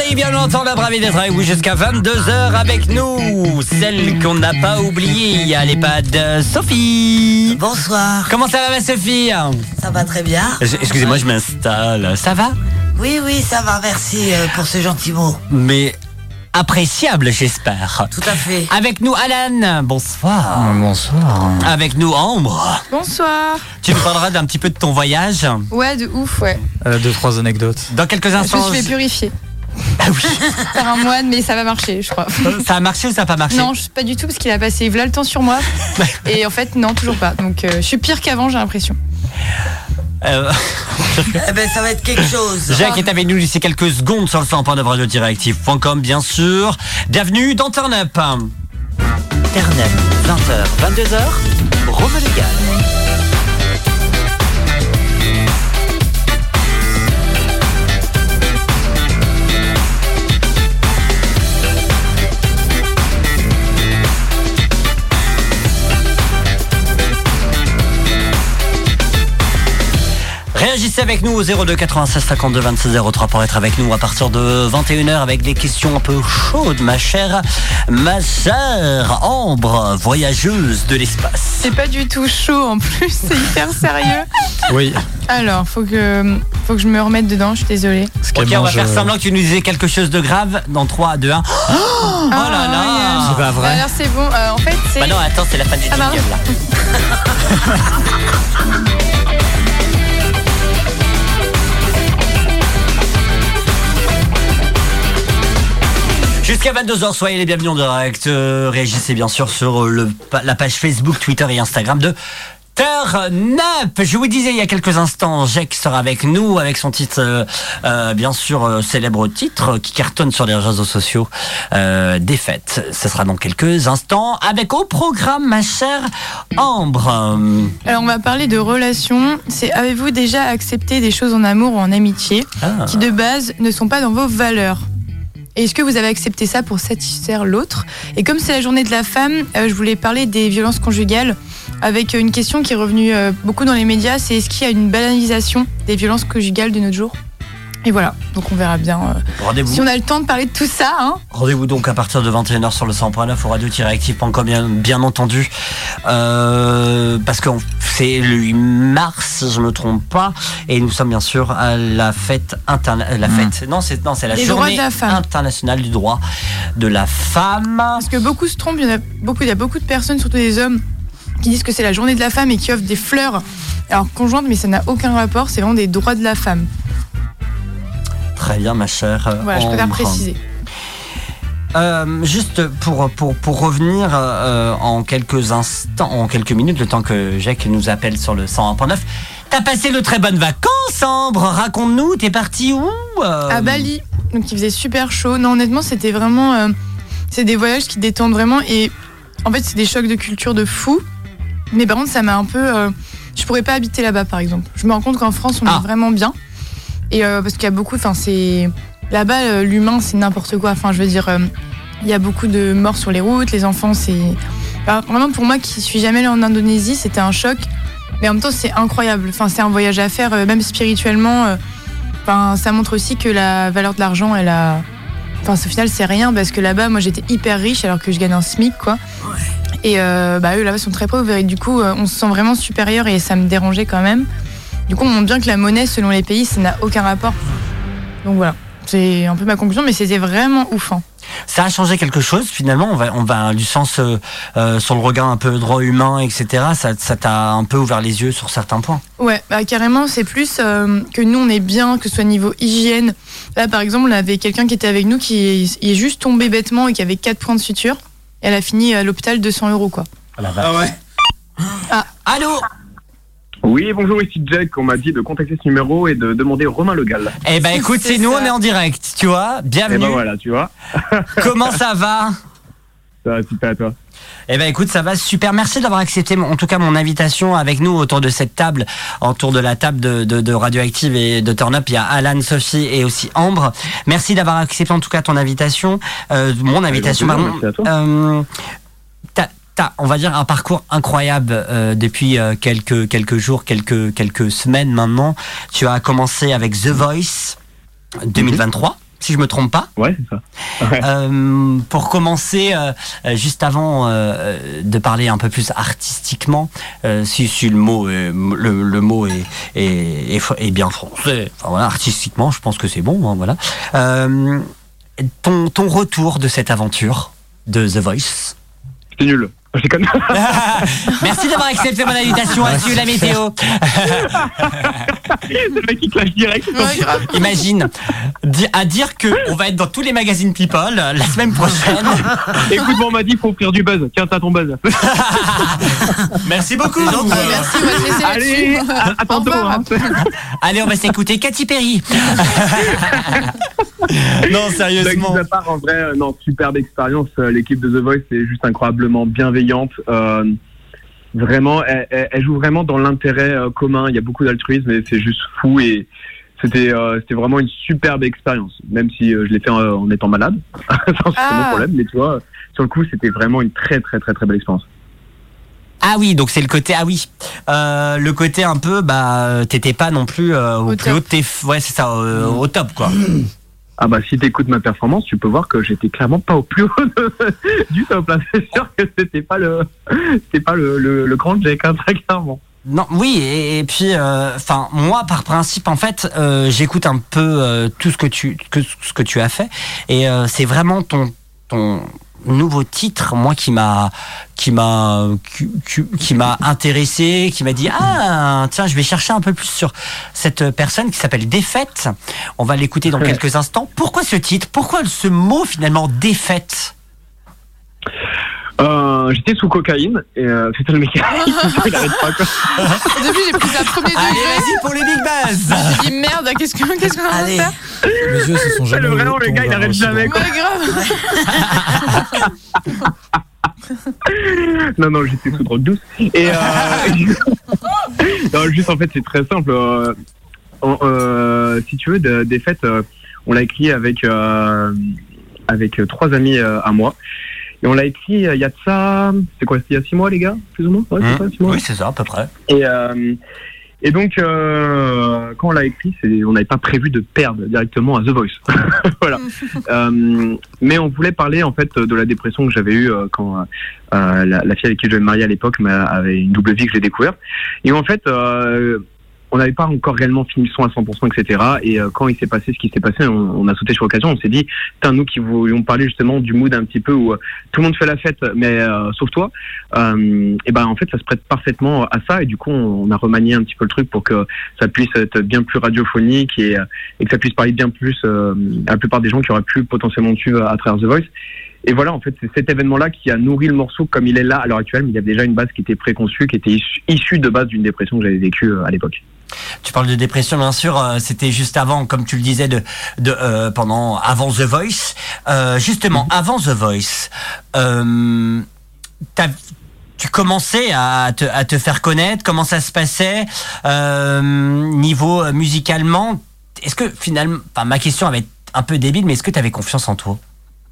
Allez, bien entendu, ravi d'être avec vous jusqu'à 22h avec nous. Celle qu'on n'a pas oubliée à l'EHPAD, Sophie. Bonsoir. Comment ça va, ma Sophie? Ça va très bien. Excusez-moi, je m'installe. Ça va? Oui, ça va, merci pour ce gentil mot. Mais appréciable, j'espère. Tout à fait. Avec nous, Alan. Bonsoir. Bonsoir. Avec nous, Ambre. Bonsoir. Tu nous parleras d'un petit peu de ton voyage. Ouais, de ouf, ouais. 2-3 anecdotes. Dans quelques Je instants. me suis fait purifier Ah oui. par un moine, mais ça va marcher, je crois. Ça a marché ou ça n'a pas marché? Non, pas du tout, parce qu'il a passé là le temps sur moi. Et en fait, non, toujours pas. Donc, je suis pire qu'avant, j'ai l'impression. Eh ben, ça va être quelque chose. Jacques est avec nous d'ici quelques secondes sur le 100.9 radiodirectives.com, bien sûr. Bienvenue dans Turn Up. Turn Up, 20h, 22h, Rome Légal. Réagissez avec nous au 02 96 52 26 03 pour être avec nous à partir de 21h avec des questions un peu chaudes, ma chère Ambre, voyageuse de l'espace. C'est pas du tout chaud en plus, c'est hyper sérieux. Oui. Alors, faut que je me remette dedans, je suis désolée. Ok, on va faire semblant que tu nous disais quelque chose de grave dans 3, 2, 1. Oh là là. C'est pas vrai. Alors c'est bon, en fait c'est... Bah non, attends, c'est la fin du jingle pardon. là. Jusqu'à 22h, soyez les bienvenus en direct. Réagissez bien sûr sur la page Facebook, Twitter et Instagram de Turn Up. Je vous disais il y a quelques instants, Jacques sera avec nous avec son titre, bien sûr, célèbre titre qui cartonne sur les réseaux sociaux, Défaite. Ce sera dans quelques instants avec au programme, ma chère Ambre. Alors on va parler de relations. C'est avez-vous déjà accepté des choses en amour ou en amitié qui de base ne sont pas dans vos valeurs? Et est-ce que vous avez accepté ça pour satisfaire l'autre? Et comme c'est la journée de la femme, je voulais parler des violences conjugales avec une question qui est revenue beaucoup dans les médias, c'est est-ce qu'il y a une banalisation des violences conjugales de nos jours? Et voilà, donc on verra bien si on a le temps de parler de tout ça. Hein. Rendez-vous donc à partir de 21h sur le 100.9 au radio-active.com, bien entendu. Parce que c'est le 8 mars, je me trompe pas. Et nous sommes bien sûr à la fête Non, c'est la Les journée droits de la femme. internationale du droit de la femme. Parce que beaucoup se trompent, il y a beaucoup de personnes, surtout des hommes, qui disent que c'est la journée de la femme et qui offrent des fleurs alors conjointes, mais ça n'a aucun rapport, c'est vraiment des droits de la femme. Très bien, ma chère. Voilà, je préfère préciser. Juste pour revenir en quelques instants, en quelques minutes, le temps que Jacques nous appelle sur le 101.9. T'as passé de très bonnes vacances, Ambre. Raconte-nous, t'es parti où? À Bali. Donc il faisait super chaud. Non, honnêtement, c'était vraiment... c'est des voyages qui détendent vraiment. Et en fait, c'est des chocs de culture de fou. Mais par contre, ça m'a un peu... je pourrais pas habiter là-bas, par exemple. Je me rends compte qu'en France, on est vraiment bien. Et parce qu'il y a beaucoup... Enfin, c'est... Là-bas, l'humain, c'est n'importe quoi. Enfin, je veux dire, il y a beaucoup de morts sur les routes. Les enfants, c'est... Alors, vraiment, pour moi, qui suis jamais allée en Indonésie, c'était un choc. Mais en même temps, c'est incroyable. Enfin, c'est un voyage à faire, même spirituellement. Enfin, ça montre aussi que la valeur de l'argent, elle a... Enfin, au final, c'est rien. Parce que là-bas, moi, j'étais hyper riche alors que je gagne un SMIC, quoi. Et eux, là-bas, sont très pauvres. Et du coup, on se sent vraiment supérieur et ça me dérangeait quand même. Du coup, on montre bien que la monnaie, selon les pays, ça n'a aucun rapport. Donc voilà, c'est un peu ma conclusion, mais c'était vraiment ouf. Hein. Ça a changé quelque chose, finalement. On va du sens sur le regard un peu droit humain, etc. Ça t'a un peu ouvert les yeux sur certains points. Ouais, carrément, c'est plus que nous, on est bien, que ce soit niveau hygiène. Là, par exemple, on avait quelqu'un qui était avec nous qui est juste tombé bêtement et qui avait 4 points de suture. Et elle a fini à l'hôpital 200 €, quoi. Ah ouais. Allô? Oui, bonjour, ici Jack. On m'a dit de contacter ce numéro et de demander Romain Le Gall. Eh ben écoute, c'est nous, on est en direct, tu vois. Bienvenue. Et ben voilà, tu vois. Comment ça va? Ça va super à toi. Eh ben écoute, ça va super. Merci d'avoir accepté en tout cas mon invitation avec nous autour de cette table, autour de la table de Radioactive et de Turn Up. Il y a Alan, Sophie et aussi Ambre. Merci d'avoir accepté en tout cas ton invitation, mon invitation. Merci à toi. T'as, on va dire, un parcours incroyable depuis quelques jours, quelques semaines maintenant. Tu as commencé avec The Voice 2023. si je me trompe pas. Ouais, c'est ça. Ouais. Pour commencer, juste avant de parler un peu plus artistiquement, si le mot est bien français, enfin voilà, artistiquement, je pense que c'est bon, hein, voilà. Ton retour de cette aventure de The Voice. C'est nul. Je déconne. Merci d'avoir accepté mon invitation à suivre la météo. Le mec qui clash direct. Ouais, grave. Imagine, à dire que on va être dans tous les magazines People la semaine prochaine. Écoute, on m'a dit qu'il faut offrir du buzz. Tiens, t'as ton buzz. Merci beaucoup. Merci, on va te laisser Allez, là-dessus. à Au tantôt. revoir. Hein. Allez, on va s'écouter Katy Perry. Non, Blague sérieusement. mise à part, en vrai, non, superbe expérience. L'équipe de The Voice est juste incroyablement bienveillante. Vraiment, elle joue vraiment dans l'intérêt commun. Il y a beaucoup d'altruisme et c'est juste fou. Et c'était vraiment une superbe expérience. Même si je l'ai fait en étant malade, c'est mon problème. Mais tu vois, sur le coup, c'était vraiment une très très très très belle expérience. Ah oui, donc c'est le côté le côté un peu t'étais pas non plus au plus haut de tes ouais, c'est ça, au top quoi. Ah bah si t'écoutes ma performance, tu peux voir que j'étais clairement pas au plus haut du top là. C'est sûr que c'était pas le grand Jack, hein, très clairement. Non, oui, et puis moi par principe en fait, j'écoute un peu tout ce que tu as fait et c'est vraiment ton nouveau titre, moi qui m'a intéressé, qui m'a dit tiens, je vais chercher un peu plus sur cette personne qui s'appelle Défaite. On va l'écouter dans quelques instants. Pourquoi ce titre? Pourquoi ce mot finalement Défaite? J'étais sous cocaïne et c'était le mec il arrête pas quoi. Au début, j'ai pris ça premier Allez, degré. vas-y pour les Big Buzz. J'ai dit merde, qu'est-ce qu'on va Allez. faire? Mes yeux se sont jamais Vraiment, le gars, il arrête jamais, quoi. Ouais, grave. Non, j'étais sous drogue douce. Et non, juste en fait, c'est très simple. Si tu veux, Défaite, on l'a écrit avec 3 amis à moi. Et on l'a écrit il y a de ça, c'est quoi, il y a 6 mois les gars, plus ou moins, ouais, c'est ça, 6 mois. Oui, c'est ça, à peu près. Et donc quand on l'a écrit, on n'avait pas prévu de perdre directement à The Voice. Voilà. Mais on voulait parler en fait de la dépression que j'avais eue quand la fille avec qui je devais me marier à l'époque avait une double vie que j'ai découvert. Et en fait, on n'avait pas encore réellement fini le son à 100%, etc. Et quand il s'est passé ce qui s'est passé, on a sauté sur l'occasion. On s'est dit, nous qui voulions parler justement du mood un petit peu où tout le monde fait la fête, mais sauf toi. Et ben en fait, ça se prête parfaitement à ça. Et du coup, on a remanié un petit peu le truc pour que ça puisse être bien plus radiophonique et que ça puisse parler bien plus à la plupart des gens qui auraient pu potentiellement suivre à travers The Voice. Et voilà, en fait, c'est cet événement-là qui a nourri le morceau comme il est là à l'heure actuelle. Mais il y a déjà une base qui était préconçue, qui était issue de base d'une dépression que j'avais vécue à l'époque. Tu parles de dépression, bien sûr. C'était juste avant, comme tu le disais, avant The Voice. Justement, avant The Voice, tu commençais à te faire connaître. Comment ça se passait niveau musicalement? Est-ce que finalement, ma question va être un peu débile, mais est-ce que tu avais confiance en toi?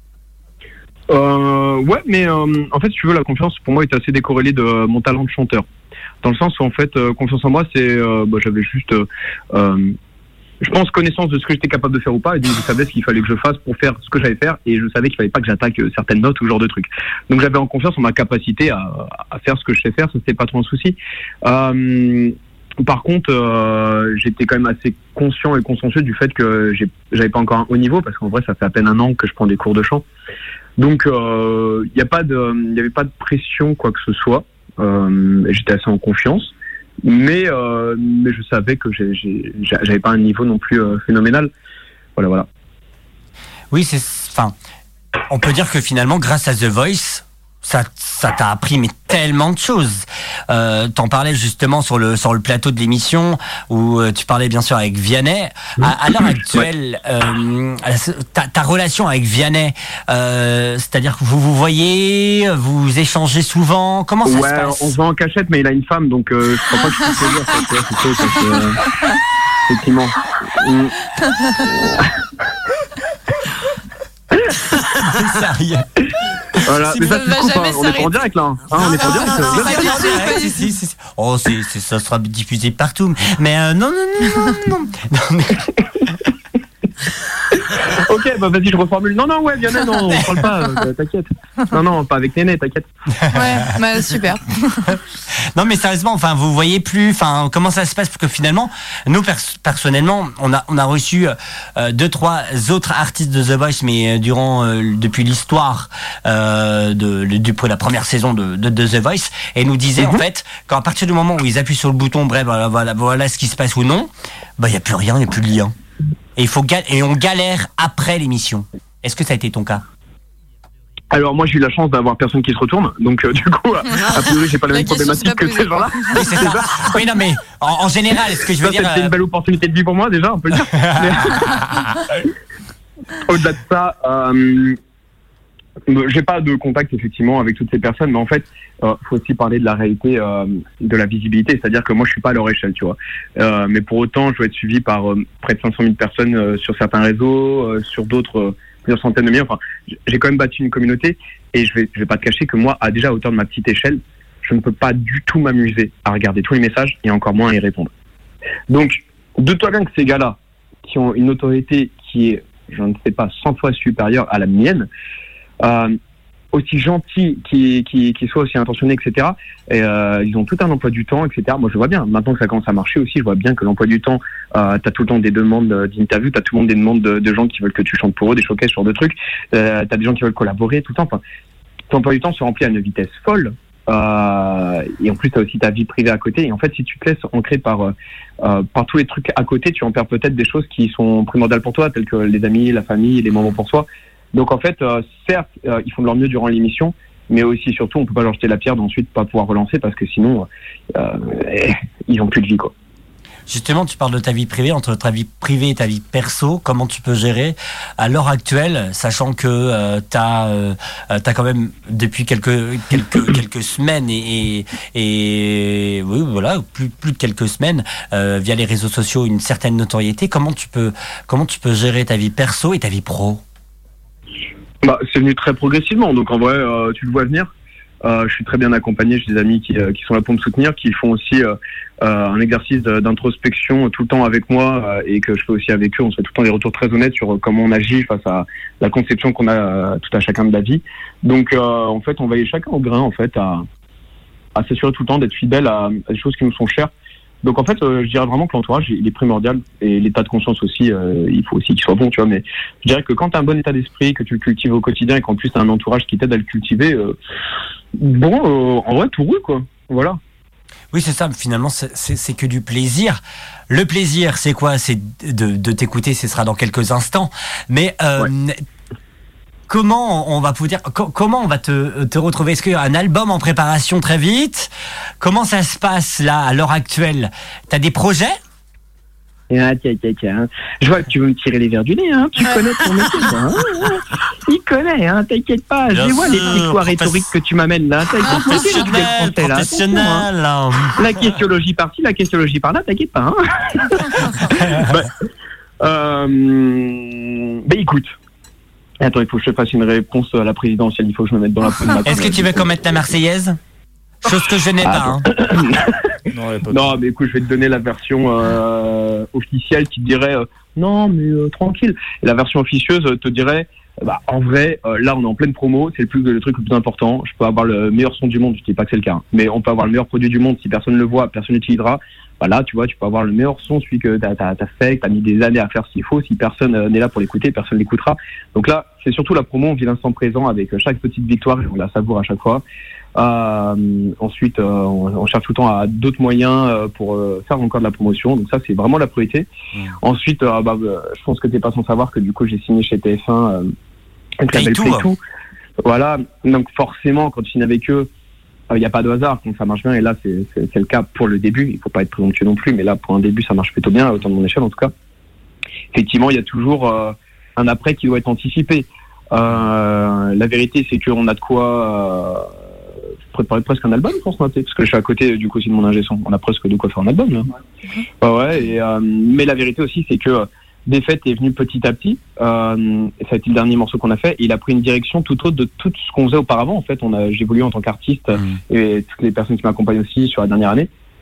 Ouais, mais en fait, si tu veux, la confiance pour moi était assez décorrélée de mon talent de chanteur. Dans le sens où en fait, confiance en moi, c'est j'avais juste, je pense, connaissance de ce que j'étais capable de faire ou pas, et donc je savais ce qu'il fallait que je fasse pour faire ce que j'allais faire, et je savais qu'il fallait pas que j'attaque certaines notes ou ce genre de trucs. Donc j'avais en confiance en ma capacité à faire ce que je sais faire, ça c'était pas trop un souci. Par contre, j'étais quand même assez conscient et consciencieux du fait que j'avais pas encore un haut niveau, parce qu'en vrai, ça fait à peine 1 an que je prends des cours de chant. Donc, il y avait pas de pression, quoi que ce soit. J'étais assez en confiance, mais je savais que j'avais pas un niveau non plus phénoménal. Voilà. Oui, on peut dire que finalement, grâce à The Voice, ça t'a appris tellement de choses. T'en parlais justement sur le plateau de l'émission où tu parlais bien sûr avec Vianney. À l'heure actuelle, ta relation avec Vianney, c'est-à-dire que vous voyez, vous échangez souvent. Comment ça se passe? On se voit en cachette, mais il a une femme, donc je crois pas que je puisse le dire. C'est chaud, parce que effectivement. Sérieux? Voilà, mais ça se coupe, on est pas en direct là. On est pas en direct. Si. Oh, ça sera diffusé partout. Mais non. Ok, bah vas-y, je reformule. Non, ouais, Vianney, non, on parle pas, t'inquiète. Non, pas avec Néné, t'inquiète. Ouais, bah, super. Non, mais sérieusement, enfin, vous voyez plus, enfin, comment ça se passe? Parce que finalement, nous, personnellement, on a reçu 2-3 autres artistes de The Voice, mais depuis l'histoire pour la première saison de The Voice, et nous disaient, en fait, qu'à partir du moment où ils appuient sur le bouton, bref, voilà ce qui se passe ou non, bah, il n'y a plus rien, il n'y a plus de lien. Et on galère après l'émission. Est-ce que ça a été ton cas? Alors moi j'ai eu la chance d'avoir personne qui se retourne, donc du coup a priori j'ai pas la même problématique que ces gens-là. Oui, c'est ça. Oui, non, mais en général, ce que je veux dire, c'était une belle opportunité de vie pour moi déjà, on peut le dire. Au-delà de ça, j'ai pas de contact effectivement avec toutes ces personnes, mais en fait faut aussi parler de la réalité de la visibilité, c'est-à-dire que moi je suis pas à leur échelle, tu vois, mais pour autant je dois être suivi par près de 500 000 personnes sur certains réseaux, sur d'autres plusieurs centaines de milliers. Enfin, j'ai quand même bâti une communauté, et je vais pas te cacher que moi, à hauteur de ma petite échelle, je ne peux pas du tout m'amuser à regarder tous les messages et encore moins à y répondre. Donc, doute-toi bien que ces gars-là, qui ont une autorité qui est, je ne sais pas, 100 fois supérieure à la mienne, aussi gentils qui soient aussi intentionnés, etc. Et ils ont tout un emploi du temps, etc. Moi, je vois bien. Maintenant que ça commence à marcher aussi, je vois bien que l'emploi du temps, t'as tout le temps des demandes d'interviews, t'as tout le monde des demandes de gens qui veulent que tu chantes pour eux, des showcases, ce genre de trucs. T'as des gens qui veulent collaborer tout le temps. Enfin, ton emploi du temps se remplit à une vitesse folle. Et en plus, t'as aussi ta vie privée à côté. Et en fait, si tu te laisses ancrer par tous les trucs à côté, tu en perds peut-être des choses qui sont primordiales pour toi, telles que les amis, la famille, les moments pour soi. Donc en fait, certes, ils font de leur mieux durant l'émission, mais aussi surtout, on peut pas leur jeter la pierre d'ensuite pas pouvoir relancer, parce que sinon, ils ont plus de vie, quoi. Justement, tu parles de ta vie privée, entre ta vie privée et ta vie perso, comment tu peux gérer à l'heure actuelle, sachant que t'as quand même depuis quelques semaines et oui, voilà, plus de quelques semaines, via les réseaux sociaux, une certaine notoriété. Comment tu peux gérer ta vie perso et ta vie pro? Bah, c'est venu très progressivement, donc en vrai, tu le vois venir. Je suis très bien accompagné, j'ai des amis qui sont là pour me soutenir, qui font aussi un exercice d'introspection tout le temps avec moi, et que je fais aussi avec eux. On se fait tout le temps des retours très honnêtes sur comment on agit face à la conception qu'on a tout à chacun de la vie. Donc en fait, on va aller chacun au grain, en fait, à s'assurer tout le temps d'être fidèle à des choses qui nous sont chères. Donc en fait, je dirais vraiment que l'entourage, il est primordial, et l'état de conscience aussi, il faut aussi qu'il soit bon, tu vois. Mais je dirais que quand tu as un bon état d'esprit, que tu le cultives au quotidien, et qu'en plus tu as un entourage qui t'aide à le cultiver, en vrai, tout roule, quoi. Voilà. Oui, c'est ça. Finalement, c'est que du plaisir. Le plaisir, c'est quoi? C'est de t'écouter. Ce sera dans quelques instants. Mais comment on va comment on va te retrouver? Est-ce qu'il y a un album en préparation très vite? Comment ça se passe là à l'heure actuelle? T'as des projets? Tiens. Je vois que tu veux me tirer les verres du nez, hein. Tu connais ton métier, hein. Il connaît, hein. T'inquiète pas. Je vois les petits coups rhétoriques que tu m'amènes là. Professionnel. La questionologie par-ci, la questionologie par-là, t'inquiète pas, hein. Bah écoute. Attends, il faut que je te fasse une réponse à la présidentielle. Il faut que je me mette dans la peau de ma. Est-ce que tu veux qu'on mette ta Marseillaise? Chose que je n'ai pas. Hein. Non, mais écoute, je vais te donner la version officielle qui te dirait non, mais tranquille. Et la version officieuse te dirait en vrai, là on est en pleine promo, c'est le truc le plus important. Je peux avoir le meilleur son du monde, je dis pas que c'est le cas, hein, mais on peut avoir le meilleur produit du monde. Si personne ne le voit, personne n'utilisera. Là, tu vois, tu peux avoir le meilleur son, celui que t'as fait, que t'as mis des années à faire s'il faut. Si personne n'est là pour l'écouter, personne l'écoutera. Donc là, c'est surtout la promo, on vit l'instant présent avec chaque petite victoire et on la savoure à chaque fois. Ensuite, on cherche tout le temps à d'autres moyens pour faire encore de la promotion. Donc ça, c'est vraiment la priorité. Ensuite, je pense que t'es pas sans savoir que du coup, j'ai signé chez TF1 avec la belle Play2. Voilà. Donc forcément, quand tu signes avec eux, il n'y a pas de hasard quand ça marche bien. Et là, c'est le cas pour le début. Il faut pas être présomptueux non plus, mais là, pour un début, ça marche plutôt bien, autant de mon échelle en tout cas. Effectivement, il y a toujours un après qui doit être anticipé. La vérité, c'est qu'on a de quoi préparer presque un album, je pense, parce que je suis à côté du coup aussi de mon ingé son. On a presque de quoi faire un album là. Mais la vérité aussi, c'est que Défaite est venu petit à petit. Ça a été le dernier morceau qu'on a fait. Et il a pris une direction tout autre de tout ce qu'on faisait auparavant. En fait, j'ai évolué en tant qu'artiste et toutes les personnes qui m'accompagnent aussi sur la dernière année.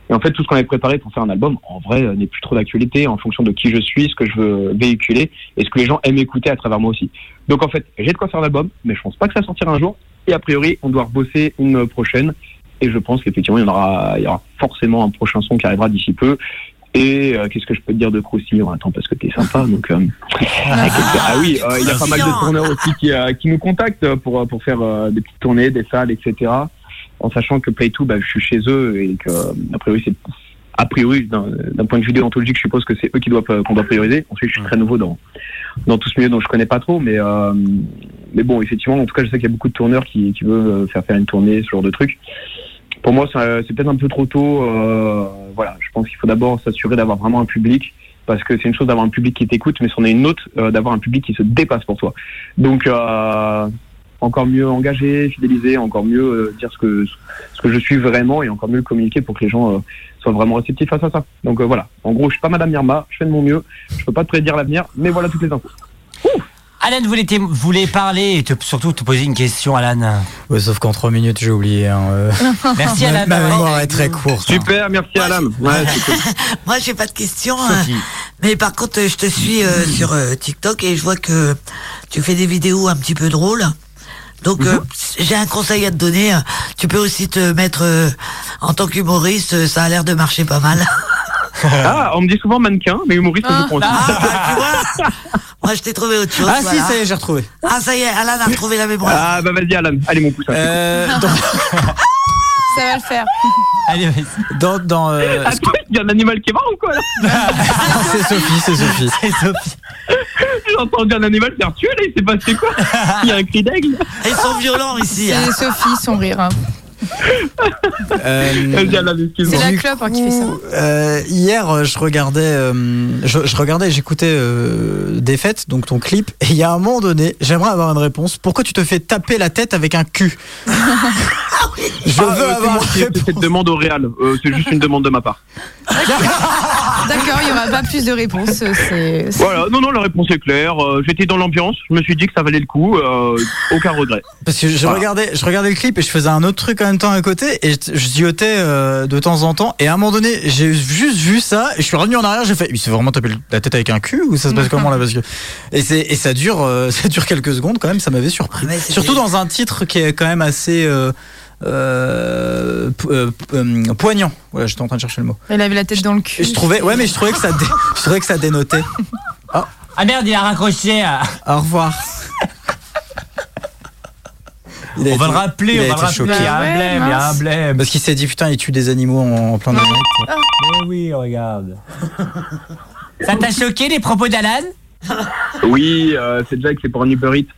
Et en fait, tout ce qu'on avait préparé pour faire un album, en vrai, n'est plus trop d'actualité en fonction de qui je suis, ce que je veux véhiculer et ce que les gens aiment écouter à travers moi aussi. Donc en fait, j'ai de quoi faire l'album, mais je pense pas que ça sortira un jour. Et a priori, on doit rebosser une prochaine. Et je pense qu'effectivement, il y aura forcément un prochain son qui arrivera d'ici peu. Et qu'est-ce que je peux te dire de croustillant? Attends, parce que t'es sympa. Donc, ah oui, il y a pas mal de tourneurs aussi qui nous contactent pour faire des petites tournées, des salles, etc. En sachant que Play2, je suis chez eux et que a priori, d'un point de vue déontologique, je suppose que c'est eux qu'on doit prioriser. Ensuite, je suis très nouveau dans tout ce milieu, donc je connais pas trop, mais bon, effectivement, en tout cas, je sais qu'il y a beaucoup de tourneurs qui veulent faire une tournée, ce genre de truc. Pour moi, c'est peut-être un peu trop tôt. Voilà, je pense qu'il faut d'abord s'assurer d'avoir vraiment un public, parce que c'est une chose d'avoir un public qui t'écoute, mais c'en est une autre d'avoir un public qui se dépasse pour toi. Donc, encore mieux engager, fidéliser, encore mieux dire ce que je suis vraiment, et encore mieux le communiquer pour que les gens soient vraiment réceptifs face à ça. Donc voilà, en gros, je suis pas Madame Irma, je fais de mon mieux, je peux pas te prédire l'avenir, mais voilà toutes les infos. Alan voulait parler et surtout te poser une question, Alan. Ouais, sauf qu'en 3 minutes, j'ai oublié. Merci, Alan. Ma mémoire est très courte. Super, merci, Alan. Ouais, c'est cool. Moi, j'ai pas de questions. Mais par contre, je te suis sur TikTok et je vois que tu fais des vidéos un petit peu drôles. Donc, j'ai un conseil à te donner. Tu peux aussi te mettre en tant qu'humoriste. Ça a l'air de marcher pas mal. Ah, on me dit souvent mannequin, mais humoriste, je prends aussi. Tu vois, moi, je t'ai trouvé autre chose. Ah si, ça y est, j'ai retrouvé. Ah, ça y est, Alan a retrouvé la mémoire. Ah, vas-y, Alan. Allez, mon pouce. Ça va le faire. Allez, vas-y. Attends, il y a un animal qui est mort ou quoi, là? C'est Sophie. C'est Sophie. J'ai entendu un animal faire tuer, là, il s'est passé quoi? Il y a un cri d'aigle. Ils sont violents ici. C'est Sophie, son rire. Vas-y, Alan, excuse-moi. C'est la clope qui fait ça. Hier, je regardais, j'écoutais des fêtes, donc ton clip, et il y a un moment donné, j'aimerais avoir une réponse. Pourquoi tu te fais taper la tête avec un cul? Je veux avoir cette demande au réal. C'est juste une demande de ma part. D'accord, il n'y aura pas plus de réponses. Voilà, non, la réponse est claire. J'étais dans l'ambiance, je me suis dit que ça valait le coup. Aucun regret. Parce que je regardais le clip et je faisais un autre truc en même temps à côté et je ziotais de temps en temps. Et à un moment donné, j'ai juste vu ça et je suis revenu en arrière. J'ai fait, il s'est vraiment tapé la tête avec un cul ou ça se passe comment là? Parce que et ça dure quelques secondes quand même. Ça m'avait surpris. Ouais, surtout dans un titre qui est quand même assez poignant. Voilà, j'étais en train de chercher le mot. Elle avait la tête dans le cul. Je trouvais que ça dénotait. Ah merde, il a raccroché. Au revoir. On va le rappeler. Il y a un blême. Parce qu'il s'est dit putain, il tue des animaux en plein direct. Mais oui, regarde. Ça t'a choqué les propos d'Alan? Oui, c'est déjà que c'est pour un Uber Eats.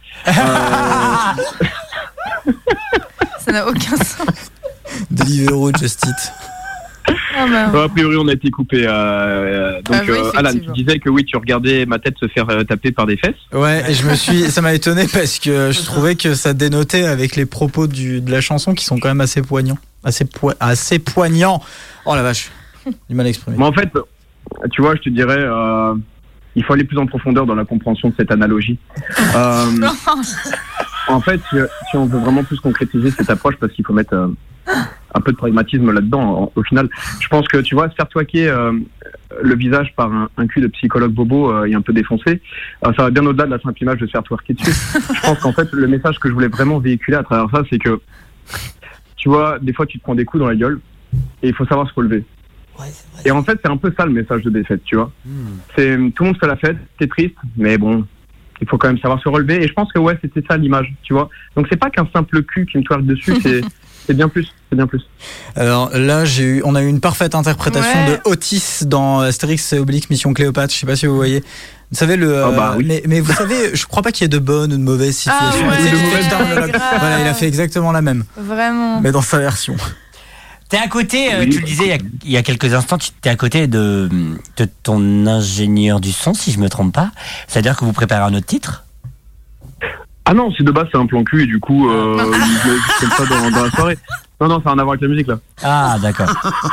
Ça n'a aucun sens. Deliveroo, Just Eat. A priori, on a été coupé. Donc, oui, Alan, tu disais que oui, tu regardais ma tête se faire taper par des fesses. Ouais, et ça m'a étonné parce que je trouvais que ça dénotait avec les propos de la chanson qui sont quand même assez poignants. Assez poignants. Oh la vache, du mal à exprimer. Mais en fait, tu vois, je te dirais, il faut aller plus en profondeur dans la compréhension de cette analogie. En fait, si on veut vraiment plus concrétiser cette approche, parce qu'il faut mettre un peu de pragmatisme là-dedans, au final, je pense que, tu vois, se faire twaquer le visage par un cul de psychologue bobo et un peu défoncé, ça va bien au-delà de la simple image de se faire twerker dessus. Je pense qu'en fait, le message que je voulais vraiment véhiculer à travers ça, c'est que, tu vois, des fois, tu te prends des coups dans la gueule et il faut savoir se relever. Ouais, c'est vrai. Et en fait, c'est un peu ça le message de défaite, tu vois. C'est tout le monde fait la fête, c'est triste, mais bon, il faut quand même savoir se relever. Et je pense que ouais, c'était ça l'image, tu vois. Donc c'est pas qu'un simple cul qui me twerk dessus, c'est bien plus, c'est bien plus. Alors là, on a eu une parfaite interprétation Ouais. de Otis dans Astérix et Obélix Mission Cléopâtre. Je sais pas si vous voyez. Vous savez oui. mais vous savez, je crois pas qu'il y ait de bonnes ou de mauvaises situations. ouais, C'est le c'est mauvais grave. monologue. Voilà, il a fait exactement la même, Vraiment. mais dans sa version. T'es à côté, Oui. tu le disais il y a quelques instants, tu t'es à côté de ton ingénieur du son, si je me trompe pas. C'est-à-dire que vous préparez un autre titre? Ah non, c'est de base, c'est un plan cul et du coup, je comme ça dans la soirée. Non, ça n'a rien à voir avec la musique là. Ah, d'accord.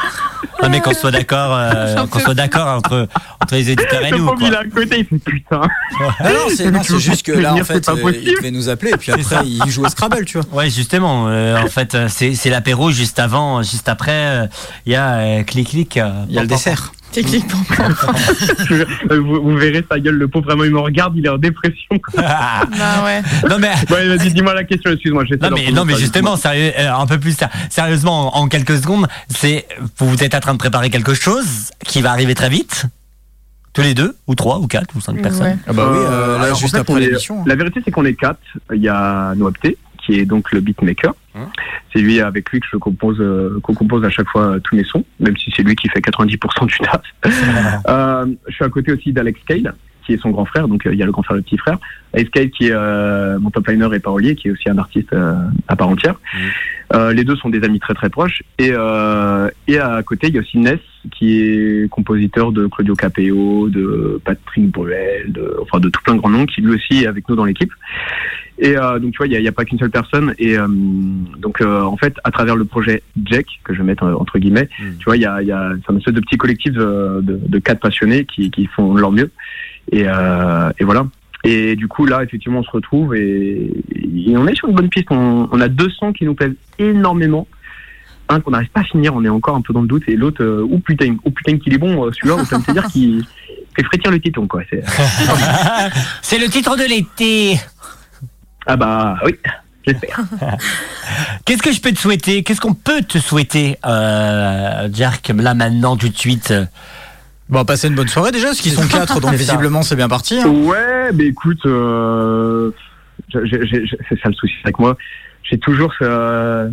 Non mais qu'on soit d'accord, entre les éditeurs et nous. Le pauvre, il est à côté, il fait putain. C'est juste que là, en fait, il devait nous appeler et puis après, il joue au Scrabble, tu vois. Ouais, justement. En fait, c'est l'apéro juste après. Il y a clic. Il y a le dessert. Techniquement. Vous verrez sa gueule, le pauvre, vraiment, il me regarde, il est en dépression. Bah ouais. Non mais. Ouais, vas-y, dis-moi la question, excuse-moi. Non mais justement, sérieux, un peu plus sérieusement, en quelques secondes, vous êtes en train de préparer quelque chose qui va arriver très vite. Tous les 2, ou 3, ou 4, ou 5 personnes. Ouais. Ah bah oui, là, juste après l'émission. La vérité, c'est qu'on est 4. Il y a Noapté, qui est donc le beatmaker. C'est avec lui que je compose à chaque fois tous mes sons, même si c'est lui qui fait 90% du taf. Je suis à côté aussi d'Alex Kale, qui est son grand frère, donc il y a le grand frère et le petit frère. Alex Kale qui est mon top liner et parolier, qui est aussi un artiste à part entière. Les deux sont des amis très très proches. Et à côté, il y a aussi Ness, qui est compositeur de Claudio Capéo, de Patrick Bruel, de tout plein de grands noms, qui lui aussi est avec nous dans l'équipe. Et donc tu vois, il y a pas qu'une seule personne. Et donc en fait, à travers le projet Jack, que je vais mettre entre guillemets, tu vois, c'est un espèce de petit collectif de 4 passionnés qui font leur mieux. Et voilà. Et du coup, là, effectivement, on se retrouve et on est sur une bonne piste. On a 2 sons qui nous plaisent énormément. Un qu'on n'arrive pas à finir, on est encore un peu dans le doute. Et l'autre, putain qu'il est bon, celui-là, on peut me dire qu'il fait frétir le titon, quoi. C'est le titre de l'été. Ah bah oui, j'espère. Qu'est-ce que je peux te souhaiter? Qu'est-ce qu'on peut te souhaiter, Jerk, là, maintenant, tout de suite? Bon, passer une bonne soirée déjà, parce qu'ils sont 4, donc visiblement c'est bien parti. Hein. Ouais, mais écoute, c'est ça le souci avec moi. J'ai toujours ce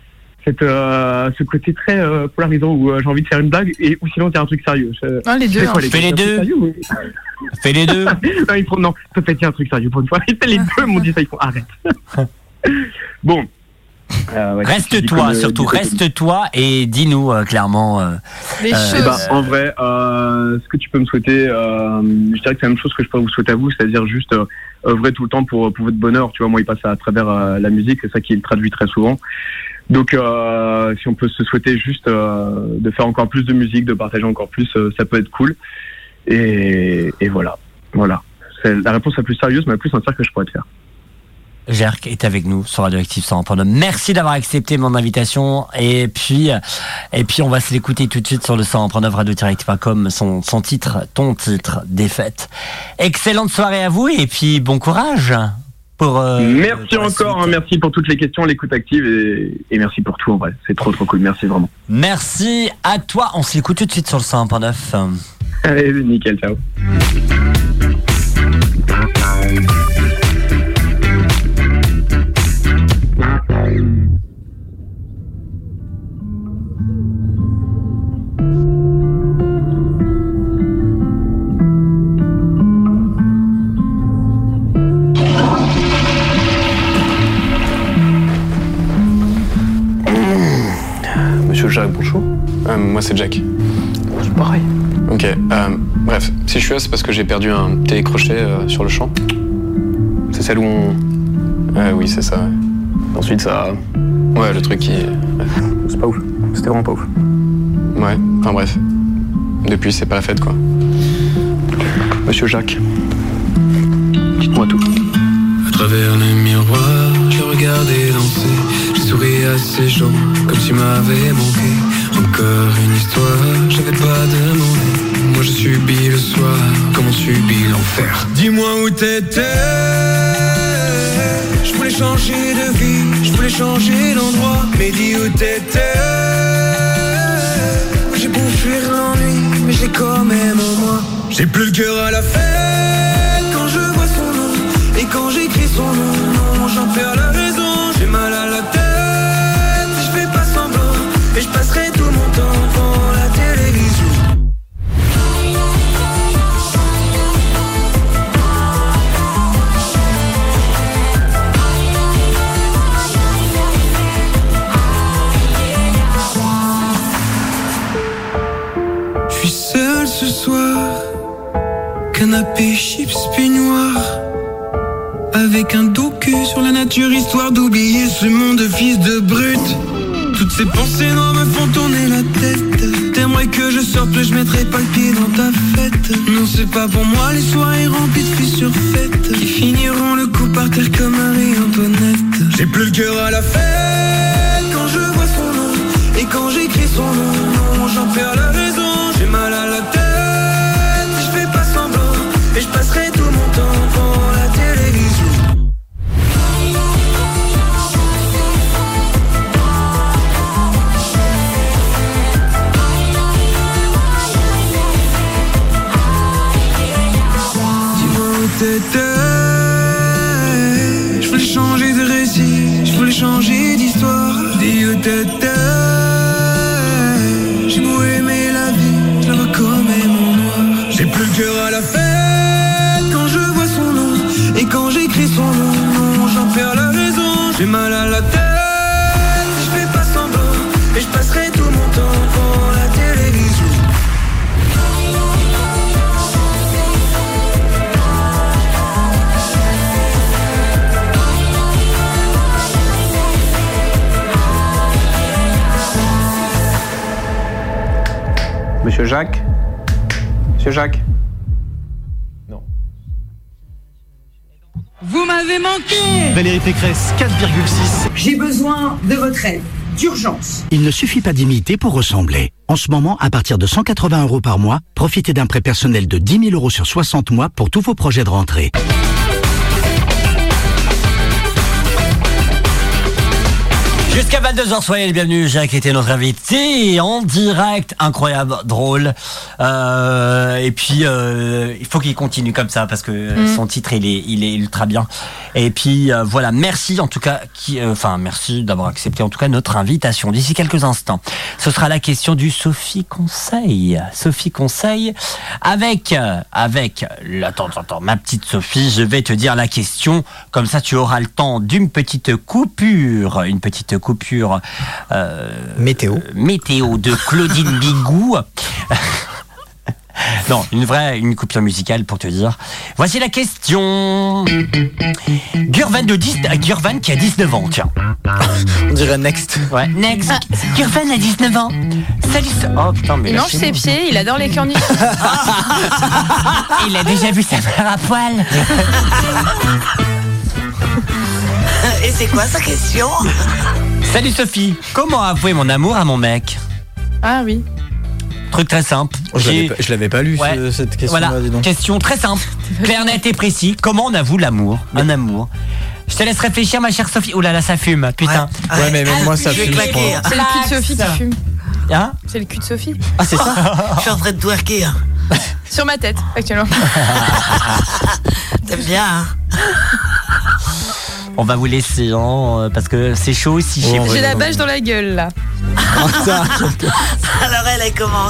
côté très polarisant où j'ai envie de faire une blague ou sinon dire un truc sérieux. Les deux. Fais les deux. Fais les deux. Non, peut être dire un truc sérieux pour une fois. Les deux m'ont dit ça, ils font arrête. Bon. Reste-toi, surtout reste-toi et dis-nous clairement les choses. En vrai, ce que tu peux me souhaiter, je dirais que c'est la même chose que je peux vous souhaiter à vous, c'est-à-dire juste œuvrer tout le temps pour votre bonheur. Tu vois, moi, il passe à travers la musique, c'est ça qui le traduit très souvent. Donc, si on peut se souhaiter juste de faire encore plus de musique, de partager encore plus, ça peut être cool. Et voilà. C'est la réponse la plus sérieuse, mais la plus sincère que je pourrais te faire. Jerk est avec nous sur Radioactive 100.9. Merci d'avoir accepté mon invitation. Et puis on va se l'écouter tout de suite sur le 100.9 Radio-Direct.com, son titre, ton titre, Défaite. Excellente soirée à vous et puis bon courage. Merci encore, merci pour toutes les questions, l'écoute active et merci pour tout en vrai. C'est trop cool, merci vraiment. Merci à toi. On se l'écoute tout de suite sur le 100.9. Allez, nickel, ciao. Monsieur Jacques, bonjour. Moi c'est Jack. C'est pareil. Ok, bref, si je suis là c'est parce que j'ai perdu un télécrochet sur le champ. C'est celle où on... oui c'est ça. Ensuite ça... Ouais, le truc qui... C'est pas ouf. C'était vraiment pas ouf. Ouais, enfin bref. Depuis c'est pas la fête quoi. Monsieur Jacques, dites-moi tout. À travers le miroir, je regardais danser. J'ai souri à ces gens comme s'ils m'avaient manqué. Encore une histoire, j'avais pas demandé. Moi je subis le soir, comme on subit l'enfer. Dis-moi où t'étais. Je voulais changer de vie, je voulais changer d'endroit. Mais dis où t'étais. J'ai beau fuir l'ennui, mais j'ai quand même en moi. J'ai plus le cœur à la fête quand je vois son nom. Et quand j'écris son nom, j'en perds la raison. J'ai mal à la tête, je fais pas semblant. Et je passerai tout mon temps devant la télévision. Je suis seul ce soir, canapé, chips, peignoir. Avec un docu sur la nature, histoire d'oublier ce monde de fils de brute. Toutes ces pensées noires me font tourner la tête. T'es T'aimerais que je sorte, mais je mettrais pas le pied dans ta fête. Non, c'est pas pour moi les soirées remplies de filles surfaites qui finiront le coup par terre comme Marie-Antoinette. J'ai plus le cœur à la fête quand je vois son nom. Et quand j'écris son nom, j'en perds la raison. J'ai mal à la tête, je fais pas semblant. Et je passerai tout mon temps devant la télévision. Je voulais changer de récit, je voulais changer d'histoire. Dis où t'étais. J'ai beau aimer la vie, je la vois comme mon noir. J'ai plus le cœur à la fête quand je vois son nom. Et quand j'écris son nom, j'en perds la raison. J'ai mal à la tête, je fais pas semblant. Et je passerai tout mon temps devant la télévision. Monsieur Jacques? Monsieur Jacques? Non. Vous m'avez manqué! Valérie Pécresse, 4,6. J'ai besoin de votre aide, d'urgence. Il ne suffit pas d'imiter pour ressembler. En ce moment, à partir de 180 € par mois, profitez d'un prêt personnel de 10 000 € sur 60 mois pour tous vos projets de rentrée. Jusqu'à 22h, soyez les bienvenus. Jacques était notre invité en direct, incroyable, drôle. Et puis il faut qu'il continue comme ça parce que son titre il est ultra bien. Et puis voilà, merci en tout cas, merci d'avoir accepté en tout cas notre invitation. D'ici quelques instants, ce sera la question du Sophie Conseil. Sophie Conseil avec attends, ma petite Sophie, je vais te dire la question. Comme ça, tu auras le temps d'une petite coupure, météo de Claudine Bigou. Non, une coupure musicale pour te dire. Voici la question. Gurvan qui a 19 ans, tiens. On dirait Next. Ouais, Next. Gurvan a 19 ans. Salut. Oh putain, mais il mange ses pieds, il adore les cornichons. Il a déjà vu sa mère à poil. Et c'est quoi sa question? Salut Sophie, comment avouer mon amour à mon mec? Ah oui. Truc très simple. Je l'avais pas lu, cette question-là. Voilà, dis donc. question très simple, clair, net et précis. Comment on avoue l'amour? Un amour. Je te laisse réfléchir, ma chère Sophie. Oh là là, ça fume, putain. Ouais, mais même moi, ça fume. C'est le cul de Sophie qui fume. Hein? C'est le cul de Sophie. Ah, c'est ça? Je suis en train de twerker. Hein. Sur ma tête, actuellement. T'aimes bien, hein? On va vous laisser, hein, parce que c'est chaud aussi chez vous. J'ai la bâche dans la gueule, là. Alors elle commence.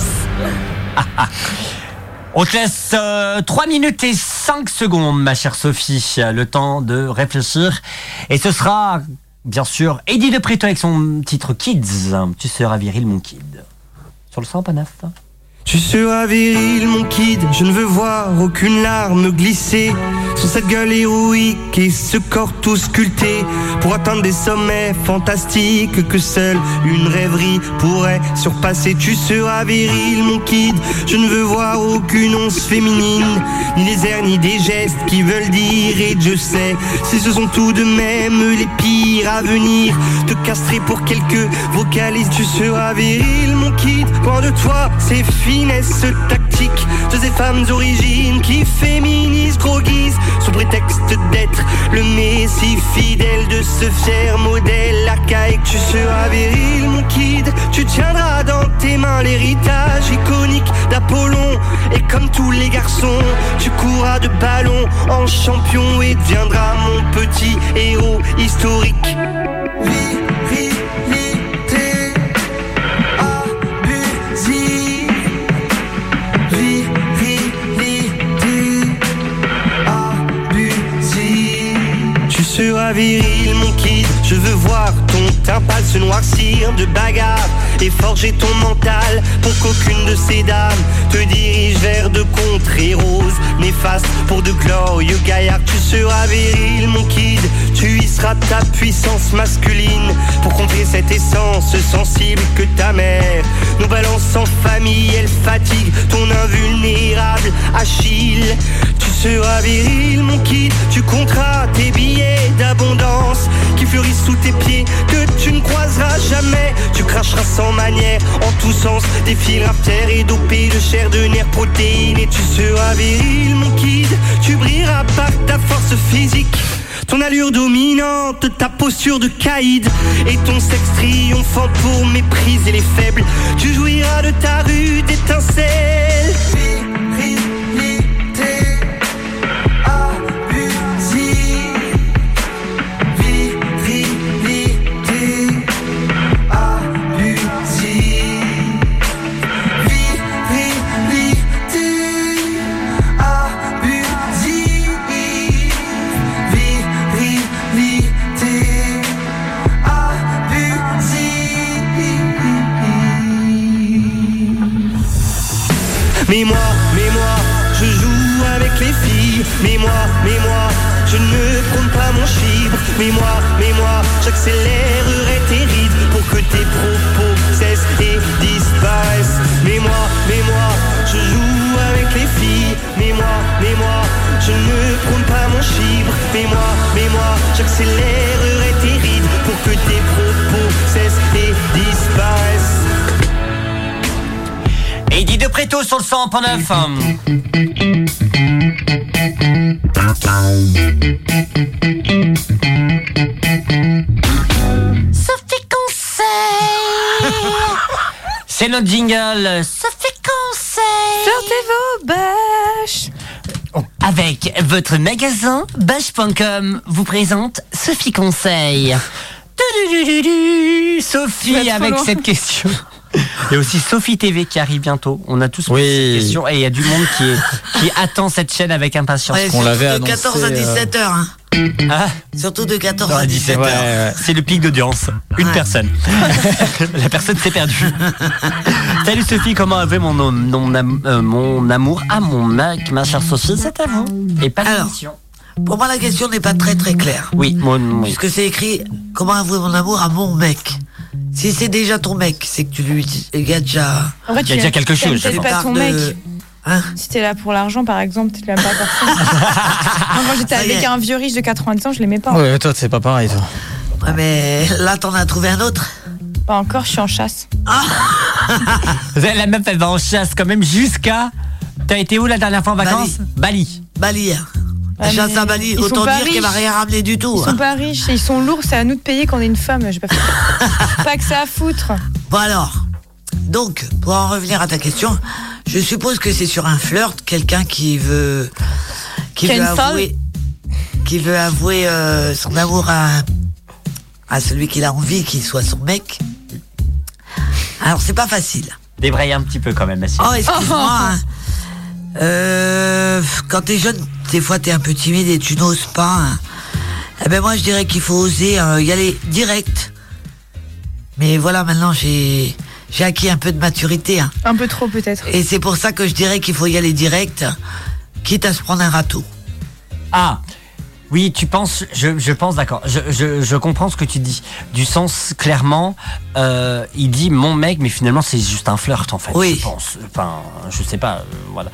On te laisse 3 minutes et 5 secondes, ma chère Sophie, le temps de réfléchir. Et ce sera, bien sûr, Eddie de Préto avec son titre Kids. Tu seras viril, mon kid. Sur le sang, Panaf? Tu seras viril, mon kid, je ne veux voir aucune larme glisser sur cette gueule héroïque et ce corps tout sculpté pour atteindre des sommets fantastiques que seule une rêverie pourrait surpasser. Tu seras viril, mon kid, je ne veux voir aucune once féminine, ni les airs ni des gestes qui veulent dire, et je sais, si ce sont tout de même les pires à venir, te castrer pour quelques vocalises. Tu seras viril, mon kid, loin de toi, c'est finesse tactique de ces femmes d'origine qui féminisent, groguisent sous prétexte d'être le messie fidèle de ce fier modèle archaïque. Tu seras viril, mon kid, tu tiendras dans tes mains l'héritage iconique d'Apollon, et comme tous les garçons, tu courras de ballon en champion et deviendras mon petit héros historique. Tu seras viril, mon kid, je veux voir ton teint pâle se noircir de bagarre et forger ton mental pour qu'aucune de ces dames te dirige vers de contrées roses néfastes pour de glorieux gaillards. Tu seras viril, mon kid, tu y seras ta puissance masculine pour contrer cette essence sensible que ta mère nous balance en famille. Elle fatigue ton invulnérable Achille. Tu seras viril mon kid, tu compteras tes billets d'abondance qui fleurissent sous tes pieds, que tu ne croiseras jamais. Tu cracheras sans manière en tous sens des fils artères et dopés de chair, de nerfs, protéines. Et tu seras viril mon kid, tu brilleras par ta force physique, ton allure dominante, ta posture de caïd et ton sexe triomphant pour mépriser les faibles. Tu jouiras de ta rude étincelle. Mais moi, je joue avec les filles. Mais moi, je ne prône pas mon chibre. Mais moi, j'accélérerai tes rythmes pour que tes propos cessent et disparaissent. Mais moi, je joue avec les filles. Mais moi, je ne prône pas mon chibre. Mais moi, j'accélérerai tes rythmes pour que tes propos cessent et disparaissent. Eddie de Préto sur le 100.9. Sophie Conseil. C'est notre jingle. Sophie Conseil. Sortez vos bâches. Avec votre magasin Bâche.com vous présente Sophie Conseil. Sophie avec cette question. Il y a aussi Sophie TV qui arrive bientôt. On a tous cette question et il y a du monde qui attend cette chaîne avec impatience. Ouais, on l'avait annoncé de 14 à 17h. Hein. Ah. Surtout de 14 à 17h. Ouais. C'est le pic d'audience. Une personne. La personne s'est perdue. Salut Sophie, comment avait mon amour à mon mec, ma chère Sophie, c'est à vous. Et pas de question. Pour moi, la question n'est pas très très claire. Oui. Puisque c'est écrit comment avouer mon amour à mon mec. Si c'est déjà ton mec, c'est que il y a déjà. En fait, il y a déjà quelque chose. C'est pas ton mec. Hein, si t'es là pour l'argent, par exemple, tu l'aimes pas personne. Moi, j'étais avec un vieux riche de 90 ans, je l'aimais pas. Ouais, toi, c'est pas pareil, toi. Ouais, mais là, t'en as trouvé un autre. Pas encore, je suis en chasse. La meuf, elle va en chasse quand même jusqu'à. T'as été où la dernière fois en vacances? Bali. La chasse à Bali, autant dire qu'elle va rien ramener du tout. Ils sont pas riches, ils sont lourds, c'est à nous de payer quand on est une femme. J'ai pas que ça à foutre. Bon alors, donc, pour en revenir à ta question, je suppose que c'est sur un flirt, quelqu'un qui veut avouer son amour à celui qu'il a envie qu'il soit son mec. Alors c'est pas facile. Débraye un petit peu quand même, Massy. Oh, excuse-moi. Quand t'es jeune, des fois t'es un peu timide et tu n'oses pas. Eh ben moi je dirais qu'il faut oser y aller direct. Mais voilà, maintenant j'ai acquis un peu de maturité. Un peu trop peut-être. Et c'est pour ça que je dirais qu'il faut y aller direct, quitte à se prendre un râteau. Ah oui, tu penses, je pense, d'accord. Je comprends ce que tu dis. Du sens, clairement, il dit mon mec, mais finalement c'est juste un flirt en fait. Oui. Je pense. Enfin, je sais pas, voilà.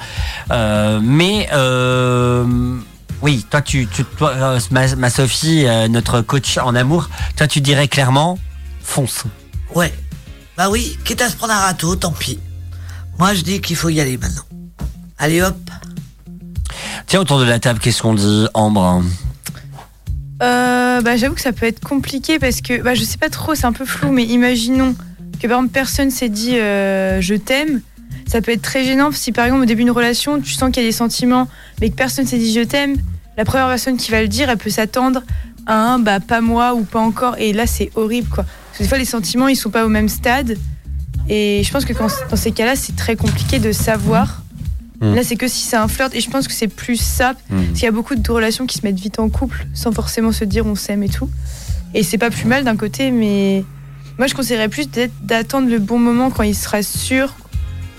Oui, toi, toi, ma Sophie, notre coach en amour, toi tu dirais clairement, fonce. Ouais. Bah oui, quitte à se prendre un râteau, tant pis. Moi je dis qu'il faut y aller maintenant. Allez hop. Tiens, autour de la table, qu'est-ce qu'on dit, Ambre? J'avoue que ça peut être compliqué parce que je sais pas trop, c'est un peu flou, mais imaginons que par exemple personne s'est dit je t'aime. Ça peut être très gênant si par exemple au début d'une relation tu sens qu'il y a des sentiments mais que personne s'est dit je t'aime. La première personne qui va le dire, elle peut s'attendre à un pas moi ou pas encore, et là c'est horrible quoi. Parce que des fois les sentiments ils sont pas au même stade et je pense que dans ces cas-là c'est très compliqué de savoir. Là, c'est que si c'est un flirt, et je pense que c'est plus ça, parce qu'il y a beaucoup de relations qui se mettent vite en couple, sans forcément se dire on s'aime et tout. Et c'est pas plus mal d'un côté, mais moi je conseillerais plus d'attendre le bon moment quand il sera sûr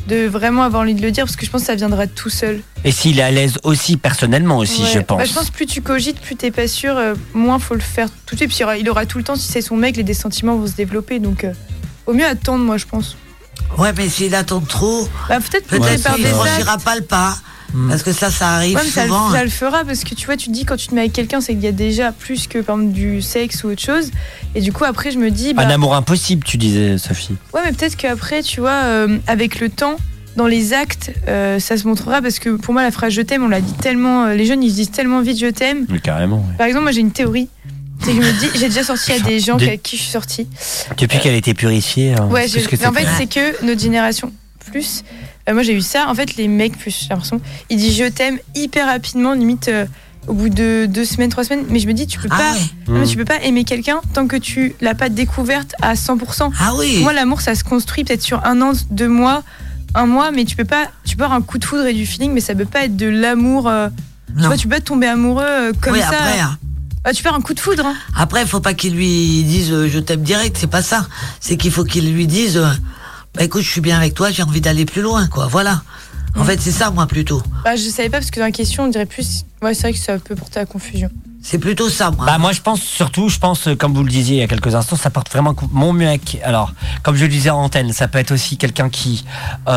de vraiment avoir envie de le dire, parce que je pense que ça viendra tout seul. Et s'il est à l'aise aussi, personnellement aussi, je pense. Bah, je pense que plus tu cogites, plus t'es pas sûr, moins faut le faire tout de suite. Puis il aura tout le temps, si c'est son mec, des sentiments vont se développer. Donc, au mieux attendre, moi, je pense. Ouais, mais s'il attend trop, bah, peut-être qu'il franchira pas le pas. Parce que ça arrive souvent. Ça le fera, parce que tu vois, tu te dis, quand tu te mets avec quelqu'un, c'est qu'il y a déjà plus que, par exemple, du sexe ou autre chose. Et du coup, après, je me dis... Un amour impossible, tu disais, Sophie. Ouais, mais peut-être qu'après, tu vois, avec le temps, dans les actes, ça se montrera, parce que pour moi, la phrase « je t'aime », on l'a dit tellement... les jeunes, ils se disent tellement vite « je t'aime ». Mais carrément, ouais. Par exemple, moi, j'ai une théorie. C'est que je me dis, j'ai déjà sorti à des gens avec qui je suis sortie. Depuis qu'elle a été purifiée. Ouais, en fait, c'est que notre génération plus... moi j'ai eu ça, en fait les mecs plus, j'ai l'impression, ils disent je t'aime hyper rapidement, limite au bout de 2 semaines, 3 semaines, mais je me dis tu peux pas, non, tu peux pas aimer quelqu'un tant que tu l'as pas découverte à 100%. Ah oui. Pour moi l'amour ça se construit peut-être sur 1 an, 2 mois, 1 mois, mais tu peux avoir un coup de foudre et du feeling, mais ça peut pas être de l'amour, tu vois, tu peux pas tomber amoureux comme ça. Après, bah, tu perds un coup de foudre. Hein. Après, il faut pas qu'il lui dise je t'aime direct, c'est pas ça. C'est qu'il faut qu'il lui dise bah écoute, je suis bien avec toi, j'ai envie d'aller plus loin, quoi. Voilà. En fait, c'est ça, moi, plutôt. Bah, je savais pas, parce que dans la question, on dirait plus. Ouais, c'est vrai que ça peut porter à confusion. C'est plutôt ça, moi. Bah, moi, je pense, comme vous le disiez il y a quelques instants, ça porte vraiment mon mec. Alors, comme je le disais en antenne, ça peut être aussi quelqu'un qui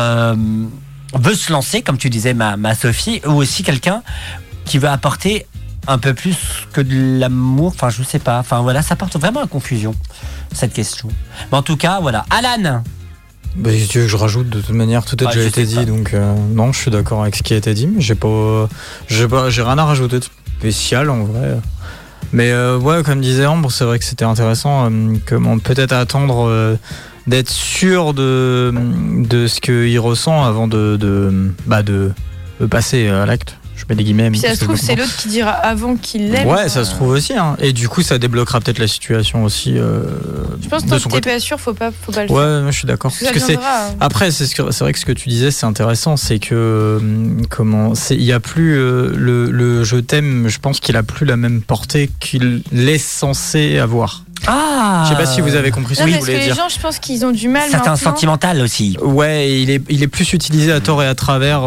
veut se lancer, comme tu disais, ma Sophie, ou aussi quelqu'un qui veut apporter un peu plus que de l'amour. Enfin, je sais pas. Enfin, voilà, ça porte vraiment à confusion, cette question. Mais en tout cas, voilà. Alan! Bah, si tu veux que je rajoute, de toute manière, tout a déjà été dit, donc non, je suis d'accord avec ce qui a été dit, mais j'ai rien à rajouter de spécial en vrai. Mais ouais, comme disait Ambre, c'est vrai que c'était intéressant, comment peut-être attendre d'être sûr de ce qu'il ressent avant de passer à l'acte. Je mets des guillemets. Puis ça se trouve, c'est l'autre qui dira avant qu'il l'aime. Ouais, ça se trouve aussi. Hein. Et du coup, ça débloquera peut-être la situation aussi. Je pense que tant que t'es pas sûr, faut pas le faire. Ouais, moi, je suis d'accord. Parce que après, c'est vrai que ce que tu disais, c'est intéressant, c'est que il y a plus le je t'aime. Je pense qu'il a plus la même portée qu'il est censé avoir. Ah, je sais pas si vous avez compris ce que je voulais dire. Les gens, je pense qu'ils ont du mal. C'est un sentimental aussi. Ouais, il est plus utilisé à tort et à travers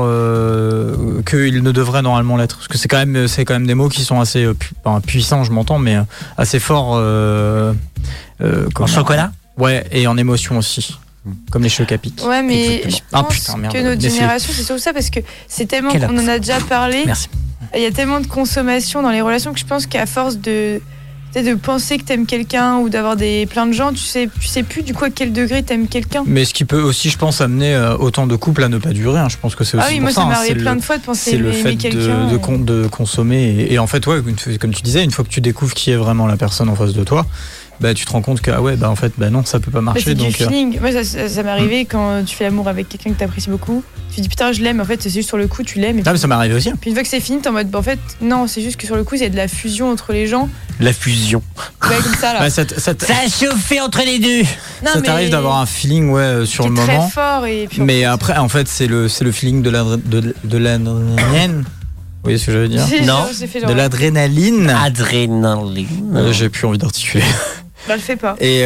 qu'il ne devrait normalement l'être. Parce que c'est quand même des mots qui sont assez puissants, je m'entends, mais assez forts. En chocolat. Ouais, et en émotion aussi. Comme les chocs à pic. Ouais, mais je pense que notre génération, c'est surtout ça, parce que c'est tellement qu'on en a déjà parlé. Merci. Il y a tellement de consommation dans les relations que je pense qu'à force de penser que t'aimes quelqu'un ou d'avoir plein de gens, tu sais plus du coup à quel degré t'aimes quelqu'un. Mais ce qui peut aussi, je pense, amener autant de couples à ne pas durer. Hein. Je pense que c'est aussi oui, moi ça m'est arrivé plein de fois de penser aimer quelqu'un. C'est le fait de consommer. Et en fait, ouais, comme tu disais, une fois que tu découvres qui est vraiment la personne en face de toi, bah tu te rends compte que en fait non, ça peut pas marcher. C'est du feeling. Moi ça m'est arrivé quand tu fais l'amour avec quelqu'un que t'apprécies beaucoup. Tu te dis putain je l'aime, en fait c'est juste sur le coup tu l'aimes. Mais ça m'est arrivé aussi. Puis une fois que c'est fini t'es en mode en fait non, c'est juste que sur le coup il y a de la fusion entre les gens. La fusion. Ouais, comme ça là. Ça a chauffé entre les deux. Non, ça t'arrive d'avoir un feeling sur le moment. Très fort et puis mais après en fait c'est le feeling de l'adrénaline. Vous voyez ce que je veux dire? Non. De l'adrénaline. Adrénaline. J'ai plus envie d'articuler. Bah le fais pas. Et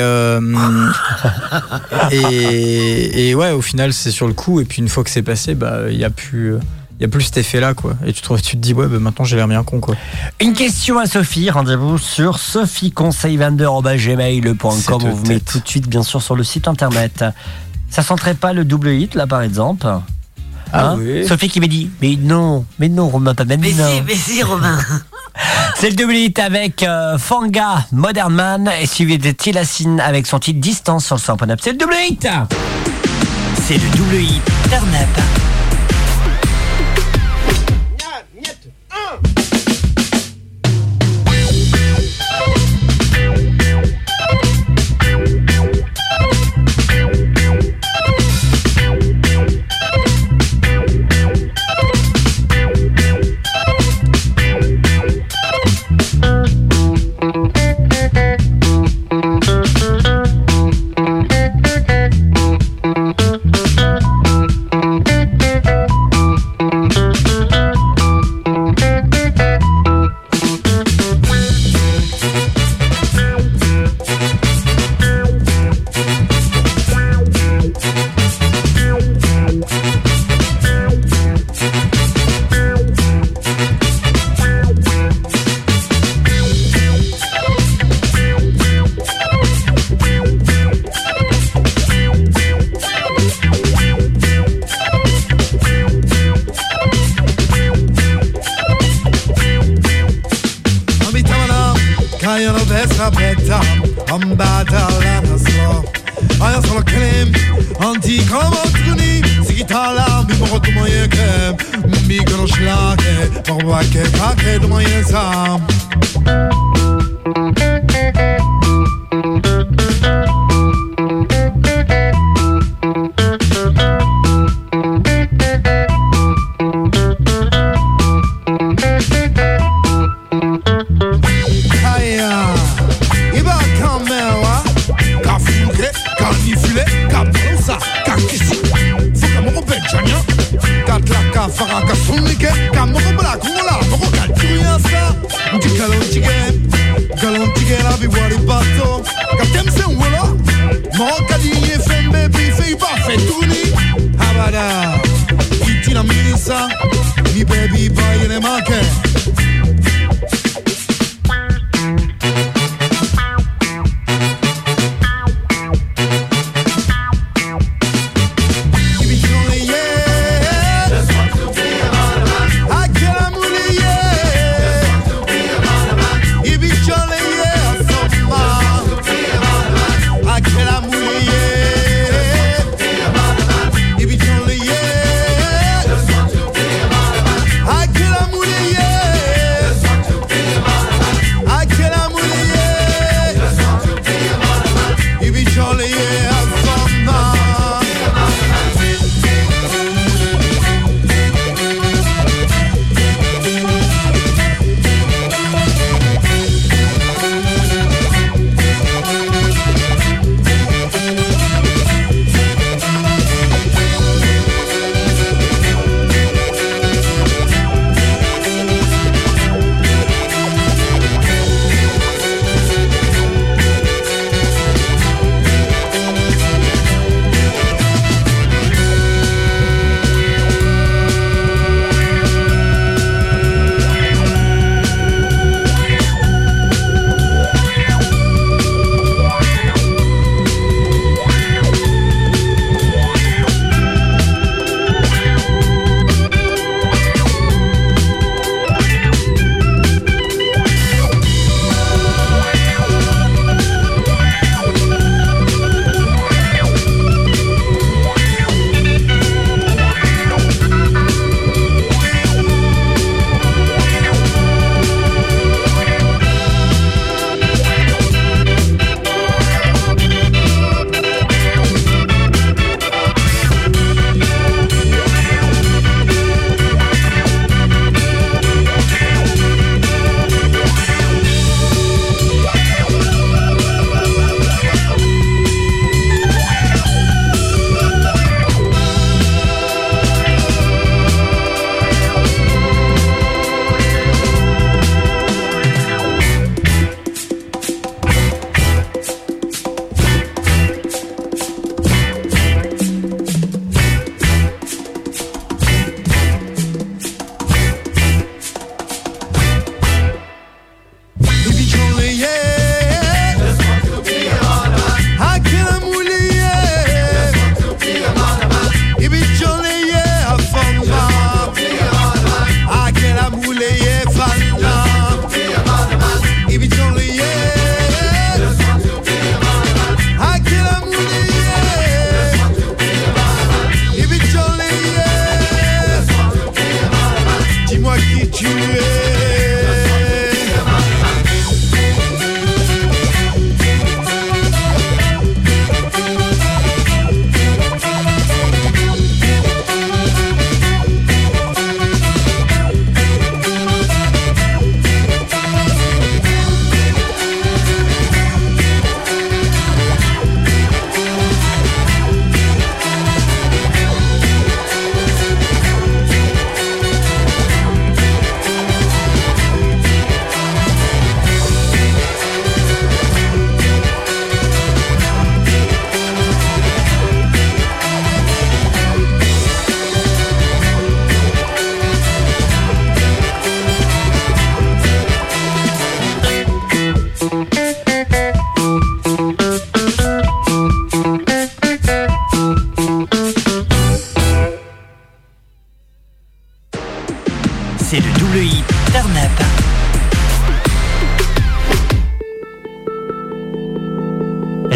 ouais, au final c'est sur le coup, et puis une fois que c'est passé, il y a plus cet effet là quoi. Et tu te dis maintenant j'ai l'air bien con quoi. Une question à Sophie, rendez-vous sur sophieconseil22@gmail.com. On vous met tout de suite bien sûr sur le site internet. Ça senterait pas le double hit là par exemple? Oui. Sophie qui me dit mais non Romain, pas même mais si Romain. C'est le double hit avec Fanga, Modern Man, et suivi de Tilassine avec son titre Distance sur le 100.9. C'est le double hit. C'est le double hit Turn Up. Kaya no destra betta, ambata la naslo. Aya solo klem, anti como truni, sigitala mi moro tu moje kem, mi gro schlage, morwake kake du moje sam. Faraka sunike, kamoko bla kumala, moko kaltuya sa. Ndi galontige la bi wari bato. Katem se wala, moko di FM baby fe ba fe tuni. Habada, itina minisa, mi baby ba yene make.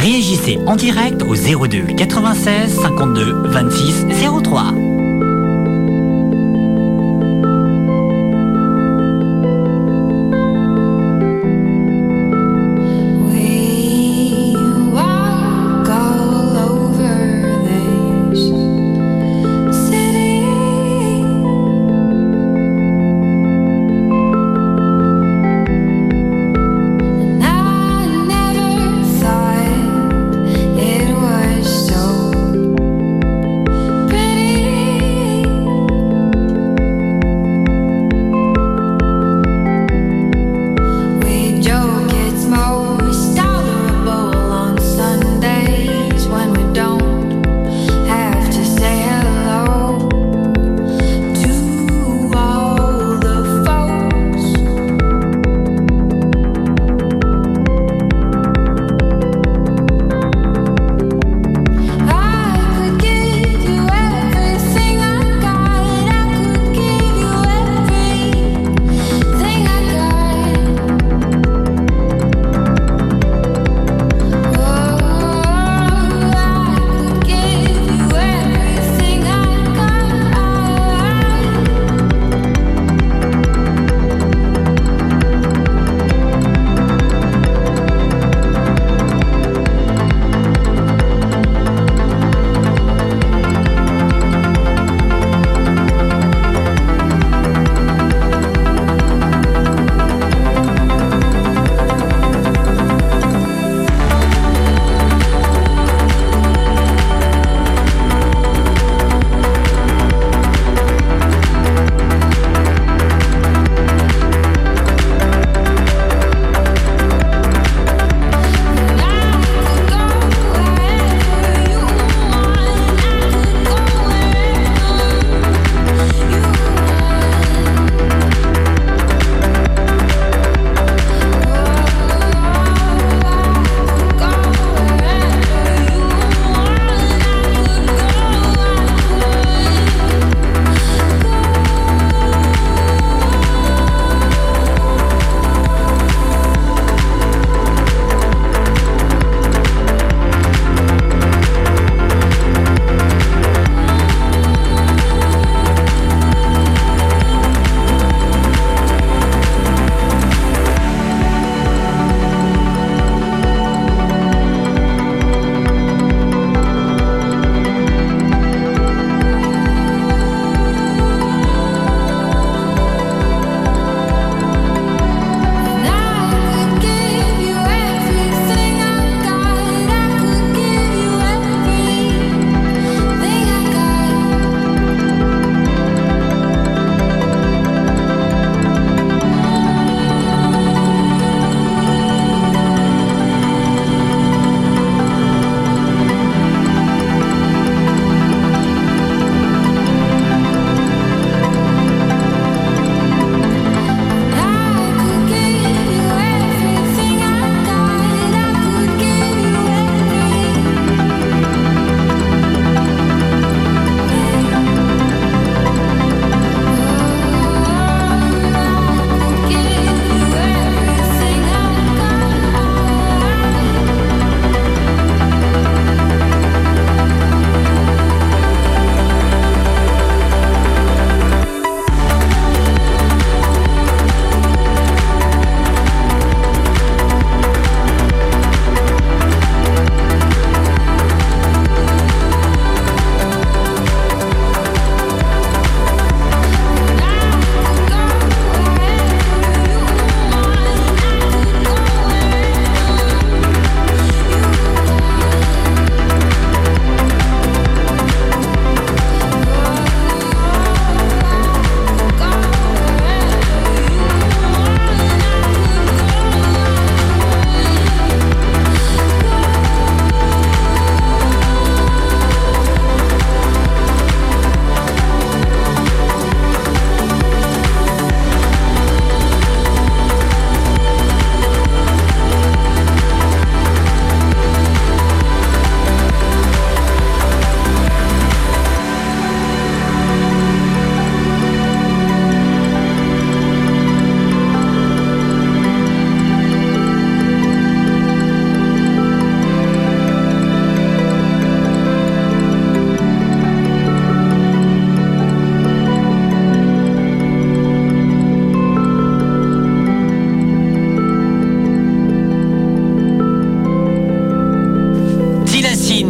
Réagissez en direct au 02 96 52 26 03. It was so pretty.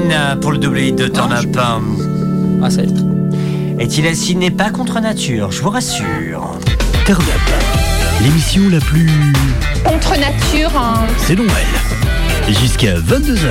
Martin pour le double hit de Turn Up. Ah, ça y est. Et s'il n'est pas contre nature, je vous rassure. Turn Up, l'émission la plus... Contre nature. C'est Noël. Jusqu'à 22h.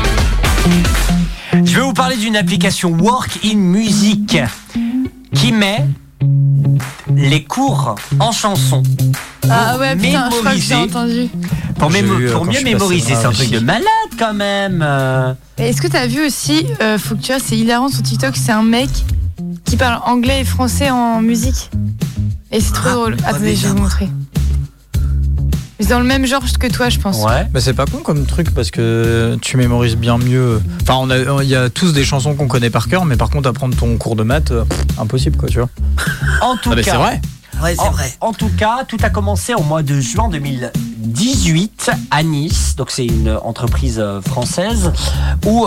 Je vais vous parler d'une application Work in Music qui met les cours en chanson. Ah ouais, putain, je crois que j'ai entendu. Pour mieux mémoriser, c'est un truc de malade quand même. Et est-ce que t'as vu aussi, faut que tu vois, c'est hilarant sur TikTok, c'est un mec qui parle anglais et français en musique. Et c'est trop drôle. Attendez, je vais vous montrer. C'est dans le même genre que toi, je pense. Ouais. Mais c'est pas con comme truc parce que tu mémorises bien mieux. Enfin, il y a tous des chansons qu'on connaît par cœur, mais par contre, apprendre ton cours de maths, impossible, quoi, tu vois. En tout cas, c'est vrai. Ouais, c'est vrai. En tout cas, tout a commencé au mois de juin 2018 à Nice. Donc c'est une entreprise française où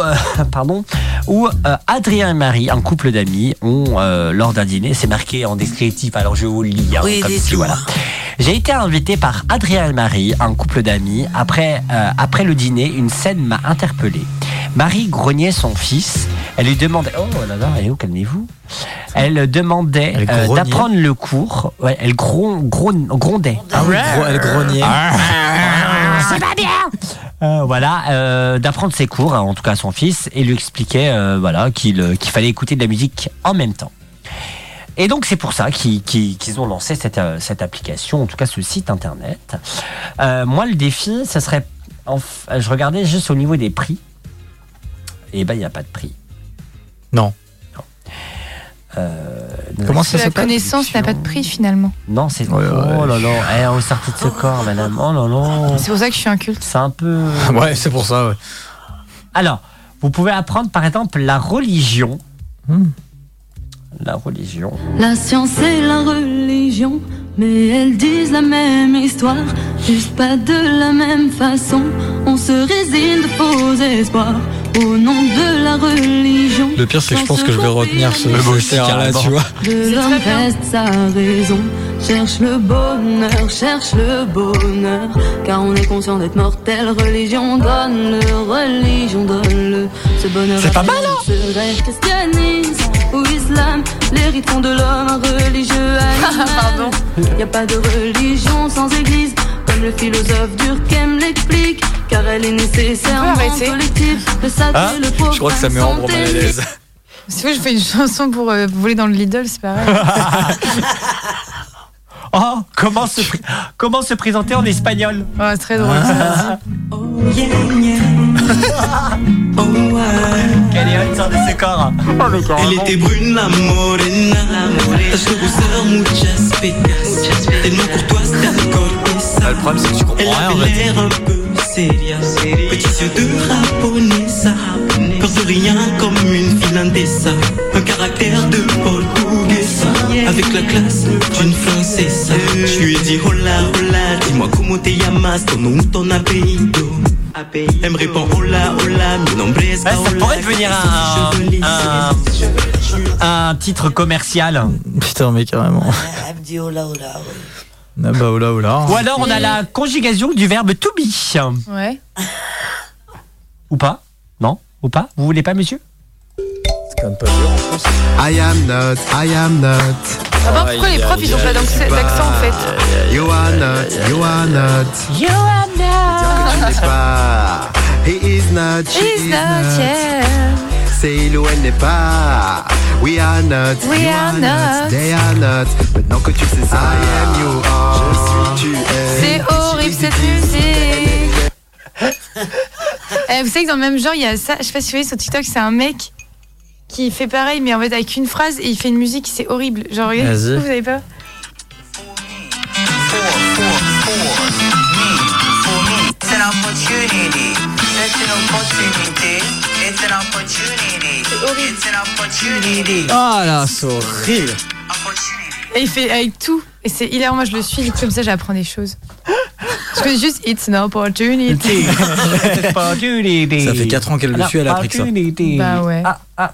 Adrien et Marie, un couple d'amis, ont lors d'un dîner, c'est marqué en descriptif. Alors je vous le lis. Oui, comme si, voilà. J'ai été invité par Adrien et Marie, un couple d'amis. Après le dîner, une scène m'a interpellé. Marie grognait son fils. Elle lui demandait... Oh là là, calmez-vous. Elle demandait d'apprendre le cours. Ouais, elle grondait. Ah oui, elle grognait. C'est pas bien. D'apprendre ses cours, en tout cas à son fils, et lui expliquait qu'il fallait écouter de la musique en même temps. Et donc c'est pour ça qu'ils ont lancé cette application, en tout cas ce site internet. Moi le défi, ça serait, je regardais juste au niveau des prix. Et ben il n'y a pas de prix. Non. Comment ça s'appelle ? La connaissance n'a pas de prix finalement. Non, c'est... Oh là là, on est sorti de ce corps, madame. Oh là là. C'est pour ça que je suis inculte. C'est un peu... Ouais, c'est pour ça, ouais. Alors, vous pouvez apprendre par exemple la religion. La religion. La science et la religion, mais elles disent la même histoire, juste pas de la même façon. On se résigne de faux espoirs au nom de la religion. Le pire, c'est que je pense que je vais retenir ce poster-là, tu vois. De l'homme reste sa raison. Cherche le bonheur, car on est conscient d'être mortel. Religion, donne-le, ce bonheur. C'est pas mal, hein? Serait christianisme ou islam, les rites font de l'homme un religieux animal. Pardon. Y a pas de religion sans église, comme le philosophe Durkheim l'explique, car elle est nécessairement collective. Le sacré, le pauvre. Je crois que ça met en mal à l'aise. C'est vrai, je fais une chanson pour voler dans le Lidl, c'est pareil. Oh, comment se présenter en espagnol? Oh, c'est très drôle. Oh yeah, yeah. Oh ouais. Quelle sort de ce corps. Elle était brune, la morena. Tache de rousseur, muchas pecas. Tellement courtoise, t'as corté ça. Le problème, c'est que tu comprends rien, en Elle avait fait. l'air un peu séria. Petits yeux de japonesa. Peur de rien comme une finlandesa. Un caractère de portuguesa. Avec la classe d'une française. Je lui ai dit hola, hola. Dis-moi comment te llamas, ton nom, ton apellido. Elle me répond hola, hola, mi nombre es Ça pourrait devenir un titre commercial. Putain, mais carrément. Elle me dit hola, hola, oui. Ah bah, hola, hola. Ou alors on a la conjugaison du verbe to be. Ouais. Ou pas? Non? Ou pas? Vous voulez pas, monsieur? C'est quand même pas dur en plus. I am not. À part pourquoi les profs ils ont pas d'accent en fait? You are not. You are not. Tu n'es pas. He is not. She is not. Yeah. C'est il ou elle n'est pas. We are not. We You are not. They are not. Maintenant que tu sais ça. I am, you are. Je suis, tu es. C'est horrible cette musique. Vous savez que dans le même genre il y a ça, je sais pas si vous voyez sur TikTok, c'est un mec qui fait pareil mais en fait avec une phrase et il fait une musique, c'est horrible. Genre regardez, vous avez pas? Ah là, c'est horrible. Et il fait avec tout. Et c'est hilarant, moi je le suis, comme ça j'apprends des choses. Je connais juste It's an opportunity. Ça fait 4 ans qu'elle le suit, elle a appris que ça. Bah ouais.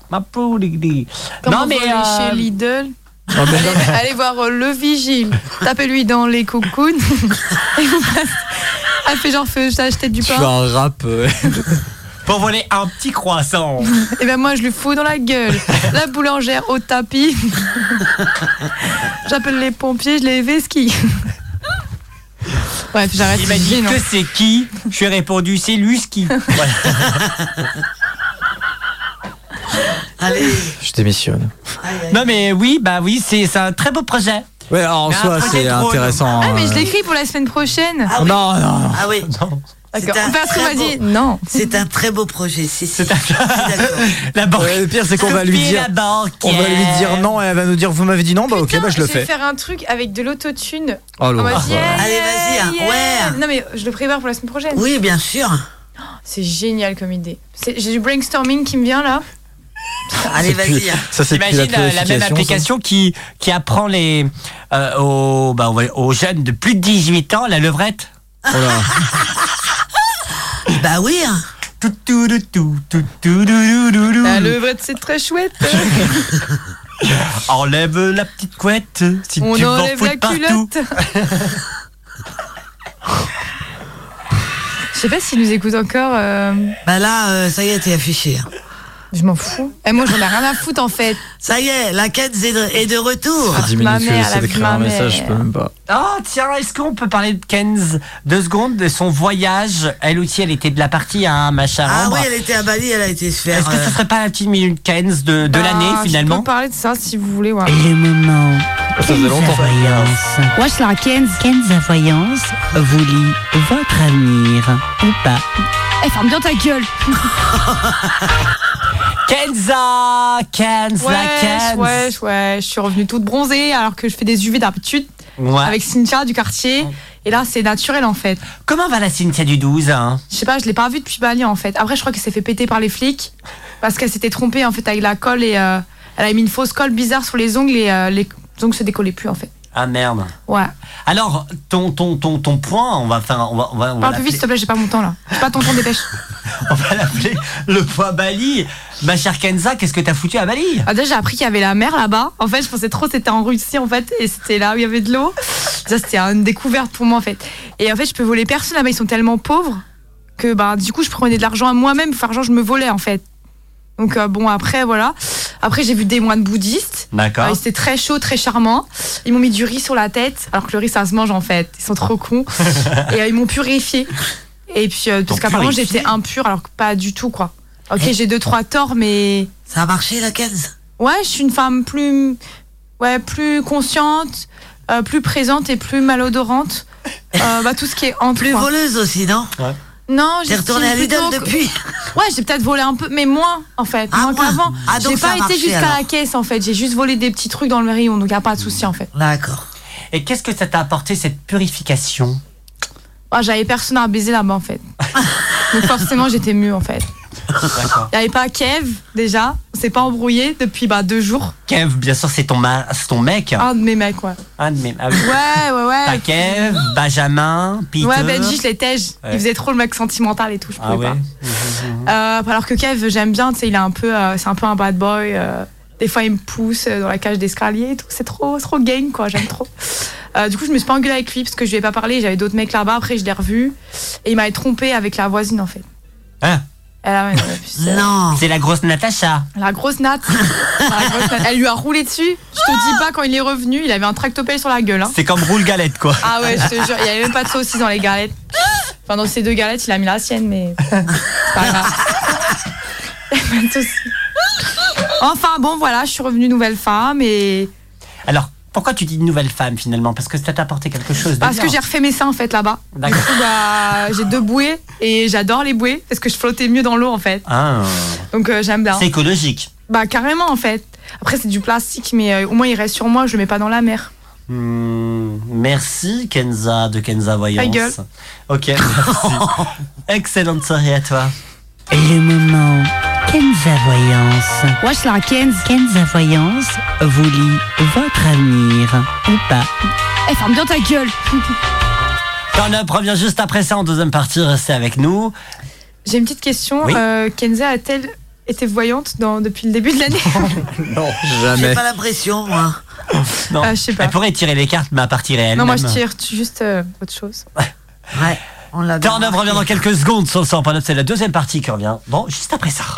Non mais chez Lidl. Allez voir le vigile. Tapez-lui dans les cocoons. Et vous passez. Elle fait genre, j'ai acheté du pain. Tu fais un rap. pour voler un petit croissant. Et ben moi je lui fous dans la gueule. La boulangère au tapis. J'appelle les pompiers, je les vesquille. Bref, j'arrête. Il m'a dit que c'est qui. Je lui ai répondu c'est Luski. Voilà. Allez. Je démissionne. Non mais oui, c'est un très beau projet. Ouais, alors en soi c'est intéressant. Ah mais je l'écris pour la semaine prochaine. Ah oui. Non. Ah oui. Non. D'accord. Parce qu'on m'a dit non. C'est un très beau projet. C'est d'accord. La banque. Le pire c'est qu'on va lui dire. On va lui dire non et elle va nous dire vous m'avez dit non, bah ok, bah je le fais. Je fais. vais faire un truc avec de l'autotune. Oh, on va dire, allez vas-y. Ouais. Non mais je le prépare pour la semaine prochaine. Oui, bien sûr. C'est génial comme idée. J'ai du brainstorming qui me vient là. Allez, vas-y. Ça, c'est T'imagines la même application qui apprend aux jeunes de plus de 18 ans la levrette. Bah oui. La levrette, c'est très chouette. Enlève la petite couette si on tu m'en enlève fous la partout. culotte. Je sais pas s'ils nous écoutent encore. Bah là, ça y est, t'es affiché. Je m'en fous. Et moi, j'en ai rien à foutre en fait. Ça y est, la quête est de retour. 10 minutes, j'essaie d'écrire un message, je peux même pas. Oh tiens, est-ce qu'on peut parler de Kenz 2 secondes de son voyage? Elle aussi, elle était de la partie, hein, ma chère. Ah oui, elle était à Bali, elle a été se faire. Est-ce que ce serait pas la petite minute Kenz de l'année finalement? Je peux parler de ça si vous voulez. Ouais. Et le moment. Ça faisait longtemps. Voyance. Wesh la Kenz. Kenza Voyance vous lit votre avenir ou pas. Eh, ferme bien ta gueule. Kenza, Ouais, je suis revenue toute bronzée alors que je fais des UV d'habitude avec Cynthia du quartier. Et là, c'est naturel en fait. Comment va la Cynthia du 12 hein? Je sais pas, je l'ai pas vue depuis Bali en fait. Après, je crois qu'elle s'est fait péter par les flics parce qu'elle s'était trompée en fait avec la colle et elle a mis une fausse colle bizarre sur les ongles et les ongles se décollaient plus en fait. Ah merde. Ouais. Alors, ton point, on va Parle plus vite s'il te plaît, j'ai pas mon temps là. J'ai pas ton temps, dépêche. On va l'appeler le point Bali. Ma chère Kenza, qu'est-ce que t'as foutu à Bali? Ah, déjà, j'ai appris qu'il y avait la mer là-bas. En fait, je pensais trop que c'était en Russie en fait, et c'était là où il y avait de l'eau. Ça, c'était une découverte pour moi en fait. Et en fait, je peux voler personne là-bas, ils sont tellement pauvres que du coup, je prenais de l'argent à moi-même, pour faire genre, je me volais en fait. Donc bon, après voilà. Après, j'ai vu des moines bouddhistes. D'accord. Ils étaient très chauds, très charmants. Ils m'ont mis du riz sur la tête, alors que le riz ça se mange en fait. Ils sont trop cons. Et ils m'ont purifié. Et puis parce qu'apparemment j'étais impure, alors que pas du tout quoi. Ok, j'ai 2-3 torts, mais ça a marché la Kenz. Ouais, je suis une femme plus consciente, plus présente et plus malodorante. Tout ce qui est en plus voleuse aussi, non? Ouais. Non, j'ai retourné à Lidl depuis. Ouais, j'ai peut-être volé un peu, mais moins en fait, moins qu'avant. J'ai pas été jusqu'à la caisse en fait, j'ai juste volé des petits trucs dans le rayon, donc y a pas de souci en fait. D'accord. Et qu'est-ce que ça t'a apporté cette purification? J'avais personne à baiser là-bas en fait. Donc forcément j'étais mieux en fait. D'accord. Il n'y avait pas Kev déjà, on s'est pas embrouillé depuis 2 jours. Kev, bien sûr, c'est ton mec. Un de mes mecs, ouais. Un de mes. Ah, ouais. T'as Kev, Benjamin, Peter. Ouais, Benji, je les tège. Ouais. Il faisait trop le mec sentimental et tout, je pouvais pas. Alors que Kev, j'aime bien, tu sais, il est un peu, c'est un peu un bad boy. Des fois, il me pousse dans la cage d'escalier et tout. C'est trop gang, quoi. J'aime trop. Du coup, je me suis pas engueulée avec lui parce que je lui ai pas parlé. J'avais d'autres mecs là-bas. Après, je l'ai revu et il m'avait trompé avec la voisine, en fait. Hein? Non. C'est la grosse Natacha. La grosse Nat. Elle lui a roulé dessus. Je te dis pas, quand il est revenu, il avait un tractopelle sur la gueule. Hein. C'est comme roule galette, quoi. Ah ouais, je te jure, il y avait même pas de saucisse dans les galettes. Enfin, dans ces 2 galettes, il a mis la sienne, mais c'est pas grave. Enfin, bon, voilà, je suis revenue nouvelle femme et... Alors, pourquoi tu dis nouvelle femme finalement? Parce que ça t'a apporté quelque chose de Parce bien. que j'ai refait mes seins en fait là-bas. D'accord. Du coup, j'ai 2 bouées et j'adore les bouées parce que je flottais mieux dans l'eau en fait. Ah. Donc j'aime bien. C'est écologique. Carrément en fait. Après c'est du plastique mais au moins il reste sur moi, je le mets pas dans la mer. Merci Kenza de Kenza Voyance. Ta gueule. Ok, merci. Excellente soirée à toi. Et le moment Kenza Voyance. Wesh la Kenz. Kenza Voyance vous lit votre avenir ou pas. Eh, ferme bien ta gueule. Turn-up revient juste après ça en deuxième partie, restez avec nous. J'ai une petite question. Oui. Kenza a-t-elle été voyante depuis le début de l'année? Non, jamais. J'ai pas l'impression, moi. Non. Je sais pas. Elle pourrait tirer les cartes, mais à partie réelle. Non, moi je tire juste autre chose. Ouais. On l'a Turn Up revient dans quelques secondes sur le 100.9, c'est la deuxième partie qui revient. Bon, juste après ça.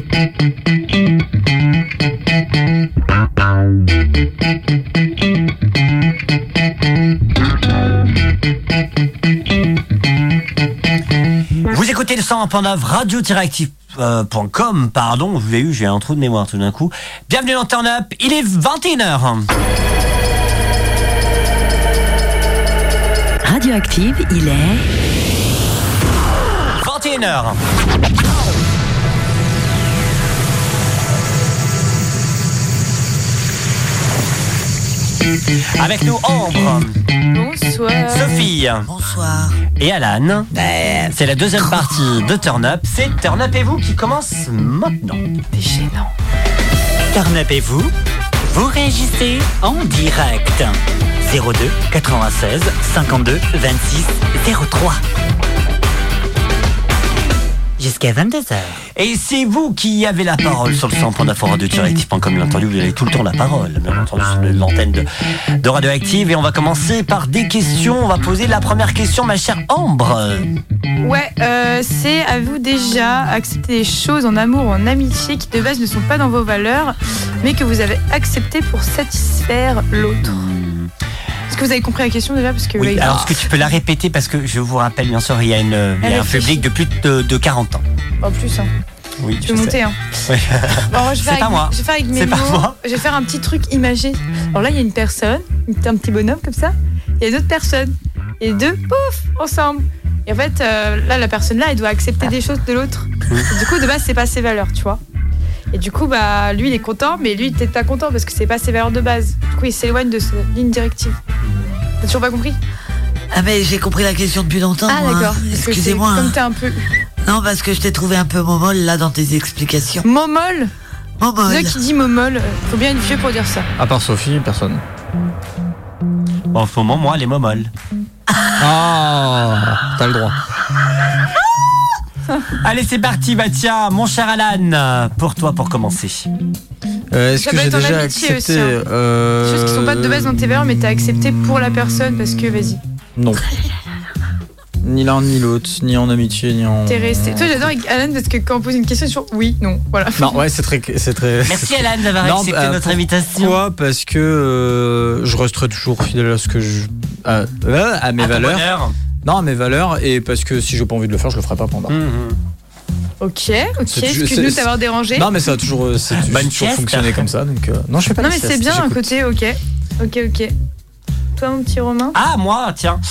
Vous écoutez le 100.9 radio-active.com, pardon, vous avez eu, j'ai un trou de mémoire tout d'un coup. Bienvenue dans Turn Up, il est 21h. Radioactive, il est 21h. Avec nous Ambre. Bonsoir. Sophie. Bonsoir. Et Alan. C'est la deuxième partie de Turn Up. C'est Turn Up et vous qui commence maintenant. C'est gênant. Turn Up et vous, vous réagissez en direct. 02 96 52 26 03. Jusqu'à 22h. Et c'est vous qui avez la parole sur le 100.9 radio-active.com. Comme l'entendu, vous avez tout le temps la parole, bien entendu, sur l'antenne de Radioactive. Et on va commencer par des questions. On va poser la première question, ma chère Ambre. Ouais, c'est avez-vous déjà accepté des choses en amour ou en amitié qui de base ne sont pas dans vos valeurs, mais que vous avez accepté pour satisfaire l'autre? Est-ce que vous avez compris la question déjà? Parce que Oui, là, alors est-ce que tu peux la répéter? Parce que je vous rappelle, bien sûr, il y a un public de plus de 40 ans. En plus, hein. Oui, tu peux monter, hein. Oui. Bon, je vais C'est pas moi. Je vais faire avec mes C'est pas mots. moi. Je vais faire un petit truc imagé. Alors là, il y a une personne, un petit bonhomme comme ça. Il y a d'autres personnes. Et les deux, pouf, ensemble. Et en fait, là, la personne là, elle doit accepter des choses de l'autre. Et du coup, de base, c'est pas ses valeurs, tu vois. Et du coup, bah, lui, il est content, mais lui, il était pas content parce que c'est pas ses valeurs de base. Du coup, il s'éloigne de sa ligne directive. T'as toujours pas compris? Ah mais j'ai compris la question depuis longtemps. Ah moi, d'accord. hein. Parce que Excusez-moi. Comme hein. t'es un peu Non, parce que je t'ai trouvé un peu momolle là dans tes explications. Momol. Momolle. Ceux qui dit momol, faut bien être vieux pour dire ça. À part Sophie, personne. Bon, en ce moment, moi, les momoles. Ah, t'as le droit. Allez, c'est parti. Bah tiens, mon cher Alan, pour toi, pour commencer. Est-ce Ça que peut j'ai être en déjà amitié accepté aussi, hein. Des choses qui sont pas de base dans tes valeurs, mais t'as accepté pour la personne parce que vas-y. Non. Ni l'un ni l'autre, ni en amitié, ni en... T'es resté. Toi, j'adore avec Alan parce que quand on pose une question, c'est toujours oui, non, voilà. Non, ouais, c'est très... Merci Alan d'avoir accepté notre invitation. Pourquoi? Parce que je resterai toujours fidèle à ce que je... à mes valeurs. Bonheur. Non, à mes valeurs, et parce que si j'ai pas envie de le faire, je le ferai pas pendant. Ok, excuse-nous d'avoir dérangé. Non, mais ça a toujours, toujours fonctionné comme ça, donc non, je fais pas non, de mais sieste, c'est bien un j'écoute. côté, ok. Toi, mon petit Romain? Ah, moi, tiens.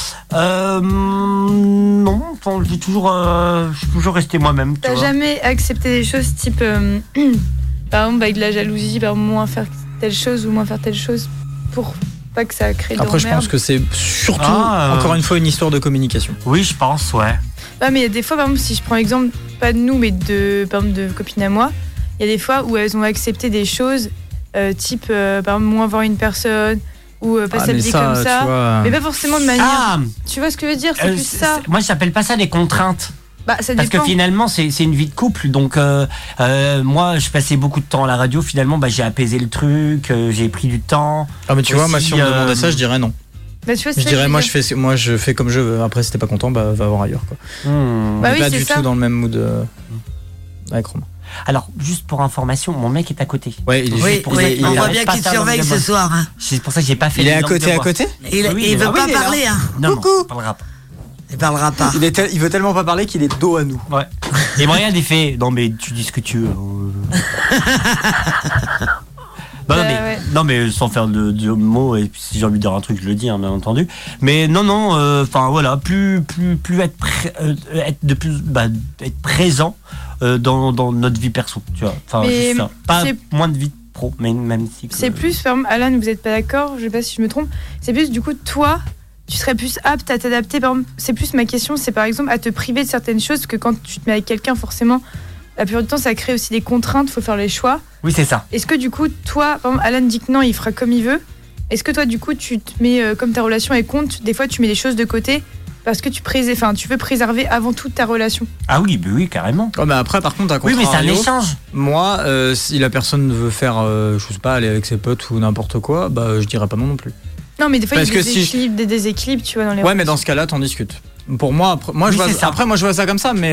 Non, enfin, je suis toujours resté moi-même. tu T'as vois. jamais accepté des choses type, par exemple, avec de la jalousie, par exemple, moins faire telle chose ou moins faire telle chose pour pas que ça crée de Après, je merde. pense que c'est surtout, encore une fois, une histoire de communication. Oui, je pense, ouais. Ouais, mais il y a des fois, par exemple, si je prends l'exemple, pas de nous, mais par exemple, de copines à moi, il y a des fois où elles ont accepté des choses, type, par exemple, moins voir une personne, ou pas s'habiller comme ça, mais pas forcément de manière. Ah, tu vois ce que je veux dire? C'est plus ça. Moi, j'appelle pas ça des contraintes. Bah, ça Parce dépend. que finalement, c'est une vie de couple. Donc, moi, je passais beaucoup de temps à la radio. Finalement, j'ai apaisé le truc, j'ai pris du temps. Ah, mais tu vois, moi, si on me demandait ça, je dirais non. Bah, tu vois, Je dirais, moi, je fais comme je veux. Après, si t'es pas content, bah, va voir ailleurs, quoi. Bah oui, pas c'est du ça. tout dans le même mood avec Romain. Alors, juste pour information, mon mec est à côté. Ouais, il est Oui, juste pour oui, on voit arrête bien pas qu'il te sa surveille langue de ce bois. soir. Hein. C'est pour ça que j'ai pas fait. Il est les à langues côté, de à bois. côté. Il veut pas parler. Hein. Non, Coucou. il parlera pas. Il parlera pas. Il veut tellement pas parler qu'il est dos à nous. Ouais. Et me regarde, il fait non mais tu dis ce que tu veux. Non mais sans faire de mots, et puis si j'ai envie de dire un truc je le dis, hein, bien entendu. Mais non, enfin voilà, plus être être présent dans notre vie perso, tu vois. Enfin Mais juste ça. Pas c'est- moins de vie pro, mais même si. C'est plus, par exemple, Alan, vous êtes pas d'accord, je sais pas si je me trompe, c'est plus du coup, toi, tu serais plus apte à t'adapter. Par exemple, c'est plus ma question, c'est par exemple à te priver de certaines choses, que quand tu te mets avec quelqu'un, forcément, la plupart du temps, ça crée aussi des contraintes, faut faire les choix. Oui, c'est ça. Est-ce que du coup, toi, par exemple, Alan dit que non, il fera comme il veut. Est-ce que toi, du coup, tu te mets, comme ta relation est compte, des fois, tu mets des choses de côté parce que tu veux préserver avant tout ta relation? Ah oui, bah oui, carrément. Oh, mais après, par contre, à Oui, mais c'est un contrario, échange. Moi, si la personne veut faire, je sais pas, aller avec ses potes ou n'importe quoi, bah je dirais pas non plus. Non, mais des fois, Parce il y a que des si équilibres, des déséquilibres, tu vois, dans les Ouais, mais dans ce cas-là, t'en discutes. Pour moi, après, moi, Oui, je vois, c'est ça. après, moi, je vois ça comme ça, mais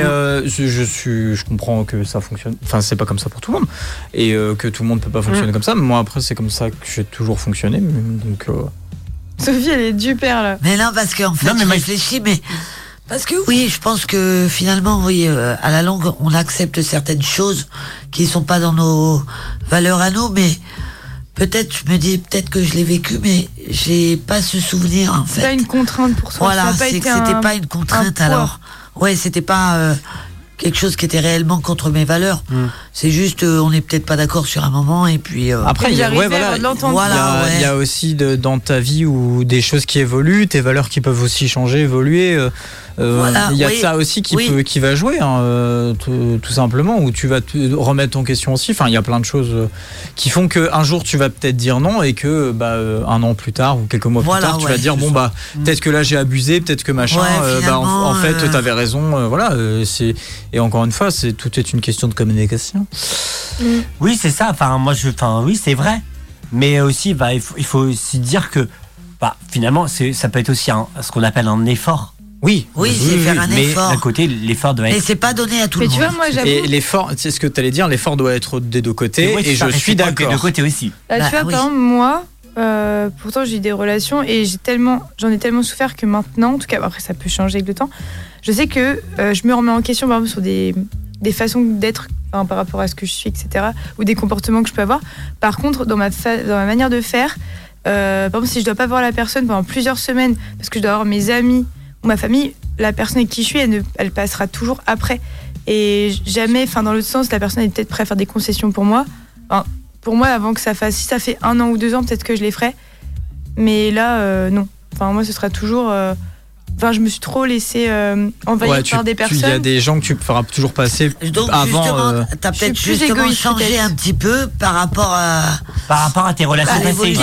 je comprends que ça fonctionne. Enfin, c'est pas comme ça pour tout le monde, et que tout le monde peut pas fonctionner comme ça. Mais moi, après, c'est comme ça que j'ai toujours fonctionné. Donc, Sophie, elle est du père là. Mais non, parce qu'en fait, je réfléchis, mais parce que oui, je pense que finalement, oui, à la longue, on accepte certaines choses qui sont pas dans nos valeurs à nous, mais peut-être, je me dis, peut-être que je l'ai vécu, mais j'ai pas ce souvenir, en fait. C'est pas une contrainte pour soi. Voilà, ça a pas c'est été que c'était un- pas une contrainte, un poids. alors. Ouais, c'était pas quelque chose qui était réellement contre mes valeurs. C'est juste, on n'est peut-être pas d'accord sur un moment, et puis. Après, il y a, ouais, voilà, il y a aussi dans ta vie où des choses qui évoluent, tes valeurs qui peuvent aussi changer, évoluer. Voilà, il y a oui. ça aussi qui va jouer, hein, tout simplement, où tu vas te remettre en question aussi. Enfin, il y a plein de choses qui font qu'un jour tu vas peut-être dire non et que un an plus tard ou quelques mois Voilà, plus tard tu ouais, vas dire c'est bon ça. peut-être que là j'ai abusé, peut-être que machin. Ouais, En fait, finalement, t'avais raison. Voilà. Et encore une fois, tout est une question de communication. Oui, c'est ça. Enfin, oui, c'est vrai. Mais aussi, il faut aussi dire que, finalement, ça peut être aussi ce qu'on appelle un effort. Oui, c'est faire un effort. Mais d'un côté, l'effort doit être. Mais c'est pas donné à tout Mais le tu monde. vois, moi, j'avoue. Et l'effort, c'est ce que tu allais dire, l'effort doit être des deux côtés. Ouais, Et c'est ça, je suis c'est pas d'accord. des deux côtés aussi. Là, tu vois, par exemple, moi, pourtant j'ai eu des relations et j'en ai tellement souffert que maintenant, en tout cas, après ça peut changer avec le temps, je sais que je me remets en question par exemple sur des façons d'être par rapport à ce que je suis, etc. ou des comportements que je peux avoir. Par contre, dans ma manière de faire, par exemple, si je dois pas voir la personne pendant plusieurs semaines parce que je dois avoir mes amis ou ma famille, la personne avec qui je suis, elle passera toujours après. Et jamais, dans l'autre sens, la personne est peut-être prête à faire des concessions pour moi. Pour moi, avant que ça fasse, si ça fait 1 an ou 2 ans, peut-être que je les ferai. Mais là, non. Moi, ce sera toujours. Je me suis trop laissée envahir par des personnes. Il y a des gens que tu feras toujours passer Donc, avant. justement, t'as peut-être justement changé un petit peu par rapport à tes relations passées.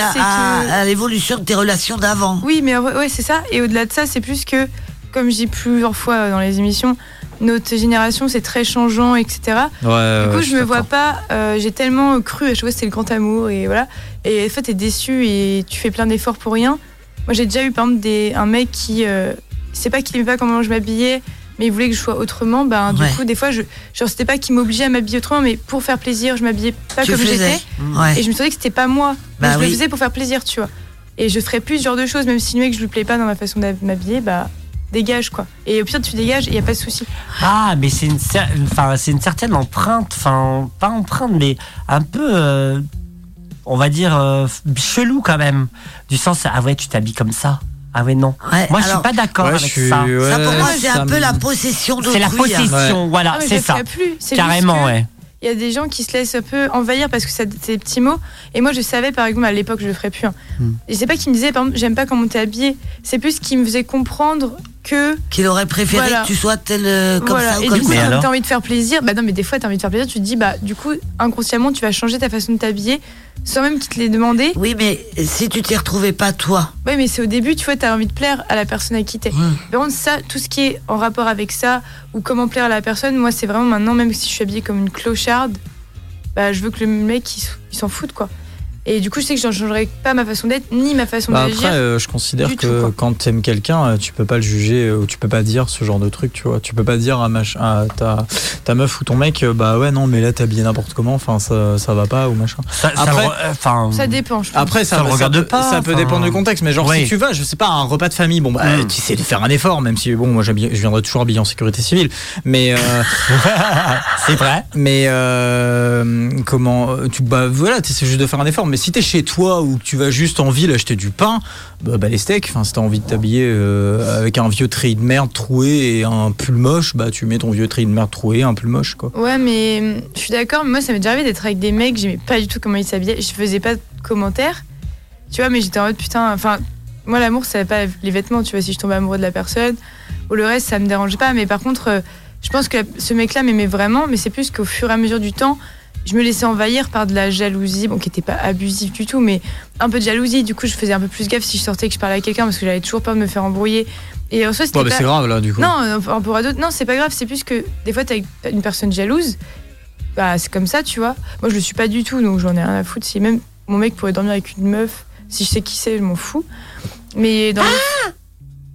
À l'évolution de tes relations d'avant. Oui, mais ouais, c'est ça. Et au-delà de ça, c'est plus que, comme je dis plusieurs fois dans les émissions, notre génération, c'est très changeant, etc. Du coup, je me vois pas. J'ai tellement cru à chaque fois c'était le grand amour et voilà. Et en fait, t'es déçu et tu fais plein d'efforts pour rien. Moi, j'ai déjà eu par exemple un mec qui, c'est pas qu'il aimait pas comment je m'habillais, mais il voulait que je sois autrement. Du coup, des fois, c'était pas qu'il m'obligeait à m'habiller autrement, mais pour faire plaisir, je m'habillais pas comme j'étais. Et je me sentais que c'était pas moi. Mais je le faisais pour faire plaisir, tu vois. Et je ferais plus ce genre de choses, même si le mec je lui plaît pas dans ma façon de m'habiller, dégage quoi. Et au pire tu dégages et y a pas de souci. Ah, mais c'est une certaine empreinte, pas empreinte, mais un peu, on va dire chelou quand même. Du sens, ah ouais, tu t'habilles comme ça. Ah ouais, non. Moi, je suis pas d'accord avec ça. Ça pour moi, c'est un peu la possession d'autrui. C'est la possession, voilà, c'est ça. Carrément, ouais. Il y a des gens qui se laissent un peu envahir parce que c'est des petits mots. Et moi, je savais, par exemple, à l'époque, je le ferais plus. Et c'est pas qu'il me disait, par exemple, j'aime pas comment t'es habillée. C'est plus qu'il me faisait comprendre qu'il aurait préféré que tu sois comme ça ou et comme du coup, ça. t'as envie de faire plaisir. Non, mais des fois, t'as envie de faire plaisir. Tu te dis, du coup, inconsciemment, tu vas changer ta façon de t'habiller sans même qu'il te l'ait demandé. Oui, mais si tu t'y retrouvais pas toi. Oui, mais c'est au début, tu vois, t'as envie de plaire à la personne à qui t'es. Par contre, ça, tout ce qui est en rapport avec ça ou comment plaire à la personne, moi, c'est vraiment maintenant, même si je suis habillée comme une clocharde, je veux que le mec, il s'en foute, quoi. Et du coup, je sais que je ne changerai pas ma façon d'être ni ma façon d'agir. Après, je considère que quand t'aimes quelqu'un, tu peux pas le juger ou tu peux pas dire ce genre de truc, tu vois. Tu peux pas dire à ta meuf ou ton mec, ouais, non, mais là t'es habillé n'importe comment, ça va pas ou machin. Ça dépend, je pense. Après, ça regarde pas. Ça peut dépendre du contexte, mais genre, si tu vas, je sais pas, à un repas de famille, tu sais de faire un effort, même si, moi, je viendrai toujours habillé en sécurité civile, mais. C'est vrai. Mais, voilà, c'est juste de faire un effort. Mais si t'es chez toi ou que tu vas juste en ville acheter du pain, les steaks, si t'as envie de t'habiller avec un vieux treillis de merde troué et un pull moche, tu mets ton vieux treillis de merde troué, un pull moche, quoi. Ouais, mais je suis d'accord, mais moi ça m'est déjà arrivé d'être avec des mecs, j'aimais pas du tout comment ils s'habillaient, je faisais pas de commentaires, tu vois, mais j'étais en mode putain, moi l'amour c'est pas les vêtements, tu vois, si je tombe amoureux de la personne, ou le reste ça me dérangeait pas, mais par contre, je pense que ce mec-là m'aimait vraiment, mais c'est plus qu'au fur et à mesure du temps, je me laissais envahir par de la jalousie, qui était pas abusive du tout, mais un peu de jalousie. Du coup, je faisais un peu plus gaffe si je sortais et que je parlais à quelqu'un parce que j'avais toujours peur de me faire embrouiller. Et en soi, c'était c'est grave là, du coup. Non, pour d'autres, non, c'est pas grave. C'est plus que des fois, t'as une personne jalouse, c'est comme ça, tu vois. Moi, je le suis pas du tout, donc j'en ai rien à foutre. Si même mon mec pourrait dormir avec une meuf, si je sais qui c'est, je m'en fous. Mais dans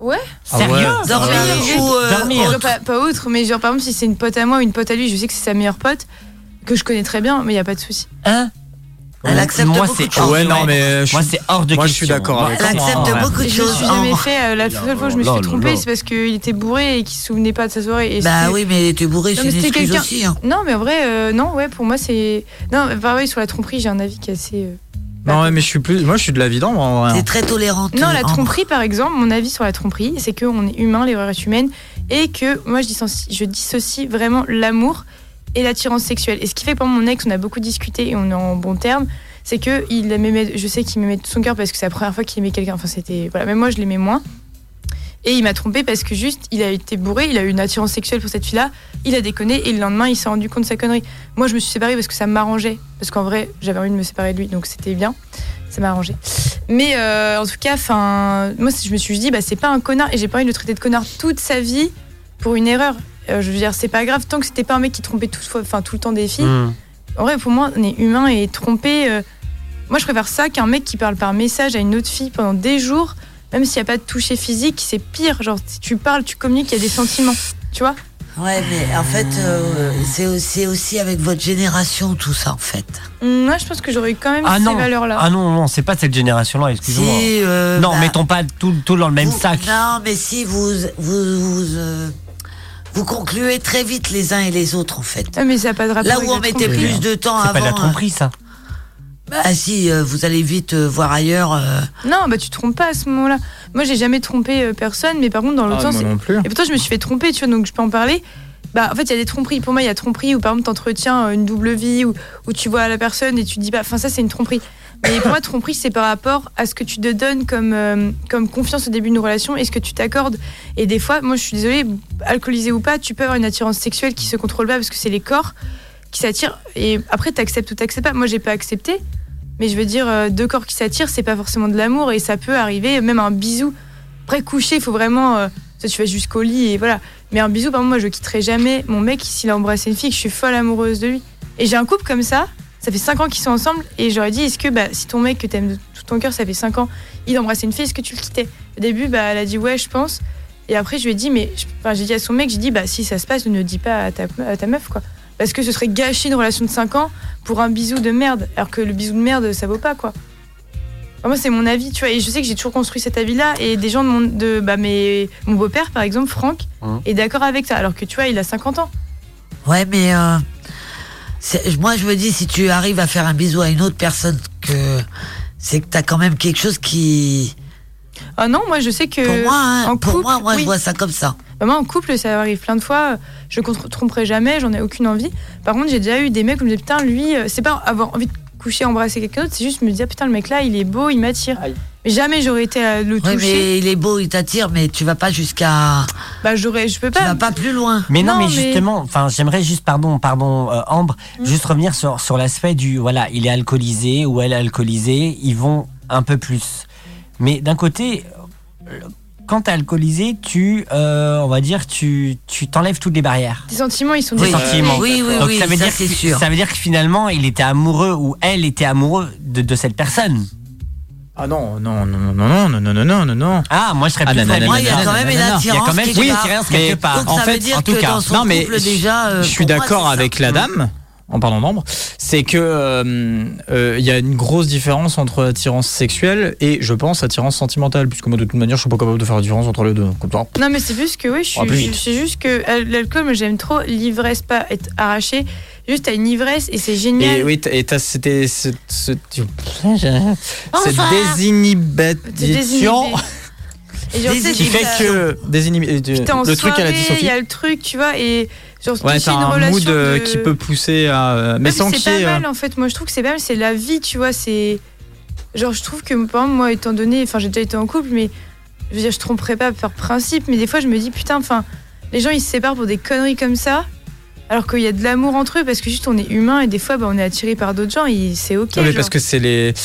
Ouais. Sérieux? Dormir ou dormir. Genre, pas autre, mais genre par exemple si c'est une pote à moi ou une pote à lui, je sais que c'est sa meilleure pote, que je connais très bien, mais il y a pas de souci. Hein? Elle accepte moi, beaucoup c'est de choses. Ouais, non, mais moi c'est hors de question. Moi, je suis d'accord avec Elle toi. accepte beaucoup de Je me choses. suis jamais fait. La seule fois où je me suis fait tromper, c'est parce qu'il était bourré et qu'il se souvenait pas de sa soirée. Et bah oui, mais t'es bourré, c'est une excuse aussi. Hein. Non, mais en vrai, non, ouais, pour moi c'est. Non, pareil, sur la tromperie, j'ai un avis qui est assez. Non, mais moi, je suis de l'avis d'Ambre. T'es très tolérante. Non, la tromperie, par exemple, mon avis sur la tromperie, c'est qu'on est humain, l'erreur est humaine, et que moi, je dissocie vraiment l'amour et l'attirance sexuelle. Et ce qui fait que, par mon ex, on a beaucoup discuté et on est en bons termes, c'est que je sais qu'il m'aimait de tout son cœur parce que c'est la première fois qu'il aimait quelqu'un. Enfin, c'était. Voilà, même moi, je l'aimais moins. Et il m'a trompé parce que juste, il a été bourré, il a eu une attirance sexuelle pour cette fille-là, il a déconné et le lendemain, il s'est rendu compte de sa connerie. Moi, je me suis séparée parce que ça m'arrangeait. Parce qu'en vrai, j'avais envie de me séparer de lui, donc c'était bien. Ça m'a arrangé. Mais en tout cas, moi, je me suis dit, c'est pas un connard et j'ai pas envie de le traiter de connard toute sa vie pour une erreur. Je veux dire, c'est pas grave tant que c'était pas un mec qui trompait tout le temps des filles. En vrai, pour moi, on est humain et tromper. Moi, je préfère ça qu'un mec qui parle par message à une autre fille pendant des jours. Même s'il n'y a pas de toucher physique, c'est pire. Genre, si tu parles, tu communiques, il y a des sentiments. Tu vois? Ouais, mais en fait, c'est aussi avec votre génération, tout ça, en fait. Moi, je pense que j'aurais eu quand même ces valeurs-là. Ah non, c'est pas cette génération-là, excusez-moi. Si, non, mettons pas tout dans le même sac. Non, mais si vous concluez très vite les uns et les autres, en fait. Mais ça n'a pas de rapport. Là où on mettait plus de temps avant. C'est pas de la tromperie, ça. Bah si, vous allez vite voir ailleurs. Non, tu te trompes pas à ce moment-là. Moi, j'ai jamais trompé personne, mais par contre, dans l'autre sens. Moi non plus. Et pourtant, je me suis fait tromper, tu vois, donc je peux en parler. En fait, il y a des tromperies. Pour moi, il y a tromperie où, par exemple, t'entretiens une double vie, où tu vois la personne et tu dis, ça, c'est une tromperie. Mais pour moi, tromperie, c'est par rapport à ce que tu te donnes comme confiance au début d'une relation et ce que tu t'accordes. Et des fois, moi, je suis désolée, alcoolisé ou pas, tu peux avoir une attirance sexuelle qui se contrôle pas parce que c'est les corps qui s'attirent. Et après, t'acceptes ou t'acceptes pas. Moi, j'ai pas accepté. Mais je veux dire, deux corps qui s'attirent, c'est pas forcément de l'amour et ça peut arriver, même un bisou. Après, coucher, il faut vraiment. Tu vas jusqu'au lit et voilà. Mais un bisou, par exemple, moi, je quitterai jamais mon mec s'il a embrassé une fille, que je suis folle amoureuse de lui. Et j'ai un couple comme ça fait 5 ans qu'ils sont ensemble et j'aurais dit, est-ce que si ton mec que t'aimes de tout ton cœur, ça fait 5 ans, il embrassait une fille, est-ce que tu le quittais? Au début, elle a dit ouais, je pense. Et après, je lui ai dit, j'ai dit à son mec, j'ai dit, si ça se passe, ne dis pas à ta meuf, quoi. Parce que ce serait gâcher une relation de 5 ans pour un bisou de merde. Alors que le bisou de merde, ça vaut pas, quoi. Enfin, moi, c'est mon avis, tu vois. Et je sais que j'ai toujours construit cet avis-là. Et des gens mon beau-père, par exemple, Franck, est d'accord avec ça. Alors que, tu vois, il a 50 ans. Ouais, mais moi, je me dis, si tu arrives à faire un bisou à une autre personne, c'est que t'as quand même quelque chose qui... Ah non, moi, je sais que... Pour moi, je vois ça comme ça. Moi, en couple, ça arrive plein de fois. Je ne tromperai jamais, j'en ai aucune envie. Par contre, j'ai déjà eu des mecs où je me dis, putain, lui, c'est pas avoir envie de coucher, embrasser quelqu'un d'autre, c'est juste me dire, putain, le mec là, il est beau, il m'attire. Mais jamais j'aurais été à le toucher. Mais il est beau, il t'attire, mais tu vas pas jusqu'à... je peux pas. Tu vas pas plus loin. Mais non, mais justement, j'aimerais juste, pardon, Ambre, juste revenir sur l'aspect du, voilà, il est alcoolisé ou elle est alcoolisée, ils vont un peu plus. Mais d'un côté... Quand t'es alcoolisé, on va dire, tu t'enlèves toutes les barrières. Tes sentiments, ils sont des sentiments. Oui, donc ça veut dire c'est sûr. Ça veut dire que finalement, il était amoureux ou elle était amoureux de cette personne. Ah non. Ah, moi je serais plus moi, il y a quand même une attirance quelque part. Donc ça veut dire que dans son couple déjà... je suis d'accord avec la dame. En parlant d'Ambre, c'est que y a une grosse différence entre attirance sexuelle et, je pense, attirance sentimentale, puisque moi de toute manière je suis pas capable de faire la différence entre les deux. Non, mais c'est juste que c'est juste que l'alcool, moi j'aime trop l'ivresse, pas être arraché. Juste t'as une ivresse et c'est génial. Et oui, et t'as cette désinhibition. Qui fait que le truc qu'elle a dit Sophie. Il y a le truc, tu vois, et genre t'as un mood qui peut pousser à mais sans c'est pas mal en fait. Moi je trouve que c'est pas mal, c'est la vie, tu vois, c'est genre je trouve que par exemple moi étant donné, j'ai déjà été en couple, mais je veux dire je tromperais pas par principe, mais des fois je me dis putain, les gens ils se séparent pour des conneries comme ça. Alors qu'il y a de l'amour entre eux parce que juste on est humain et des fois on est attiré par d'autres gens et c'est ok. Non, mais parce que c'est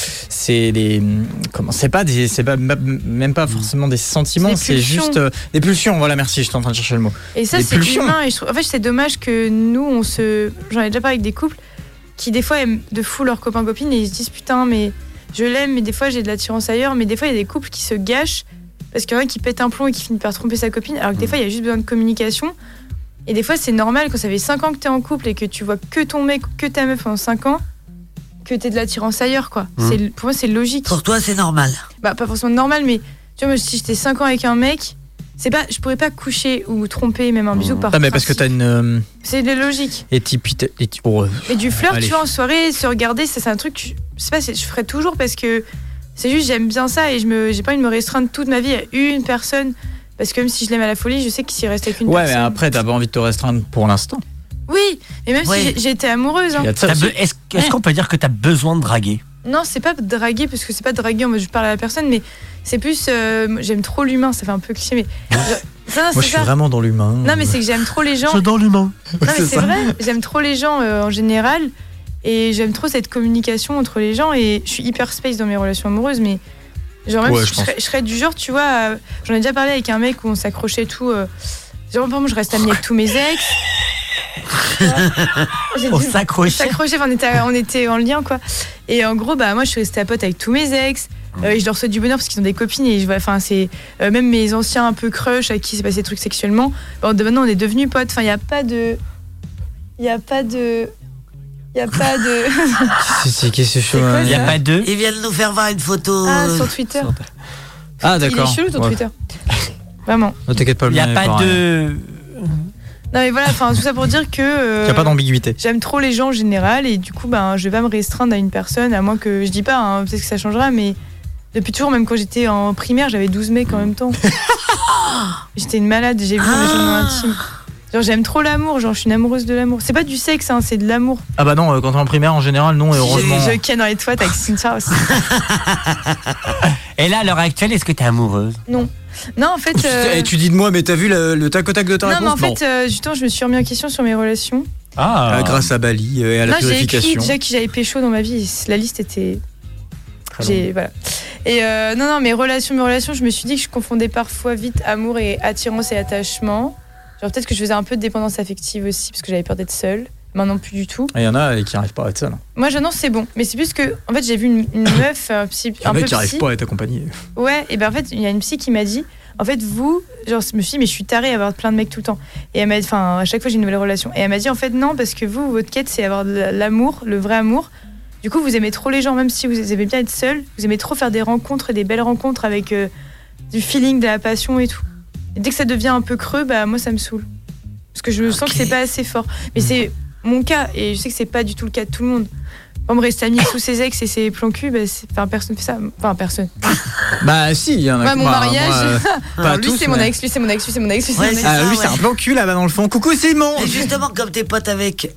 même pas forcément des sentiments, c'est juste des pulsions. Voilà, merci, j'étais en train de chercher le mot. Et ça c'est humain et en fait c'est dommage que nous j'en ai déjà parlé avec des couples qui des fois aiment de fou leurs copains copines et ils se disent putain mais je l'aime mais des fois j'ai de l'attirance ailleurs, mais des fois il y a des couples qui se gâchent parce qu'il y en a qui pètent un plomb et qui finissent par tromper sa copine, alors que des fois il y a juste besoin de communication. Et des fois c'est normal quand ça fait 5 ans que t'es en couple et que tu vois que ton mec, que ta meuf pendant 5 ans, que t'aies de l'attirance ailleurs quoi. Pour moi c'est logique. Pour toi c'est normal. Bah pas forcément normal, mais tu vois moi si j'étais 5 ans avec un mec, je pourrais pas coucher ou tromper même un bisou par mais parce que t'as une. C'est de logique. Et du flirt, allez. tu vois, en soirée, se regarder, ça, c'est un truc, je ferais toujours parce que c'est juste, j'aime bien ça et j'ai pas envie de me restreindre toute ma vie à une personne. Parce que même si je l'aime à la folie, je sais que s'il reste avec une personne. Ouais, mais après, t'as pas envie de te restreindre pour l'instant. Oui, mais même si j'ai été amoureuse. Hein. Est-ce qu'on peut dire que t'as besoin de draguer ? Non, c'est pas draguer, parce que c'est pas draguer en mode je parle à la personne, mais c'est plus. J'aime trop l'humain, ça fait un peu cliché, mais. Moi, je suis vraiment dans l'humain. Non, mais c'est que j'aime trop les gens. Je suis dans l'humain. Non, mais c'est vrai, j'aime trop les gens en général, et j'aime trop cette communication entre les gens, et je suis hyper space dans mes relations amoureuses, mais. Genre, même je serais du genre, tu vois, j'en ai déjà parlé avec un mec où on s'accrochait tout. Genre, par exemple, je reste amie avec tous mes ex. On s'accrochait. On était en lien quoi. Et en gros moi je suis restée à pote avec tous mes ex. Et je leur souhaite du bonheur parce qu'ils ont des copines et c'est même mes anciens un peu crush avec qui s'est passé des trucs sexuellement. Maintenant on est devenus potes. Enfin il y a pas de. C'est qu'est-ce que c'est chaud. Il y a pas de. Ils viennent nous faire voir une photo. Sur Twitter. Ah d'accord. Il est chelou ton Twitter. Vraiment. Ne t'inquiète pas. Il y a pas de. Non mais voilà, tout ça pour dire que. Il n'y a pas d'ambiguïté. J'aime trop les gens en général et du coup je vais pas me restreindre à une personne, à moins que je dis pas, peut-être que ça changera, mais depuis toujours, même quand j'étais en primaire, j'avais 12 mecs en même temps. J'étais une malade, j'ai vu mes gens intimes. Genre j'aime trop l'amour, genre je suis une amoureuse de l'amour. C'est pas du sexe, c'est de l'amour. Ah bah non, quand t'es en primaire en général, non, et heureusement. Je ken dans les toilettes avec Cynthia aussi. Et là, à l'heure actuelle, est-ce que t'es amoureuse ? Non. Non, en fait. Et tu dis de moi, mais t'as vu le tac au tac de ta réponse ? Non, mais en fait, justement, je me suis remis en question sur mes relations. Grâce à Bali et à la purification. J'ai écrit déjà qui j'avais pécho dans ma vie. La liste était. Voilà. Et non, mes relations, je me suis dit que je confondais parfois vite amour et attirance et attachement. Genre peut-être que je faisais un peu de dépendance affective aussi parce que j'avais peur d'être seule. Maintenant plus du tout. Il y en a qui n'arrivent pas à être seuls. Moi non, c'est bon. Mais c'est plus que en fait j'ai vu une meuf un peu psy. Il y en a qui n'arrivent pas à être accompagnés. Ouais, et en fait il y a une psy qui m'a dit en fait vous, genre je me suis dit mais je suis tarée à avoir plein de mecs tout le temps. Et elle m'a dit à chaque fois j'ai une nouvelle relation. Et elle m'a dit en fait non parce que vous votre quête c'est avoir de l'amour, le vrai amour. Du coup vous aimez trop les gens même si vous aimez bien être seul, vous aimez trop faire des rencontres et des belles rencontres avec du feeling, de la passion et tout. Et dès que ça devient un peu creux, moi ça me saoule. Parce que je sens que c'est pas assez fort. Mais c'est mon cas, et je sais que c'est pas du tout le cas de tout le monde. On me reste ami sous ses ex et ses plans cul, personne fait ça. Enfin, personne. Bah si, il y en a. Mon mariage. Pas lui, tous, c'est mon ex, lui, c'est mon ex, lui, c'est mon ex. Ouais, lui, c'est un plan cul là-bas dans le fond. Coucou Simon. Et justement, comme t'es pote avec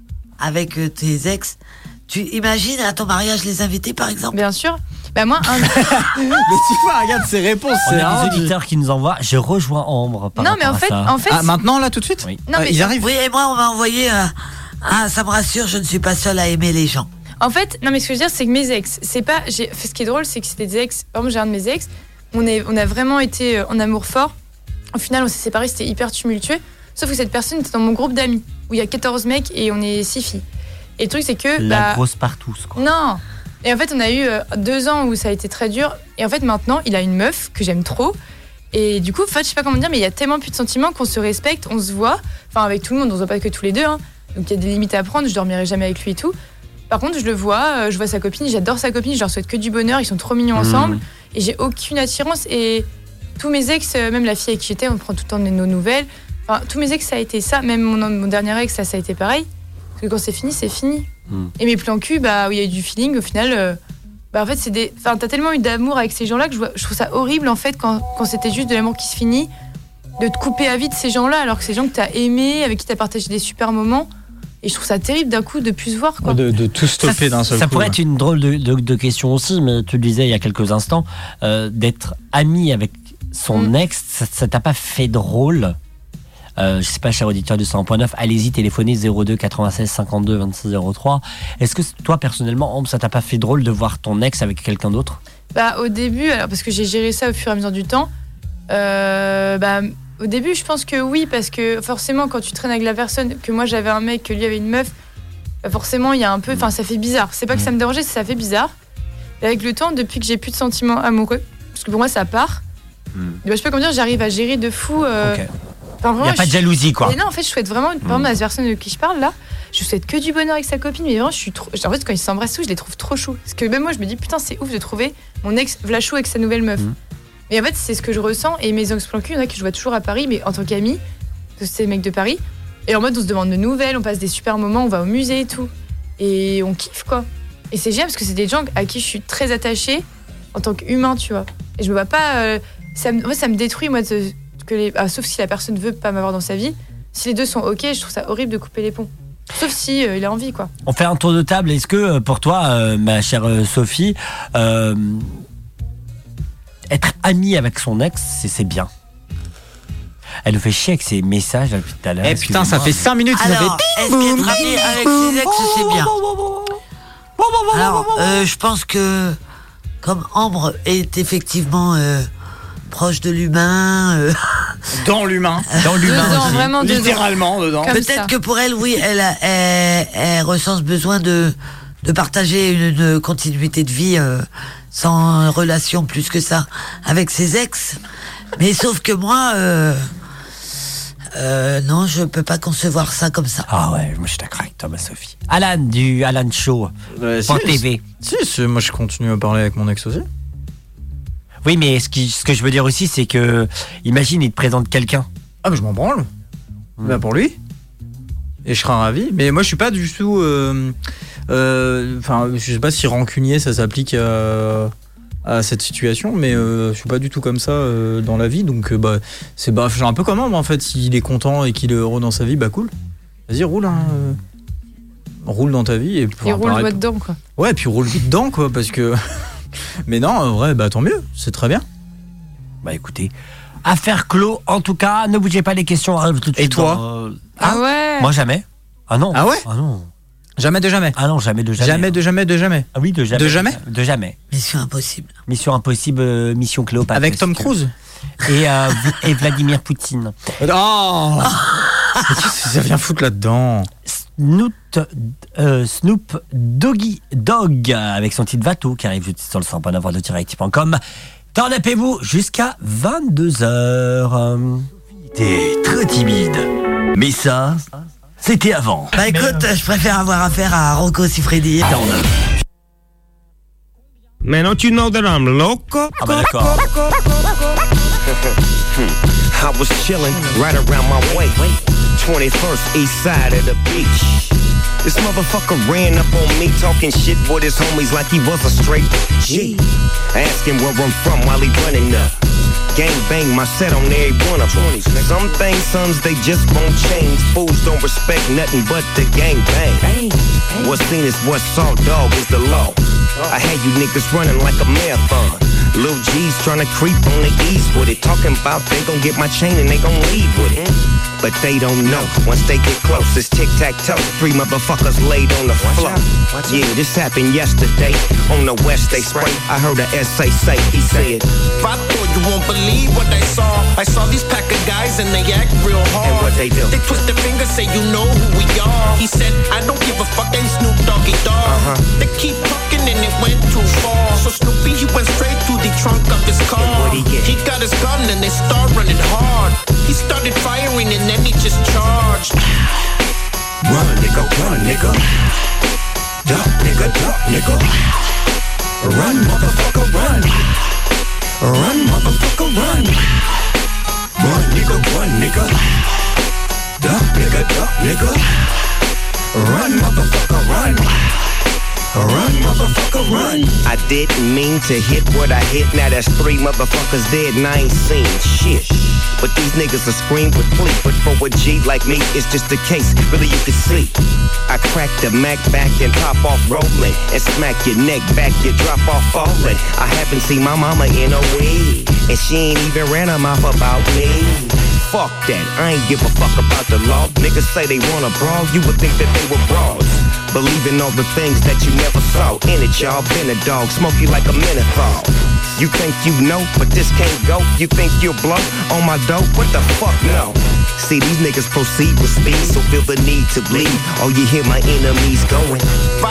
tes ex, tu imagines à ton mariage les inviter par exemple ? Bien sûr. Moi, mais tu vois, regarde ses réponses. On a des auditeurs qui nous envoient. Je rejoins Ambre. Non, mais en fait. Maintenant, là, tout de suite. Oui. Non, mais ils arrivent. Oui, et moi, on m'a envoyé. Ça me rassure, je ne suis pas seule à aimer les gens. En fait, non, mais ce que je veux dire, c'est que mes ex, c'est pas. Ce qui est drôle, c'est que c'était des ex. Par exemple, j'ai un de mes ex. On a vraiment été en amour fort. Au final, on s'est séparés, c'était hyper tumultueux. Sauf que cette personne était dans mon groupe d'amis où il y a 14 mecs et on est 6 filles. Et le truc, c'est que. La grosse partout, quoi. Non. Et en fait, on a eu 2 ans où ça a été très dur. Et en fait, maintenant, il a une meuf que j'aime trop. Et du coup, en fait, je sais pas comment dire, mais il y a tellement plus de sentiments qu'on se respecte, on se voit. Enfin, avec tout le monde, on se voit pas que tous les deux. Hein. Donc, il y a des limites à prendre. Je dormirai jamais avec lui et tout. Par contre, je le vois, je vois sa copine, j'adore sa copine, je leur souhaite que du bonheur. Ils sont trop mignons ensemble. Et j'ai aucune attirance. Et tous mes ex, même la fille avec qui j'étais, on prend tout le temps nos nouvelles. Enfin, tous mes ex, ça a été ça. Même mon dernier ex, ça a été pareil. Parce que quand c'est fini, c'est fini. Et mes plans cul, où il y a eu du feeling, au final, en fait, t'as tellement eu d'amour avec ces gens-là que je trouve ça horrible, en fait, quand c'était juste de l'amour qui se finit, de te couper à vie de ces gens-là, alors que ces gens que t'as aimés, avec qui t'as partagé des super moments. Et je trouve ça terrible d'un coup de plus se voir, quoi. De tout stopper d'un seul coup. Ça pourrait être une drôle de question aussi, mais tu le disais il y a quelques instants, d'être ami avec son ex, ça t'a pas fait drôle? Je sais pas, cher auditeur du 100.9, allez-y, téléphonez 02 96 52 26 03. Est-ce que toi, personnellement, Ambre, ça t'a pas fait drôle de voir ton ex avec quelqu'un d'autre ? Au début, alors parce que j'ai géré ça au fur et à mesure du temps, au début, je pense que oui, parce que forcément, quand tu traînes avec la personne, que moi j'avais un mec, que lui avait une meuf, forcément, il y a un peu, enfin, ça fait bizarre. C'est pas que ça me dérangeait, ça fait bizarre. Et avec le temps, depuis que j'ai plus de sentiments amoureux, parce que pour moi, ça part, je sais pas comment dire, j'arrive à gérer de fou. Il n'y a pas de jalousie, quoi. Et non, en fait, je souhaite vraiment, par exemple, à cette personne de qui je parle là, je souhaite que du bonheur avec sa copine, mais vraiment, en fait, quand ils s'embrassent, je les trouve trop chauds. Parce que même moi, je me dis, putain, c'est ouf de trouver mon ex Vlachou avec sa nouvelle meuf. Et en fait, c'est ce que je ressens. Et mes ex plan cul, il y en a que je vois toujours à Paris, mais en tant qu'amis, c'est des mecs de Paris. Et en mode, on se demande de nouvelles, on passe des super moments, on va au musée et tout. Et on kiffe, quoi. Et c'est génial parce que c'est des gens à qui je suis très attachée en tant qu'humain, tu vois. Et je me vois pas. Ça me détruit, moi, sauf si la personne veut pas m'avoir dans sa vie. Si les deux sont ok, je trouve ça horrible de couper les ponts. Sauf si il a envie, quoi. On fait un tour de table. Est-ce que pour toi, ma chère Sophie, être amie avec son ex, c'est bien? Elle nous fait chier avec ses messages là, depuis tout à l'heure. Eh putain, ça fait 5 minutes que Alors, est-ce qu'être ami avec ses ex, c'est bien? Alors, je pense que comme Ambre est effectivement proche de l'humain, dans l'humain, dedans, vraiment littéralement dedans. Peut-être que pour elle, oui, elle ressent ce besoin de partager une continuité de vie sans relation plus que ça avec ses ex. Mais sauf que moi, non, je peux pas concevoir ça comme ça. Ah ouais, moi je suis d'accord avec toi, ma Sophie. Alan du Alan Show. .tv. Si, moi je continue à parler avec mon ex aussi. Oui, mais ce que je veux dire aussi, c'est que, imagine, il te présente quelqu'un. Ah, mais je m'en branle. Bah, pour lui. Et je serai ravi. Mais moi, je suis pas du tout. Enfin, je sais pas si rancunier, ça s'applique à cette situation, mais je suis pas du tout comme ça dans la vie. Donc, je suis un peu comme moi, en fait. S'il est content et qu'il est heureux dans sa vie, bah cool. Vas-y, roule, hein. Roule dans ta vie. Et roule dedans, quoi. Ouais, puis roule dedans, quoi, parce que. Mais non, en vrai, tant mieux, c'est très bien. Bah écoutez, affaire clos, en tout cas, ne bougez pas, les questions arrivent tout de suite. Et toi Ah ouais. Moi jamais. Ah non. Ah ouais. Ah non. Jamais de jamais. Ah non, jamais de jamais. Jamais de jamais de jamais. Ah oui, de jamais. De jamais. De jamais. Mission impossible. Mission impossible, mission Cléopâtre. Avec Tom Cruise. Et Vladimir Poutine. Oh. Ça vient foutre là-dedans. Snoop Doggy Dogg avec son titre Vato qui arrive sur le 100.9 de direct.com. Tornapez-vous jusqu'à 22h. T'es très timide. Mais ça, c'était avant. Bah écoute, je préfère avoir affaire à Rocco Siffredi. Man, don't you know that I'm loco? Ah bah d'accord. I was chilling right around my way. 21st east side of the beach. This motherfucker ran up on me talking shit with his homies like he was a straight G. Asking where I'm from while he running up. Gang bang my set on every one of them. Some things, sons, they just won't change. Fools don't respect nothing but the gang bang. What's seen is what's saw, dog, is the law. I had you niggas running like a marathon. Lil G's tryna creep on the ease with it. Talking about they gon' get my chain and they gon' leave with it. But they don't know, once they get close, it's tic-tac-toe. 3 motherfuckers laid on the floor. Yeah, this happened yesterday. On the west they spray, I heard a SA say, he said, I thought you won't believe what I saw. I saw these pack of guys and they act real hard. And what they do? They twist their fingers, say you know who we are. He said, I don't give a fuck, ain't Snoop Doggy Dogg. They keep talking and it went too far. So Snoopy, he went straight to the trunk of his car. He got his gun and they start running hard. He started firing and then he just charged. Run, nigga, duck, nigga, duck, nigga. Run, motherfucker, run. Run, motherfucker, run. Run, nigga, duck, nigga. Run, motherfucker, run. Run, motherfucker, run. I didn't mean to hit what I hit. Now that's 3 motherfuckers dead and I ain't seen shit. But these niggas will scream with plea. But for a G like me, it's just a case. Really, you can see. I crack the Mac back and pop off rolling. And smack your neck back, you drop off falling. I haven't seen my mama in a week. And she ain't even ran her mouth about me. Fuck that, I ain't give a fuck about the law. Niggas say they wanna brawl, you would think that they were broads. Believing all the things that you never saw. In it, y'all, been a dog, smoke you like a menthol. You think you know, but this can't go. You think you'll blow on my dope? What the fuck, no. See, these niggas proceed with speed, so feel the need to bleed. Oh, you hear my enemies going. I thought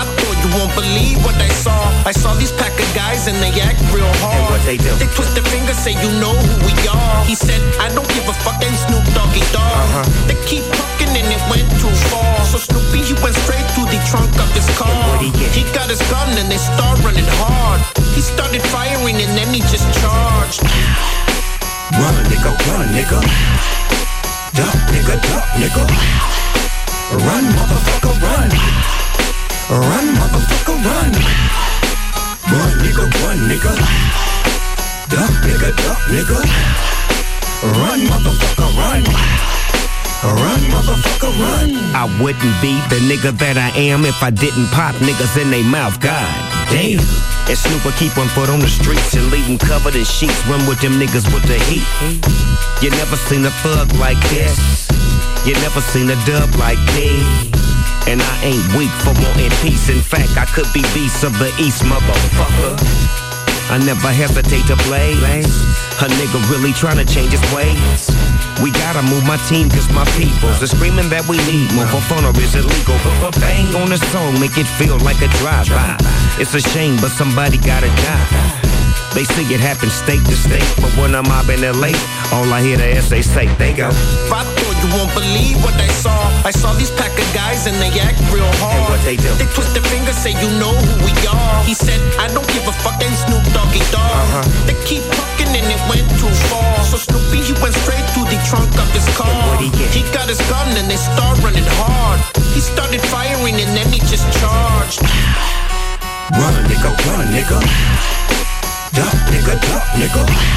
you won't believe what I saw. I saw these pack of guys and they act real hard. And what they do? They twist their fingers, say you know who we are. He said, I don't give a fuck, ain't Snoop Doggy Dogg. They keep talking and it went too far. So Snoopy, he went straight to the trunk of his car. He got his gun and they start running hard. He started firing and then he just charged. Run, nigga, run, nigga. Duck, nigga, duck, nigga. Run, motherfucker, run. Run, motherfucker, run. Run, nigga, run, nigga. Duck, nigga. Run, motherfucker, run. Run, motherfucker, run. I wouldn't be the nigga that I am if I didn't pop niggas in they mouth. God damn. And Snoop will keep one foot on the streets and leave them covered in sheets. Run with them niggas with the heat. You never seen a thug like this. You never seen a dub like me. And I ain't weak for wanting peace. In fact, I could be beast of the East, motherfucker. I never hesitate to blaze. A nigga really tryna change his ways. We gotta move my team cause my peoples are screaming that we need more. For fun or is illegal? But bang on the song, make it feel like a drive-by. It's a shame, but somebody gotta die. They see it happen state to state, but when I'm mobbing LA, all I hear the SA say, they go. I thought you won't believe what I saw. I saw these pack of guys and they act real hard. And what they do? They twist their fingers, say you know who we are. He said, I don't give a fuck, ain't Snoop Doggy Dogg. They keep talking and it went too far. So Snoopy, he went straight to the trunk of his car. He got his gun and they start running hard. He started firing and then he just charged. Run, nigga, run, nigga. Duck, nigga.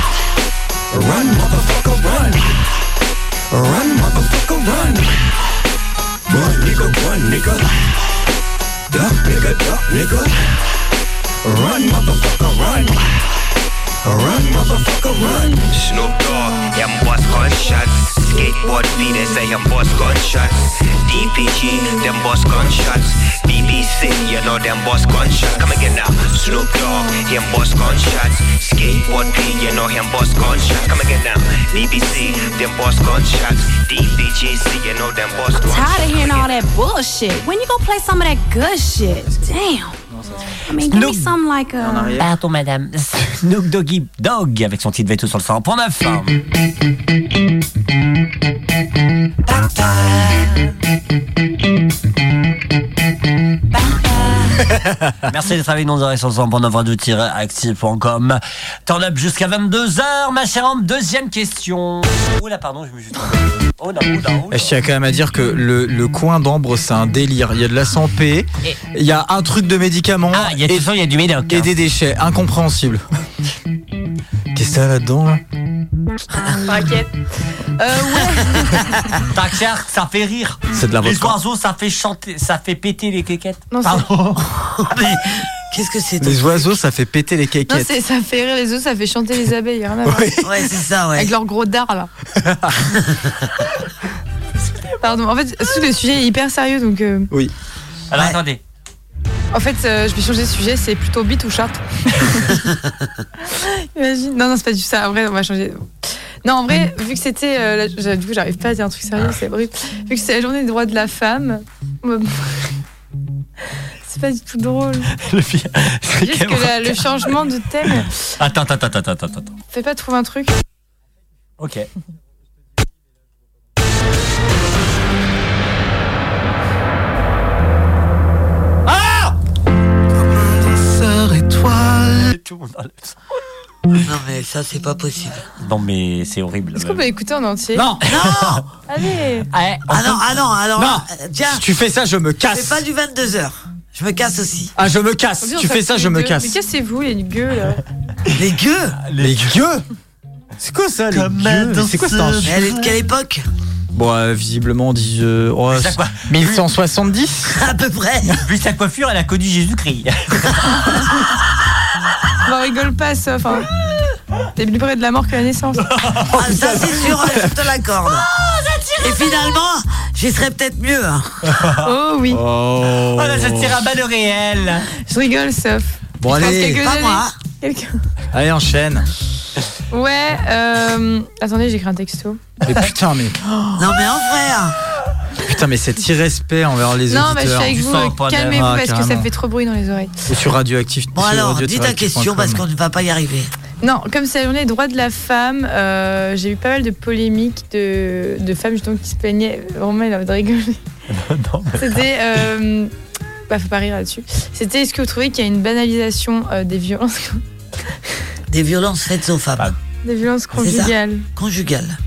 Run, motherfucker, run. Run, motherfucker, run. Run, nigga. Duck, nigga. Run, motherfucker, run. Run, motherfucker, run. Snoop Dogg, him boss gunshots. Skateboard beaters say him boss gunshots. DPG, them boss gunshots. BBC, you know them boss gunshots. Come again now. Snoop Dogg, him boss gunshots. Skateboard P, you know him boss gunshots. Come again now. BBC, them boss gunshots. DPGC, you know them boss gunshots. Tired of hearing all that bullshit. When you gonna play some of that good shit? Damn. I mean, give me something like a... Pardon, madame. Snoop Doggy Dogg avec son titre veto sur le 100.9. Merci d'être avec nous sur le 100.9 radio-active.com. Turn up jusqu'à 22h, ma chère Ambre. Deuxième question. Oula, pardon, je me suis trompé. Oh là. Je tiens quand même à dire que le coin d'Ambre, c'est un délire. Il y a de la 100p, il y a un truc de médicaments. Ah, il y a tout ça, il y a du médoc. Et des déchets, incompréhensible. Qu'est-ce que t'as là-dedans là? T'inquiète. Ouais. T'inquiète, ça fait rire. C'est de la Les vodka. oiseaux, ça fait chanter, ça fait péter les quéquettes. Non, pardon. Mais qu'est-ce que c'est? Les oiseaux, ça fait péter les Non, quéquettes. ça fait rire les oiseaux, ça fait chanter les abeilles. Rien à voir. Ouais, c'est ça, ouais. Avec leur gros dard là. Pardon, en fait, le sujet est hyper sérieux donc. Oui. Alors attendez. En fait, je vais changer de sujet, c'est plutôt bite ou chatte. Imagine. Non, c'est pas du tout ça. En vrai, on va changer. Non, en vrai, vu que c'était. Du coup, j'arrive pas à dire un truc sérieux, c'est horrible. Vu que c'est la journée des droits de la femme. C'est pas du tout drôle. Le pire, c'est juste que le changement de thème. Attends. Fais pas trouver un truc. Ok. Tout le monde enlève ça. Non mais ça c'est pas possible. Non mais c'est horrible. Est-ce qu'on peut écouter en entier? Non. Allez. Alors non. Tiens. Si tu fais ça, je me casse. C'est pas du 22h. Je me casse aussi. Ah, je me casse. Si tu fais ça, je me casse. Mais cassez-vous les gueux là. Les gueux? Les gueux? C'est quoi ça, les gueux? C'est quoi ça? Elle est de quelle époque? Bon, visiblement, 1170 à peu près. Vu sa coiffure, elle a connu Jésus-Christ. On rigole pas, sauf. Hein. T'es plus près de la mort que la naissance. Ah, ça c'est sûr, je te l'accorde. Et finalement, j'y serais peut-être mieux. Hein. Oh oui. Oh là, ça tire à balles réelles. Je rigole, sauf. Bon, allez, pas moi. Allez, enchaîne. Ouais, attendez, j'ai écrit un texto. Mais putain, mais. Non, mais en vrai. Putain, mais cet irrespect envers les Non, auditeurs. bah, je suis avec vous. Calmez-vous parce que ça carrément. fait trop bruit dans les oreilles. Ou sur Radioactif. Bon, alors, dis ta question parce qu'on ne va pas y arriver. Non, comme c'est la journée des droits de la femme, j'ai eu pas mal de polémiques de femmes justement qui se plaignaient. Vraiment, il avait de rigoler. C'était. Faut pas rire là-dessus. C'était, est-ce que vous trouvez qu'il y a une banalisation des violences Des violences faites aux femmes. Des violences conjugales. Conjugales.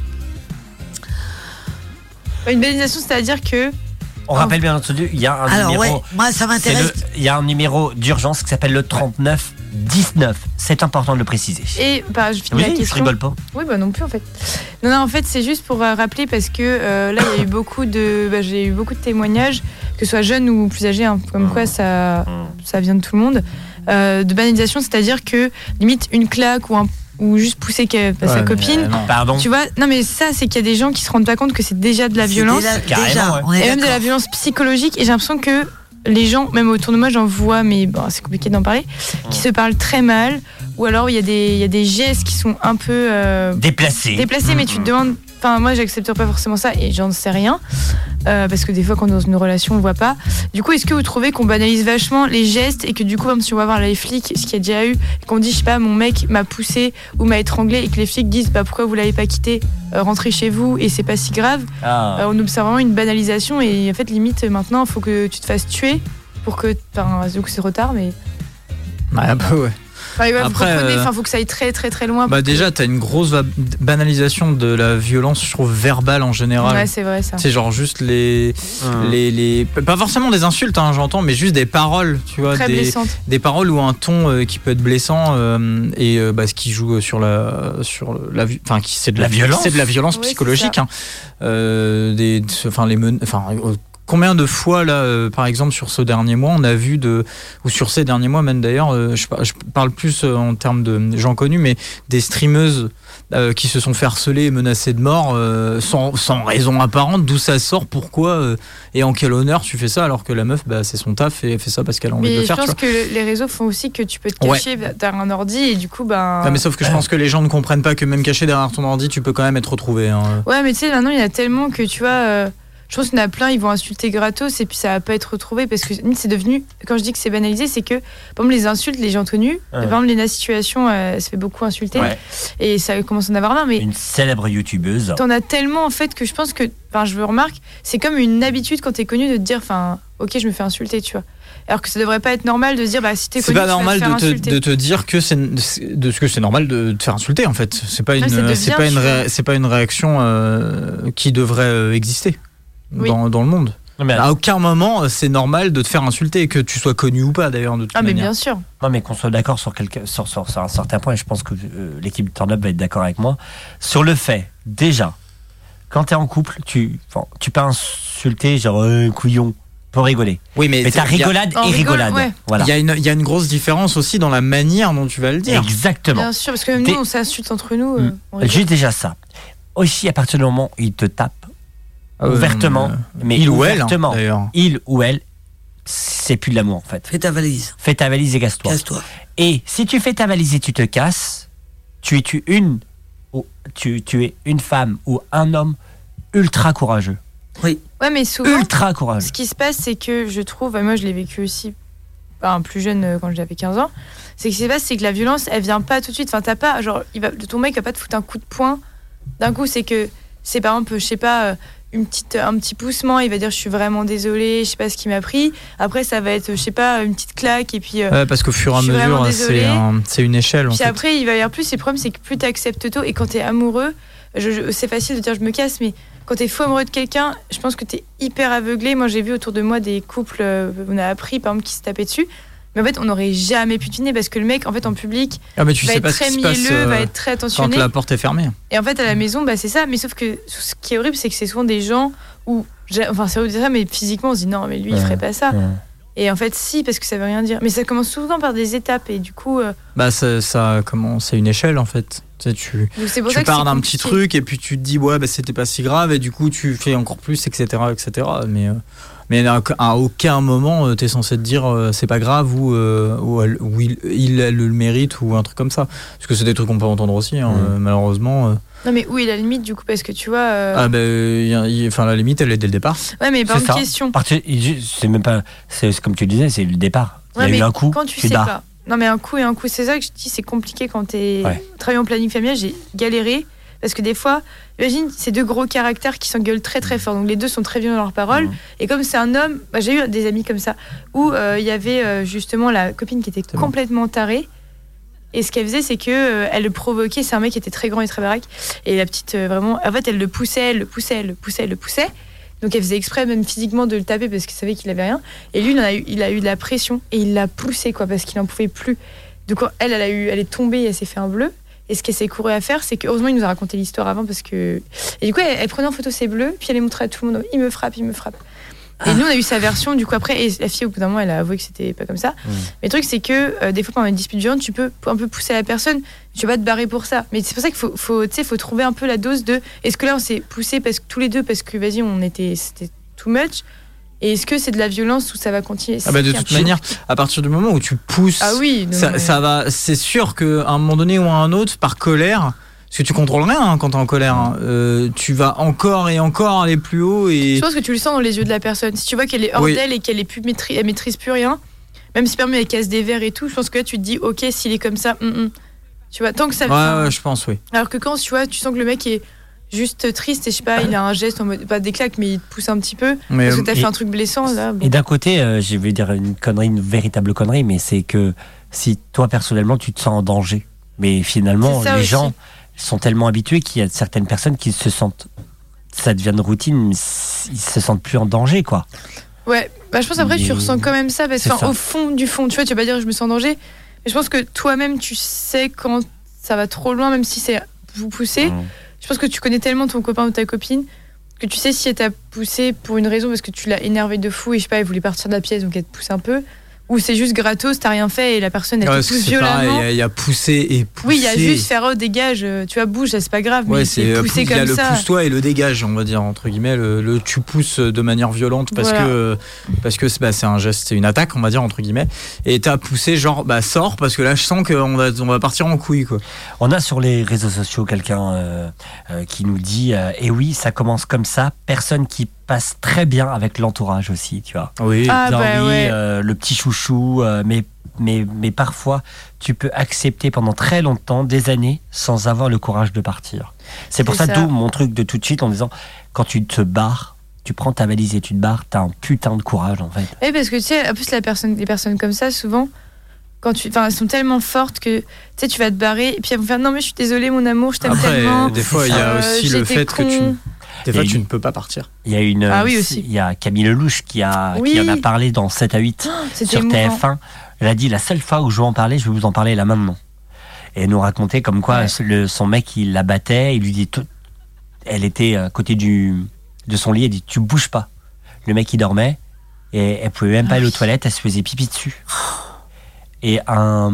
Une banalisation, c'est-à-dire que. On rappelle bien entendu, il y a un numéro. Ouais, moi ça m'intéresse. Il y a un numéro d'urgence qui s'appelle le 3919. C'est important de le préciser. Et je finis la question. Je rigole pas. Oui, non plus en fait. Non, en fait, c'est juste pour rappeler parce que là, il y a eu beaucoup de, j'ai eu beaucoup de témoignages, que ce soit jeunes ou plus âgés, hein, comme quoi ça vient de tout le monde, de banalisation, c'est-à-dire que limite une claque ou juste pousser sa copine. Pardon. Tu vois, non mais ça c'est qu'il y a des gens qui se rendent pas compte que c'est déjà de la violence. Déjà, et même de la violence psychologique. Et j'ai l'impression que les gens, même autour de moi, j'en vois, mais bon, c'est compliqué d'en parler, qui se parlent très mal, ou alors il y a des gestes qui sont un peu déplacés, mais tu te demandes. Enfin, moi, j'accepte pas forcément ça et j'en sais rien. Parce que des fois, quand on est dans une relation, on le voit pas. Du coup, est-ce que vous trouvez qu'on banalise vachement les gestes et que du coup, même si on va voir les flics, ce qu'il y a déjà eu, qu'on dit, je sais pas, mon mec m'a poussé ou m'a étranglé et que les flics disent, pourquoi vous l'avez pas quitté, rentrez chez vous et c'est pas si grave. On observe vraiment une banalisation et en fait, limite, maintenant, il faut que tu te fasses tuer pour que. Enfin, du coup, c'est retard, mais. Un peu, ouais. Après, faut que ça aille très très très loin. Déjà, t'as une grosse banalisation de la violence, je trouve, verbale en général. Ouais, c'est vrai ça. C'est genre juste les pas forcément des insultes, hein, j'entends, mais juste des paroles, tu vois, des paroles ou un ton qui peut être blessant et ce qui joue sur la enfin qui c'est de la violence, c'est de la violence psychologique. Combien de fois là, par exemple sur ce dernier mois, on a vu ou sur ces derniers mois même d'ailleurs, je parle plus en termes de gens connus, mais des streameuses qui se sont fait harceler et menacer de mort sans raison apparente, d'où ça sort, pourquoi et en quel honneur tu fais ça alors que la meuf c'est son taf et elle fait ça parce qu'elle a envie de le faire. Je pense que les réseaux font aussi que tu peux te cacher derrière un ordi et du coup mais sauf que je pense que les gens ne comprennent pas que même caché derrière ton ordi tu peux quand même être retrouvé. Ouais, mais tu sais maintenant il y a tellement que tu vois. Je pense qu'il y en a plein, ils vont insulter gratos et puis ça va pas être retrouvé parce que c'est devenu, quand je dis que c'est banalisé, c'est que par exemple les insultes, les gens connus, par exemple Lena Situation, se fait beaucoup insulter et ça commence à en avoir là. Mais une célèbre youtubeuse. T'en as tellement en fait que je pense que, je le remarque, c'est comme une habitude quand t'es connu de te dire, ok, je me fais insulter, tu vois. Alors que ça devrait pas être normal de se dire, si t'es connu, c'est pas normal de te dire que c'est normal de te faire insulter en fait. C'est pas une réaction qui devrait exister. Dans le monde. À aucun moment c'est normal de te faire insulter, que tu sois connu ou pas d'ailleurs de toute manière. Mais bien sûr. Non mais qu'on soit d'accord sur un certain point, et je pense que l'équipe de Turn Up va être d'accord avec moi, sur le fait, déjà, quand t'es en couple, tu peux insulter genre couillon pour rigoler. Oui, mais t'as rigolade et rigolade. Ouais. Voilà. Il y a une grosse différence aussi dans la manière dont tu vas le dire. Exactement. Bien sûr, parce que même nous on s'insulte entre nous. Juste déjà ça. Aussi à partir du moment où il te tape ouvertement, mais il ouvertement, ou elle, d'ailleurs. Il ou elle, c'est plus de l'amour en fait. Fais ta valise. Fais ta valise et casse-toi. Et si tu fais ta valise et tu te casses, tu es une femme ou un homme ultra courageux. Oui. Ouais, mais souvent, ultra courageux. Ce qui se passe, c'est que je trouve, moi je l'ai vécu aussi, plus jeune quand j'avais 15 ans, c'est que ce qui se passe, c'est que la violence, elle vient pas tout de suite. Enfin, t'as pas, genre, ton mec va pas te foutre un coup de poing d'un coup. C'est que c'est par exemple, je sais pas. Un petit poussement, il va dire je suis vraiment désolé, je sais pas ce qui m'a pris. Après ça va être je sais pas une petite claque et puis parce qu'au fur et à mesure c'est une échelle. Puis après il va y avoir plus, et le problème c'est que plus t'acceptes tôt, et quand t'es amoureux, c'est facile de dire je me casse, mais quand t'es faux amoureux de quelqu'un, je pense que t'es hyper aveuglé. Moi j'ai vu autour de moi des couples, on a appris par exemple qui se tapaient dessus. Mais en fait, on n'aurait jamais pu deviner parce que le mec, en fait, en public, va être très mielleux, va être très attentionné. Quand la porte est fermée. Et en fait, à la maison, c'est ça. Mais sauf que ce qui est horrible, c'est que c'est souvent des gens où, c'est horrible de dire ça, mais physiquement, on se dit non, mais lui, il ferait pas ça. Et en fait, si, parce que ça veut rien dire. Mais ça commence souvent par des étapes et du coup. Ça commence, c'est une échelle en fait. Tu pars d'un petit truc et puis tu te dis c'était pas si grave et du coup tu fais encore plus, etc. Mais à aucun moment t'es censé te dire c'est pas grave ou il le mérite ou un truc comme ça, parce que c'est des trucs qu'on peut entendre aussi malheureusement. Non, mais où est la limite du coup? Parce que tu vois. La limite, elle est dès le départ. Ouais, mais par une question. C'est même pas. C'est comme tu disais, c'est le départ. Ouais, il y a eu un coup. Quand tu sais pas. Non, mais un coup, c'est ça que je dis, c'est compliqué quand t'es travaillé en planning familial. J'ai galéré parce que des fois, imagine, c'est 2 gros caractères qui s'engueulent très très fort. Donc les 2 sont très violents dans leurs paroles. Et comme c'est un homme, j'ai eu des amis comme ça où il y avait justement la copine qui était complètement tarée. Et ce qu'elle faisait, c'est que elle le provoquait. C'est un mec qui était très grand et très baraque. Et la petite, vraiment, en fait, elle le poussait. Donc elle faisait exprès, même physiquement, de le taper parce qu'elle savait qu'il avait rien. Et lui, il a eu de la pression et il l'a poussé, quoi, parce qu'il n'en pouvait plus. Donc elle est tombée, elle s'est fait un bleu. Et ce qu'elle s'est courue à faire, c'est que, heureusement, il nous a raconté l'histoire avant parce que. Et du coup, elle prenait en photo ses bleus, puis elle les montrait à tout le monde. Il me frappe. Et nous, on a eu sa version, du coup, après, et la fille, au bout d'un moment, elle a avoué que c'était pas comme ça. Mais le truc, c'est que des fois, pendant une dispute violente, tu peux un peu pousser la personne, tu vas pas te barrer pour ça. Mais c'est pour ça qu'il faut trouver un peu la dose de. Est-ce que là, on s'est poussé tous les deux parce que, vas-y, c'était too much? Et est-ce que c'est de la violence ou ça va continuer? De toute manière, à partir du moment où tu pousses, ça va. C'est sûr qu'à un moment donné ou à un autre, par colère. Parce que tu contrôles rien quand t'es en colère. Tu vas encore et encore aller plus haut. Et... Je pense que tu le sens dans les yeux de la personne. Si tu vois qu'elle est hors d'elle et qu'elle elle maîtrise plus rien, même si elle casse des verres et tout, je pense que là tu te dis ok, s'il est comme ça, tu vois, tant que ça. Ouais, je pense, oui. Alors que quand tu sens que le mec est juste triste et je sais pas, il a un geste en mode, pas des claques, mais il te pousse un petit peu parce que t'as fait un truc blessant là. Et d'un côté, je vais dire une véritable connerie, mais c'est que si toi personnellement tu te sens en danger, mais finalement les gens sont tellement habitués qu'il y a certaines personnes qui se sentent, ça devient une routine, ils se sentent plus en danger, quoi. Ouais, je pense après tu ressens quand même ça parce qu'au fond du fond, tu vois, tu vas pas dire je me sens en danger, mais je pense que toi-même tu sais quand ça va trop loin, même si c'est vous pousser. Je pense que tu connais tellement ton copain ou ta copine que tu sais si elle t'a poussé pour une raison parce que tu l'as énervé de fou et je sais pas, elle voulait partir de la pièce donc elle te pousse un peu. Ou c'est juste gratos, t'as rien fait et la personne elle te pousse violemment. Il y a poussé et poussé. Oui, il y a juste faire dégage, tu vois, bouge, c'est pas grave, mais c'est pousser comme ça. Il y a le pousse-toi et le dégage, on va dire, entre guillemets, le tu pousses de manière violente parce que c'est un geste, c'est une attaque, on va dire, entre guillemets. Et t'as poussé genre, sors parce que là je sens qu'on va partir en couille, quoi. On a sur les réseaux sociaux quelqu'un qui nous dit, et oui, ça commence comme ça, personne qui passe très bien avec l'entourage aussi, tu vois. Oui, le petit chouchou, mais parfois tu peux accepter pendant très longtemps, des années, sans avoir le courage de partir. C'est pour ça, d'où mon truc de tout de suite en disant, quand tu te barres, tu prends ta valise et tu te barres, t'as un putain de courage en fait. Oui, parce que tu sais, en plus les personnes comme ça, souvent, elles sont tellement fortes que tu sais, tu vas te barrer et puis elles vont faire non mais je suis désolée mon amour, je t'aime tellement. Des fois il y a aussi le fait que tu ne peux pas partir. Il y a il y a Camille Lelouch qui en a parlé dans 7 à 8 sur TF1. Elle a dit la seule fois où je vais en parler, je vais vous en parler là maintenant. Et elle nous racontait comme quoi son mec il la battait, il lui dit elle était à côté de son lit, elle dit tu bouges pas. Le mec il dormait et elle pouvait même pas aller aux toilettes, elle se faisait pipi dessus. Et un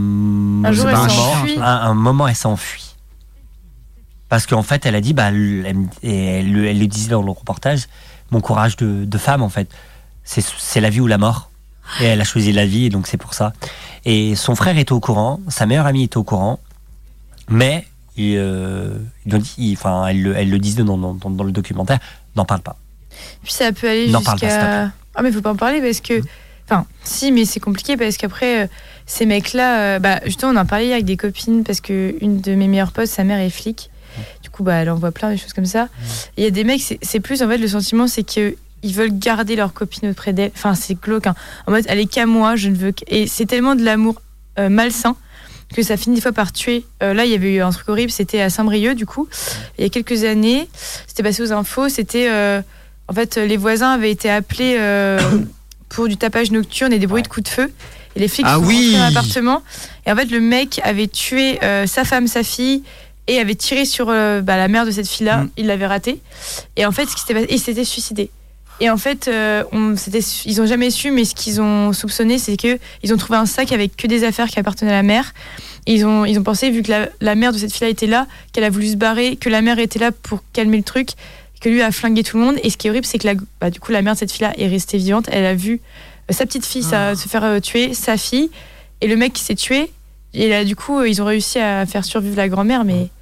moment elle s'enfuit. Parce qu'en fait, elle a dit, elle le disait dans le reportage, mon courage de femme, en fait, c'est la vie ou la mort. Et elle a choisi la vie, et donc c'est pour ça. Et son frère était au courant, sa meilleure amie était au courant, mais elle le disait dans le documentaire, n'en parle pas. Puis ça peut aller jusqu'à... Ah mais faut pas en parler parce que... Enfin, si, mais c'est compliqué parce qu'après, ces mecs-là... justement, on en parlait avec des copines parce qu'une de mes meilleures potes, sa mère est flic. Du coup, elle envoie plein de choses comme ça. Et il y a des mecs, c'est plus en fait le sentiment, c'est qu'ils veulent garder leur copine auprès d'elle. Enfin, c'est glauque. Hein. En mode, elle est qu'à moi, je ne veux que. Et c'est tellement de l'amour malsain que ça finit des fois par tuer. Là, il y avait eu un truc horrible, c'était à Saint-Brieuc, du coup. Il y a quelques années, c'était passé aux infos. C'était. En fait, les voisins avaient été appelés pour du tapage nocturne et des bruits de coups de feu. Et les flics sont rentrés dans l'appartement. Et en fait, le mec avait tué sa femme, sa fille. Et avait tiré sur la mère de cette fille-là, il l'avait ratée. Et en fait, ce qui s'était passé, il s'était suicidé. Et en fait, ils n'ont jamais su, mais ce qu'ils ont soupçonné, c'est qu'ils ont trouvé un sac avec que des affaires qui appartenaient à la mère. Et ils ont pensé, vu que la mère de cette fille-là était là, qu'elle a voulu se barrer, que la mère était là pour calmer le truc, que lui a flingué tout le monde. Et ce qui est horrible, c'est que du coup, la mère de cette fille-là est restée vivante. Elle a vu sa petite fille se faire tuer, sa fille, et le mec qui s'est tué. Et là, du coup, ils ont réussi à faire survivre la grand-mère, mais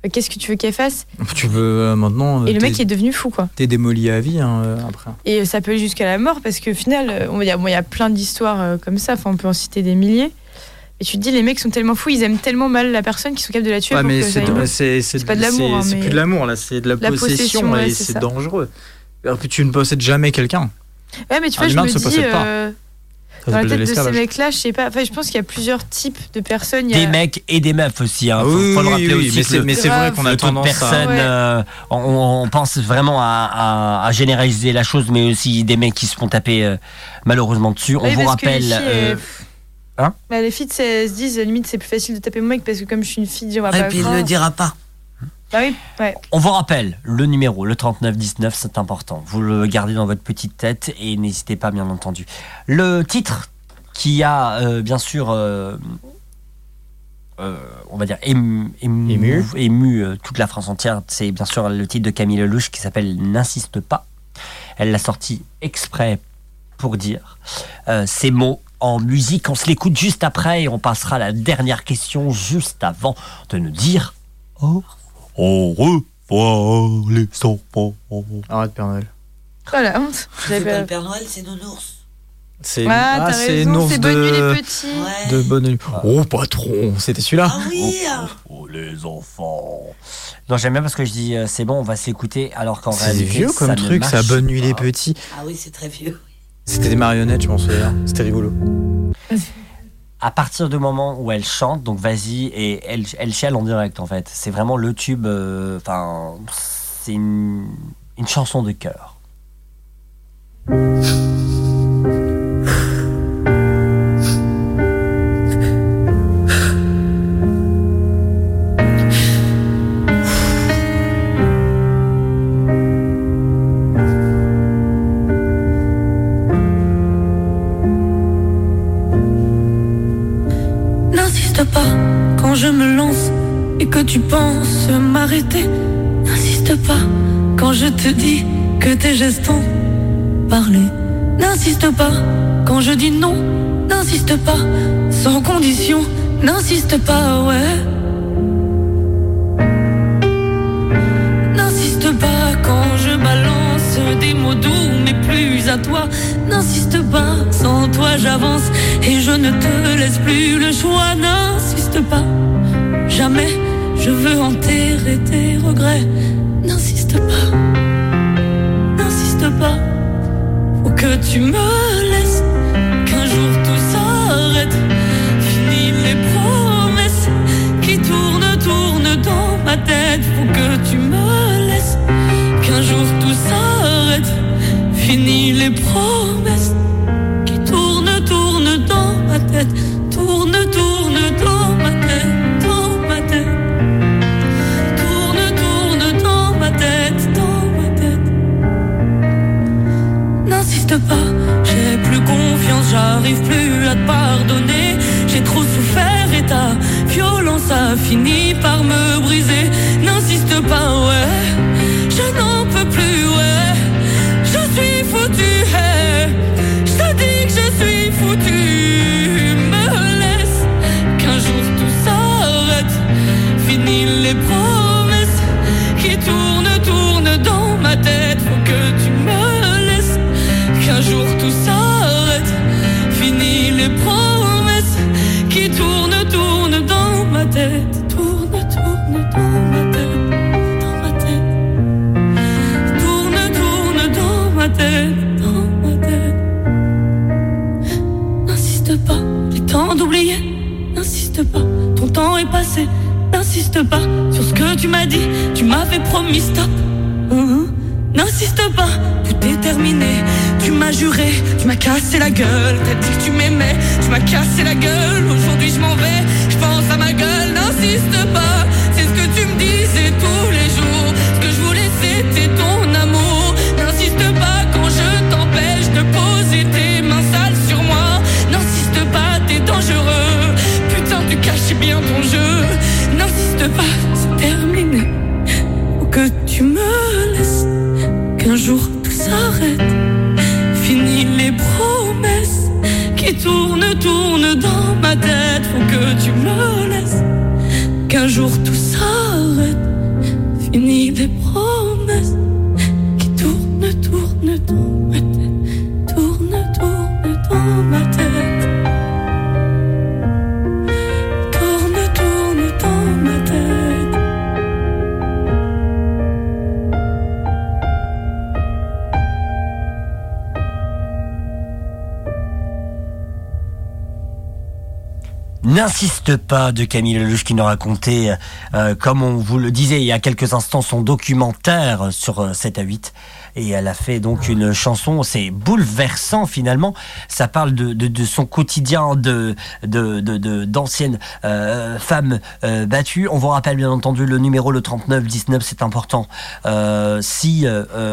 qu'est-ce que tu veux qu'elle fasse? Tu veux maintenant. Et le mec est devenu fou, quoi. T'es démoli à vie après. Et ça peut aller jusqu'à la mort parce qu'au final, il y a plein d'histoires comme ça. Enfin, on peut en citer des milliers. Et tu te dis, les mecs sont tellement fous, ils aiment tellement mal la personne qu'ils sont capables de la tuer. Ouais, mais c'est pas de l'amour. C'est plus de l'amour, là, c'est de la possession ouais, et c'est dangereux. Alors que tu ne possèdes jamais quelqu'un. Ouais, mais tu vois, je me dis, dans la tête de ces mecs-là, je sais pas. Enfin, je pense qu'il y a plusieurs types de personnes. Des mecs et des meufs aussi. Hein. Faut le rappeler aussi. Mais c'est vrai qu'on a tendance à. On pense vraiment à généraliser la chose, mais aussi des mecs qui se font taper malheureusement dessus. On vous rappelle. Les filles elles se disent limite c'est plus facile de taper mon mec parce que comme je suis une fille, on va pas. Et puis il le dira pas. Bah oui, ouais. On vous rappelle le numéro, le 3919, c'est important. Vous le gardez dans votre petite tête et n'hésitez pas, bien entendu. Le titre qui a bien sûr, on va dire ému toute la France entière, c'est bien sûr le titre de Camille Lelouch qui s'appelle N'insiste pas. Elle l'a sorti exprès pour dire ces mots en musique. On se l'écoute juste après et on passera à la dernière question juste avant de nous dire au revoir les enfants. Arrête Père Noël. Oh la honte. C'est pas le Père Noël, c'est Nounours. C'est t'as raison, c'est Bonne Nuit les petits. De Bonne Nuit. Oh patron, c'était celui-là. Ah oui. Les enfants. Non, j'aime bien parce que je dis c'est bon, on va s'écouter alors qu'en réalité c'est vieux comme truc, ça. Bonne Nuit les petits. Ah oui, c'est très vieux. C'était des marionnettes, je m'en souviens. C'était rigolo. À partir du moment où elle chante, donc vas-y, et elle chiale en direct en fait. C'est vraiment le tube. Enfin, c'est une chanson de cœur. Quand je me lance et que tu penses m'arrêter, n'insiste pas. Quand je te dis que tes gestes ont parlé, n'insiste pas. Quand je dis non, n'insiste pas. Sans condition, n'insiste pas, ouais. N'insiste pas quand je balance des mots doux, mais plus à toi. N'insiste pas, sans toi j'avance et je ne te laisse plus le choix. N'insiste pas, jamais je veux enterrer tes regrets. N'insiste pas, n'insiste pas. Faut que tu me laisses, qu'un jour tout s'arrête. Fini les promesses qui tournent dans ma tête. Faut que tu me laisses, qu'un jour tout s'arrête. Fini les promesses qui tournent dans ma tête. Tourne dans ma tête, dans ma tête. Tourne dans ma tête, dans ma tête. N'insiste pas, j'ai plus confiance, j'arrive plus à te pardonner. J'ai trop souffert et ta violence a fini par me briser. N'insiste pas, ouais, je n'en peux plus, ouais. Je suis foutu, hey. Je te dis que je suis foutu. Me laisse, qu'un jour tout s'arrête. Fini les promesses qui tournent dans ma tête. Faut que tu me laisses, qu'un jour tout s'arrête. Fini les promesses qui tournent dans ma tête. Tourne dans ma tête, dans ma tête. Tourne dans ma tête, dans ma tête. N'insiste pas, j'ai le temps d'oublier. N'insiste pas, ton temps est passé. N'insiste pas sur ce que tu m'as dit. Tu m'avais promis stop. N'insiste pas, tout est terminé. Tu m'as juré, tu m'as cassé la gueule. T'as dit que tu m'aimais, tu m'as cassé la gueule. Aujourd'hui je m'en vais, je pense à ma gueule. N'insiste pas, c'est ce que tu me disais tous les jours. Ce que je voulais c'était ton amour. N'insiste pas quand je t'empêche de poser tes mains sales sur moi. N'insiste pas, t'es dangereux. Putain, tu caches bien ton jeu. N'insiste pas, c'est terminé. Faut que tu me laisses, qu'un jour tout s'arrête. Fini les promesses qui tournent dans ma tête. Faut que tu me laisses, qu'un jour tout s'arrête. l'infini des promesses qui tournent, tournent dans ma tête, tournent, tournent dans ma tête, tournent, tournent dans ma tête. N'insiste pas de Camille Lelouch qui nous racontait, comme on vous le disait il y a quelques instants, son documentaire sur 7 à 8. Et elle a fait donc une chanson, c'est bouleversant finalement. Ça parle de son quotidien d'anciennes femmes battues. On vous rappelle bien entendu le numéro, le 3919, c'est important. Si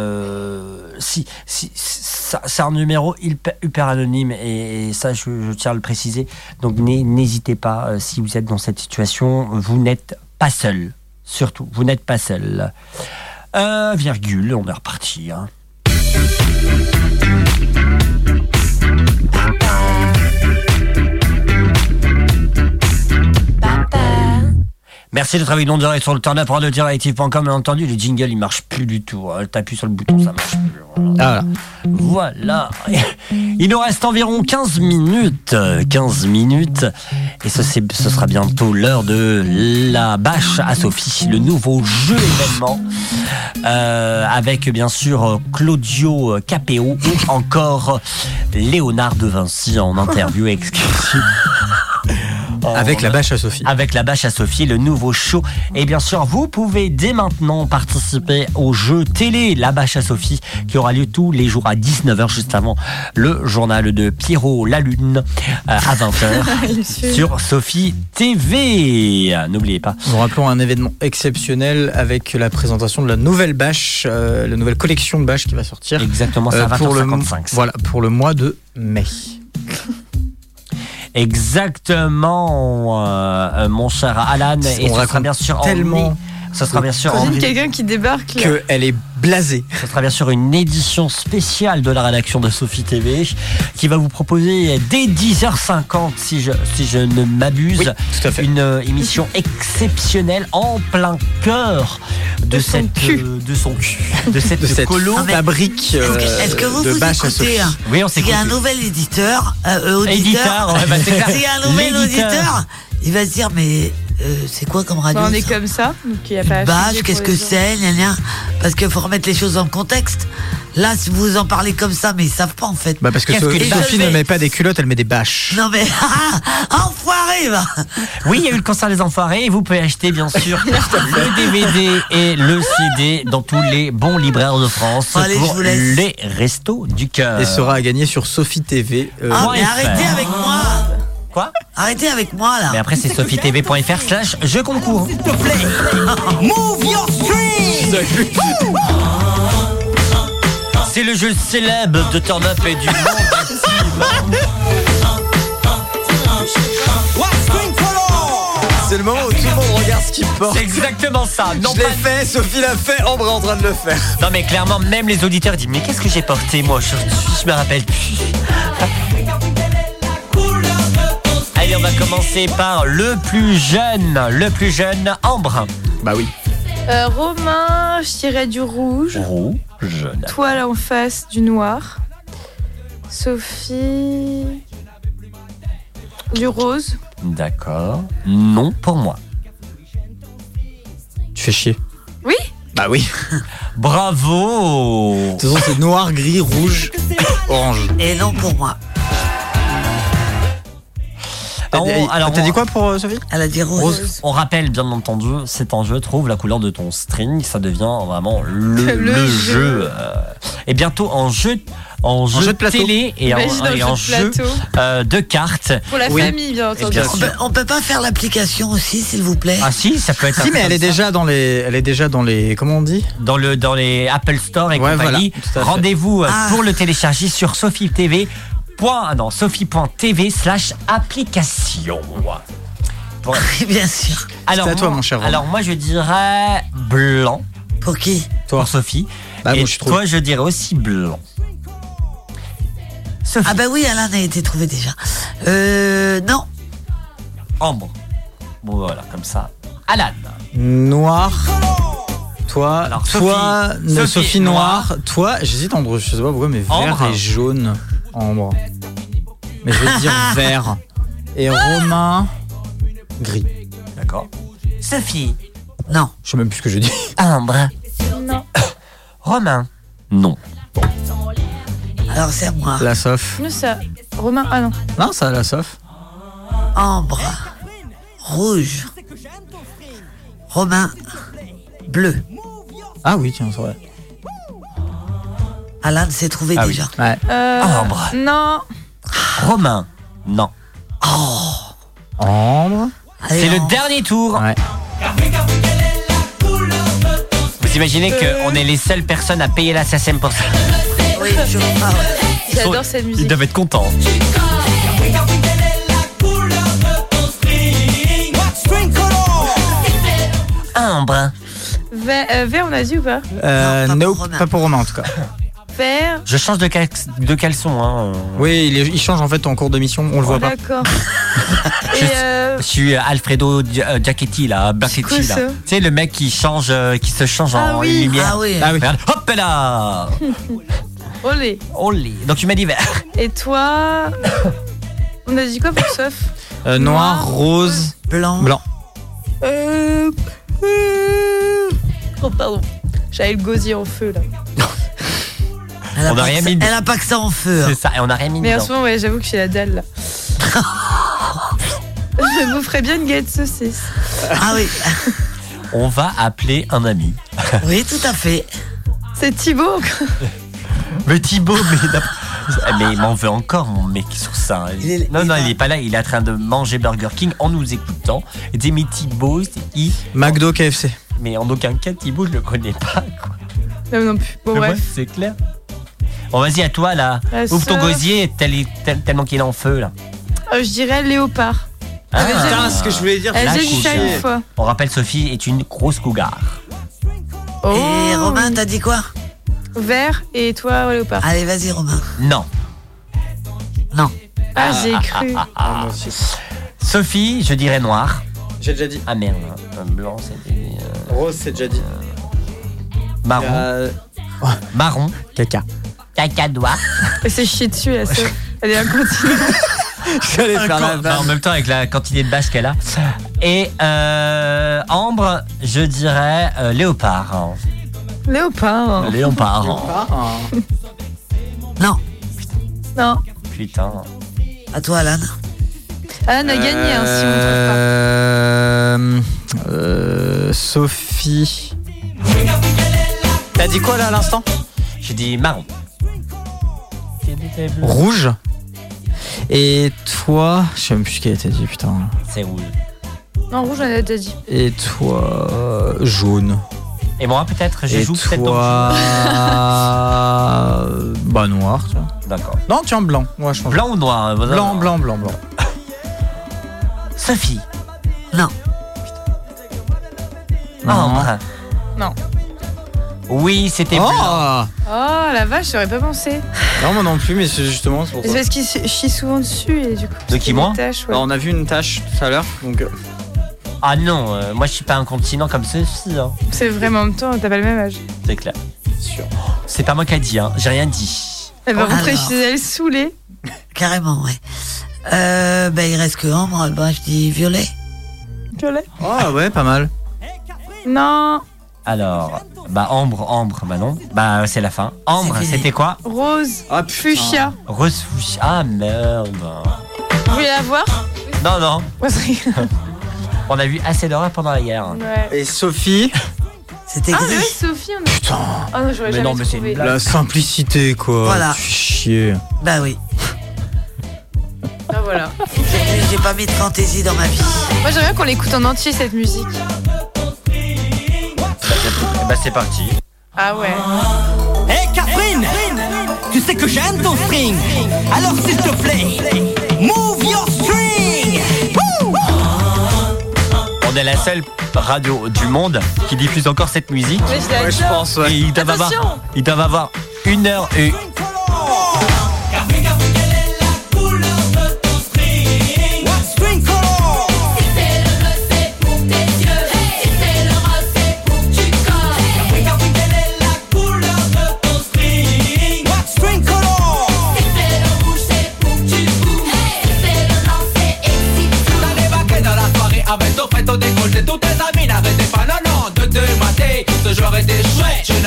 c'est un numéro hyper anonyme et ça je tiens à le préciser. Donc n'hésitez pas, si vous êtes dans cette situation, vous n'êtes pas seul. Surtout, vous n'êtes pas seul. Virgule, on est reparti. Hein. Merci d'être avec nous en direct sur le turn-up radioactive.com. Bien entendu, le jingle il marche plus du tout. T'appuies sur le bouton, ça marche plus. Voilà. Il nous reste environ 15 minutes. 15 minutes. Et ce sera bientôt l'heure de la bâche à Sophie, le nouveau jeu événement. Avec bien sûr Claudio Capéo ou encore Léonard de Vinci en interview exclusive. Avec la bâche à Sophie. Avec la bâche à Sophie, le nouveau show. Et bien sûr, vous pouvez dès maintenant participer au jeu télé La bâche à Sophie qui aura lieu tous les jours à 19h, juste avant le journal de Pierrot la Lune à 20h sur Sophie TV. N'oubliez pas. Nous rappelons un événement exceptionnel avec la présentation de la nouvelle bâche, la nouvelle collection de bâches qui va sortir. Exactement, c'est à 20h55. Voilà, pour le mois de mai. Exactement, mon cher Alan, et ce sera bien sûr tellement. Ce sera bien sûr quelqu'un qui débarque là. qu'elle est blasée. Ce sera bien sûr une édition spéciale de la rédaction de Sophie TV qui va vous proposer dès 10h50 si je ne m'abuse, tout à fait. Une émission exceptionnelle en plein cœur de cette colo fabrique est-ce que vous de bâche à Sophie. Oui, on s'écoute. Il y a un nouvel éditeur, auditeur. S'il y a un nouvel auditeur, il va se dire mais c'est quoi comme radio? On est comme ça, donc il y a pas. Bâche, qu'est-ce que c'est, parce qu'il faut remettre les choses dans le contexte. Là, si vous en parlez comme ça, mais ils savent pas en fait. Bah parce que Sophie ne met pas des culottes, elle met des bâches. Non mais enfoiré va. Oui, il y a eu le concert des enfoirés et vous pouvez acheter bien sûr le DVD et le CD dans tous les bons libraires de France pour les restos du cœur. Et sera à gagner sur Sophie TV. Mais arrêtez avec moi. Quoi? Arrêtez avec moi là. Mais après c'est sophietv.fr/jeu concours. S'il te plaît, move your street. C'est le jeu célèbre de Turn Up et du monde active. C'est le moment où tout le monde regarde ce qu'il porte. C'est exactement ça. Non, je l'ai fait, Sophie l'a fait, Ambre est en train de le faire. Non mais clairement, même les auditeurs disent mais qu'est-ce que j'ai porté moi aujourd'hui? Je me rappelle plus. Allez, on va commencer par le plus jeune, Ambre. Bah oui. Romain, je dirais du rouge. Rouge. Toi là en face, du noir. Sophie, du rose. D'accord. Non pour moi. Tu fais chier. Oui. Bah oui. Bravo. De toute façon, c'est noir, gris, rouge, orange. Et non pour moi. Alors, t'as dit quoi pour Sophie? Elle a dit rose. On rappelle bien entendu, c'est un jeu, trouve la couleur de ton string, ça devient vraiment le jeu. Et bientôt en jeu de plateau. Télé et en jeu de cartes. Pour la famille, bien entendu. On peut pas faire l'application aussi, s'il vous plaît? Ah si, ça peut être. Si, mais elle est déjà dans les, comment on dit? Dans les Apple Store et compagnie. Voilà, rendez-vous pour le télécharger sur Sophie TV. Sophie.tv/application. Bien sûr. Alors, c'est à toi, mon cher. Alors moi je dirais blanc. Pour qui? Pour Sophie. Bah, et toi je dirais aussi blanc. Sophie. Ah bah oui, Alain a été trouvé déjà. Non. Ambre. Bon voilà, comme ça. Alan. Noir. Toi, Alors, Sophie noire. Toi, j'hésite entre, je sais pas pourquoi, mais vert Ambre. et jaune. Ambre. Mais je vais dire vert. Et Romain, gris. D'accord. Sophie. Non. Je sais même plus ce que je dis. Ambre. Non. Romain. Non. Alors c'est à moi. La Soph. Nous, ça. Romain, ah non. Non, ça, la Soph. Ambre. Rouge. Romain. Bleu. Ah oui, tiens, c'est vrai. Alan s'est trouvé Ah déjà. Oui. Ouais. Ambre. Non. Romain. Non. Ambre. C'est le dernier tour. Ouais. Vous imaginez qu'on est les seules personnes à payer l'assassin pour ça. Oui, je crois. J'adore cette Ils musique. doivent être contents. Ambre. Vert, on a dit ou pas? Nope, pas pour Romain en tout cas. Vert. Je change de caleçon. Hein. Oui, il change en fait en cours de mission, on le voit pas. D'accord. Et Je suis Alfredo Giachetti là, Blacchetti quoi, là. ça Tu sais le mec qui change, qui se change Ah en oui. lumière. Ah oui. Regarde, hop là. olé. Olé. Donc tu m'as dit vert. Et toi? On a dit quoi pour Soph? Noir, rose, blanc. Oh pardon. J'avais le gosier en feu là. On a rien mis. Elle a pas que ça en feu. C'est ça, et on a rien mis Mais en dedans. ce moment, ouais, j'avoue que j'ai la dalle là. Je vous ferais bien une galette saucisse. Ah oui. On va appeler un ami. Oui, tout à fait. C'est Thibaut. Mais Thibaut, mais il m'en veut encore, mon mec, sur ça. Il est pas là, il est en train de manger Burger King en nous écoutant. Il dit, mais Thibaut, c'est qui? McDo, KFC. Mais en aucun cas, Thibaut, je le connais pas, quoi. Non plus. Bon, Mais bref. ouais, c'est clair. Bon, vas-y, à toi, là. Ouvre ton gosier, tellement qu'il est en feu, là. Je dirais léopard. Ah, putain, ce que je voulais dire. Elle la a dit ça couche. une fois. On rappelle, Sophie est une grosse cougar. Oh. Et Romain, t'as dit quoi? Vert et toi, léopard. Allez, vas-y, Romain. Non. Non. Ah, j'ai cru. Sophie, je dirais noir. J'ai déjà dit. Ah merde, blanc, c'était. Rose, c'est déjà dit. Marron. Marron. Caca. Cacadois. Elle s'est chiée dessus, la Soph. Elle est incontinente. J'allais faire la vanne. En même temps, avec la quantité de bâche qu'elle a. Et Ambre, je dirais léopard. Léopard. Léopard. Non. Non. Putain. À toi, Alan. Alan a gagné, hein, si on ne trouve pas. Sophie. T'as dit quoi là à l'instant? J'ai dit marron. Rouge. Et toi, je sais même plus ce qu'elle t'a dit, putain. C'est rouge. Non, rouge, on a déjà dit. Et toi, jaune. Et moi, peut-être, je Et joue peut-être dans toi, bah noir, tu vois. D'accord. Non, tiens, blanc. Ouais, je pense. Blanc ou noir? Blanc. Sophie. Non. Ambre. Non. Oui, c'était Oh blanc. Oh la vache, j'aurais pas pensé. Non, moi non plus, mais c'est justement c'est pour C'est ça. parce qu'il chie souvent dessus et du coup. De qui, c'est moi des taches, ouais. Alors, on a vu une tâche tout à l'heure, donc. Ah non, moi je suis pas incontinent comme Sophie. Hein. C'est vraiment en même temps, t'as pas le même âge. C'est clair. Sûr. C'est pas moi qui a dit, hein. J'ai rien dit. Elle va Oh, rentrer alors. chez elle saoulée. Carrément, ouais. Ben, il reste que Ambre. Ben, je dis violet. Violet. Oh, ouais, pas mal. Non. Alors, bah Ambre, bah non. Bah c'est la fin. Ambre, C'est fini. c'était quoi? Rose. Ah, Fuchsia. Rose fuchsia. Ah merde. Vous voulez la voir? Non. Ouais, c'est- On a vu assez d'horreur pendant la guerre. Ouais. Et Sophie. C'était Ah, gris. mais ouais, Sophie, on a. Putain. Ah non, j'aurais Mais jamais non, mais c'est une trouvé. blague. La simplicité, quoi. Voilà. Tu fais chier. Bah oui. Ah voilà. J'ai pas mis de fantaisie dans ma vie. Moi, j'aimerais qu'on l'écoute en entier cette musique. Bah c'est parti. Ah ouais. Hey Catherine, tu sais que j'aime ton string. Alors s'il te plaît, move your string. Woo! On est la seule radio du monde qui diffuse encore cette musique. Mais je l'adore. je pense, ouais. Et ils doivent avoir 1 heure et... String color.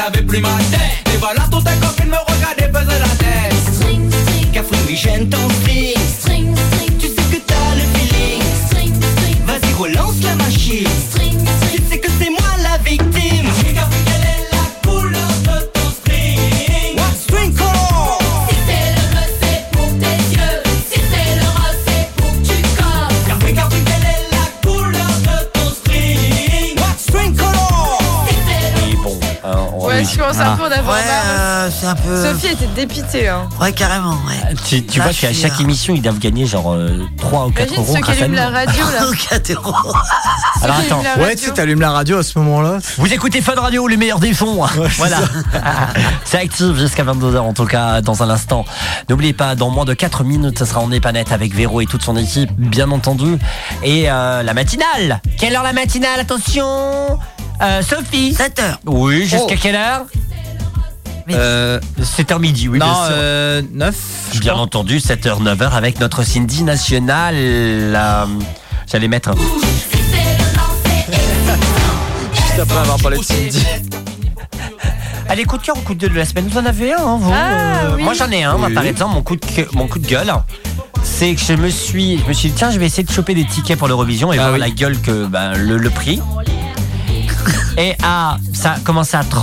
n'avais plus ma tête. Et voilà, toutes tes copines me regardaient, faisaient la tête. String, string, Cafri, oui, j'aime ton string. String, string, tu sais que t'as le feeling. String, string, vas-y, relance la machine. String, string, tu sais que c'est moi la victime. Et Cafri, quelle est la couleur de ton string? What string color? Si c'est le bleu, c'est pour tes yeux. Si c'est le rose, c'est pour que tu colles. Cafri, Cafri, quelle est la couleur de ton string? What string color? Si c'est le Et bon, Ouais, je commence un peu d'avoir Ouais, marre. c'est un peu. Sophie était dépitée. Hein. Ouais, carrément, ouais. tu vois qu'à chaque émission, ils doivent gagner genre 3 ou 4 Imagine euros ceux qui grâce à allument nous. la radio là. 4 euros. Alors attends, Ouais, tu sais, t'allumes la radio à ce moment-là. vous écoutez Fun Radio, le meilleur des sons. Voilà. C'est actif jusqu'à 22h en tout cas dans un instant. N'oubliez pas, dans moins de 4 minutes, ce sera On n'est pas net avec Véro et toute son équipe, bien entendu. Et la matinale. Quelle heure la matinale? Attention, Sophie. 7h. Oui, jusqu'à quelle heure? 7h midi, oui, Non, bien sûr. 9. Bien entendu, 7h, 9h avec notre Cindy nationale. J'allais mettre. Juste après avoir parlé de Cindy. Allez, coup de cœur ou coup de gueule de la semaine, vous en avez un, hein, vous Oui. Moi j'en ai un, moi, par exemple, mon coup de gueule, c'est que je me suis dit, tiens, je vais essayer de choper des tickets pour l'Eurovision et voir la gueule que le prix. Et ça a commencé à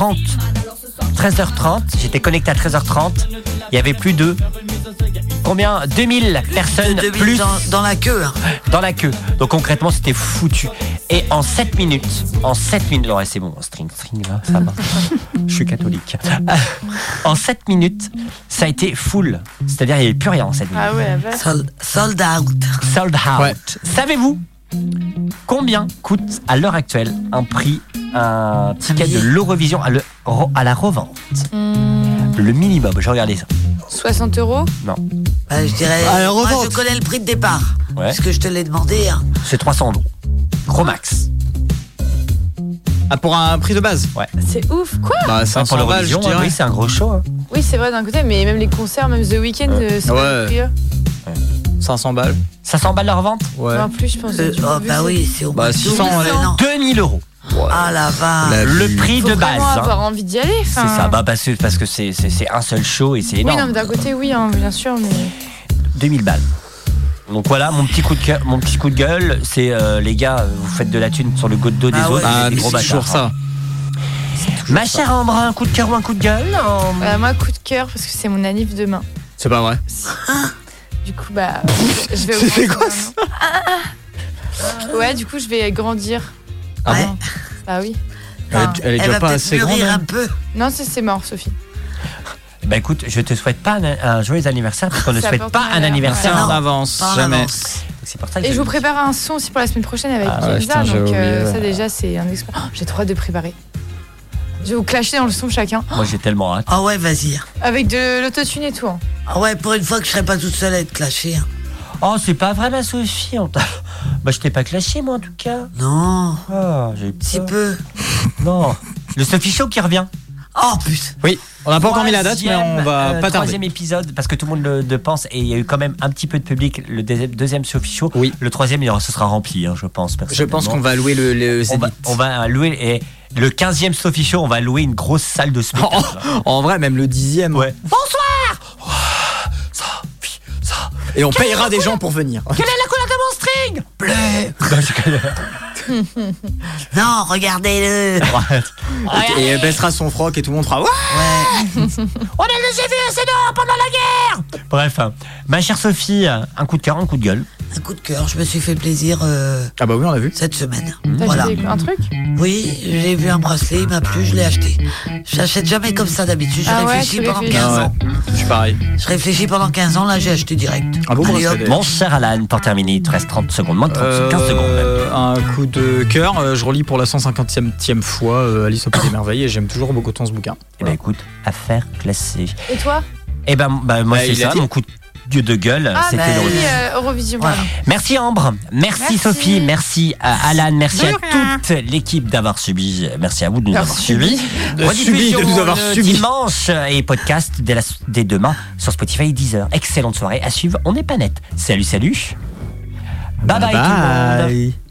13h30, j'étais connecté à 13h30, il y avait plus de combien 2000 personnes 2000 plus dans la queue. Hein. dans la queue. Donc concrètement, c'était foutu. Et en 7 minutes, ouais, c'est bon, string là, ça va. Je suis catholique. En 7 minutes, ça a été full. C'est-à-dire, il n'y avait plus rien en 7 minutes. Ah ouais, bah. Sold out. Sold out. Ouais. Savez-vous combien coûte à l'heure actuelle un ticket de l'Eurovision à la revente? Le minimum, j'ai regardé ça. 60 euros? Non. Bah, je dirais. Moi, je connais le prix de départ. Ouais. Parce que je te l'ai demandé. Hein. C'est 300 euros. Gros max. Ah, pour un prix de base? Ouais. C'est ouf, quoi? Bah, 500 pour balles, je l'Eurovision, dirais. oui, c'est un gros show. Hein. Oui, c'est vrai d'un côté, mais même les concerts, même The Weeknd, c'est pas le prix, hein. 500 balles. 500 balles la revente? Ouais. En plus, je pense. Bah oui, c'est au Bah, 600, allez. 2000 euros. Ah la vache. Le prix de base. Faut Hein. avoir envie d'y aller. C'est ça, bah parce que c'est un seul show et c'est Oui, énorme. non, mais d'un côté, oui, hein, bien sûr, mais. 2000 balles. Donc voilà, mon petit coup de gueule, c'est les gars, vous faites de la thune sur le dos des autres. Ah, des mais gros c'est toujours bâtards. ça. Ma chère Ambre, un coup de cœur ou un coup de gueule? Moi, coup de cœur, parce que c'est mon anniv demain. C'est pas vrai. Du coup, bah. Je vais C'est quoi ça? Ouais, du coup, je vais grandir. Ah bon? Bah oui. Elle est déjà pas assez grande. Un peu. Non, c'est mort, Sophie. Bah écoute, je te souhaite pas un joyeux anniversaire parce qu'on ne Ça souhaite porte pas un malheur. anniversaire En en avance, En jamais. avance. C'est pour ça que Et je vous prépare un son aussi pour la semaine prochaine avec Ah ouais, Kenza, putain, j'avais donc oublié, ouais. ça déjà c'est un exploit. Oh, j'ai trop hâte de préparer. Je vais vous clasher dans le son chacun. Moi j'ai tellement hâte. Ah ouais, vas-y. Avec de l'autotune et tout. Hein. Ah ouais, pour une fois que je serai pas toute seule à être clashée. Hein. Oh, c'est pas vrai ma Sophie. Bah je t'ai pas clashé moi en tout cas. Non. Oh, j'ai eu Si peur. peu. Non. Le Sophie Show qui revient. Oh putain. Oui, on n'a pas encore mis la date, mais on va pas tarder. Troisième épisode, parce que tout le monde le pense, et il y a eu quand même un petit peu de public. Le deuxième Sophie Show. Oui. Le troisième, ce sera rempli, hein, je pense. Je pense qu'on va louer le on va louer. Et le 15e Sophie Show, on va louer une grosse salle de spectacle. En vrai, même le 10e. Ouais. Bonsoir. Et on payera des gens pour venir. Quelle est la couleur de mon string? Bleu. Non, regardez-le. Et elle baissera son froc et tout le monde fera ouais. On a le GVSD pendant la guerre. Bref, ma chère Sophie, un coup de cœur, un coup de gueule. Un coup de cœur, je me suis fait plaisir Ah bah oui, on l'a vu. cette semaine. T'as Voilà. acheté un truc? Oui, j'ai vu un bracelet, il m'a plu, je l'ai acheté. J'achète jamais comme ça d'habitude, je Ah ouais, réfléchis tu pendant réfléchis. 15 ans. Je suis pareil. Je réfléchis pendant 15 ans, là j'ai acheté direct. Un beau Allez, bracelet. hop. Mon cher Alan, pour terminer, il te reste 30 secondes, moins de 30, 15 secondes même. Un coup de cœur, je relis pour la 150e fois Alice au Pays des Merveilles et j'aime toujours beaucoup ce bouquin. Eh ben écoute, affaire classée. Et toi? Eh ben moi Bah, c'est il a ça, dit. mon coup de gueule, Ah, c'était bah le oui, Eurovision. Voilà. Merci Ambre, merci Sophie, merci à Alan, merci à toute l'équipe d'avoir subi, merci à vous de nous avoir suivis. De nous avoir subi. Dimanche et podcast dès demain sur Spotify et Deezer. Excellente soirée à suivre, on n'est pas net. Salut. Bye bye tout le monde.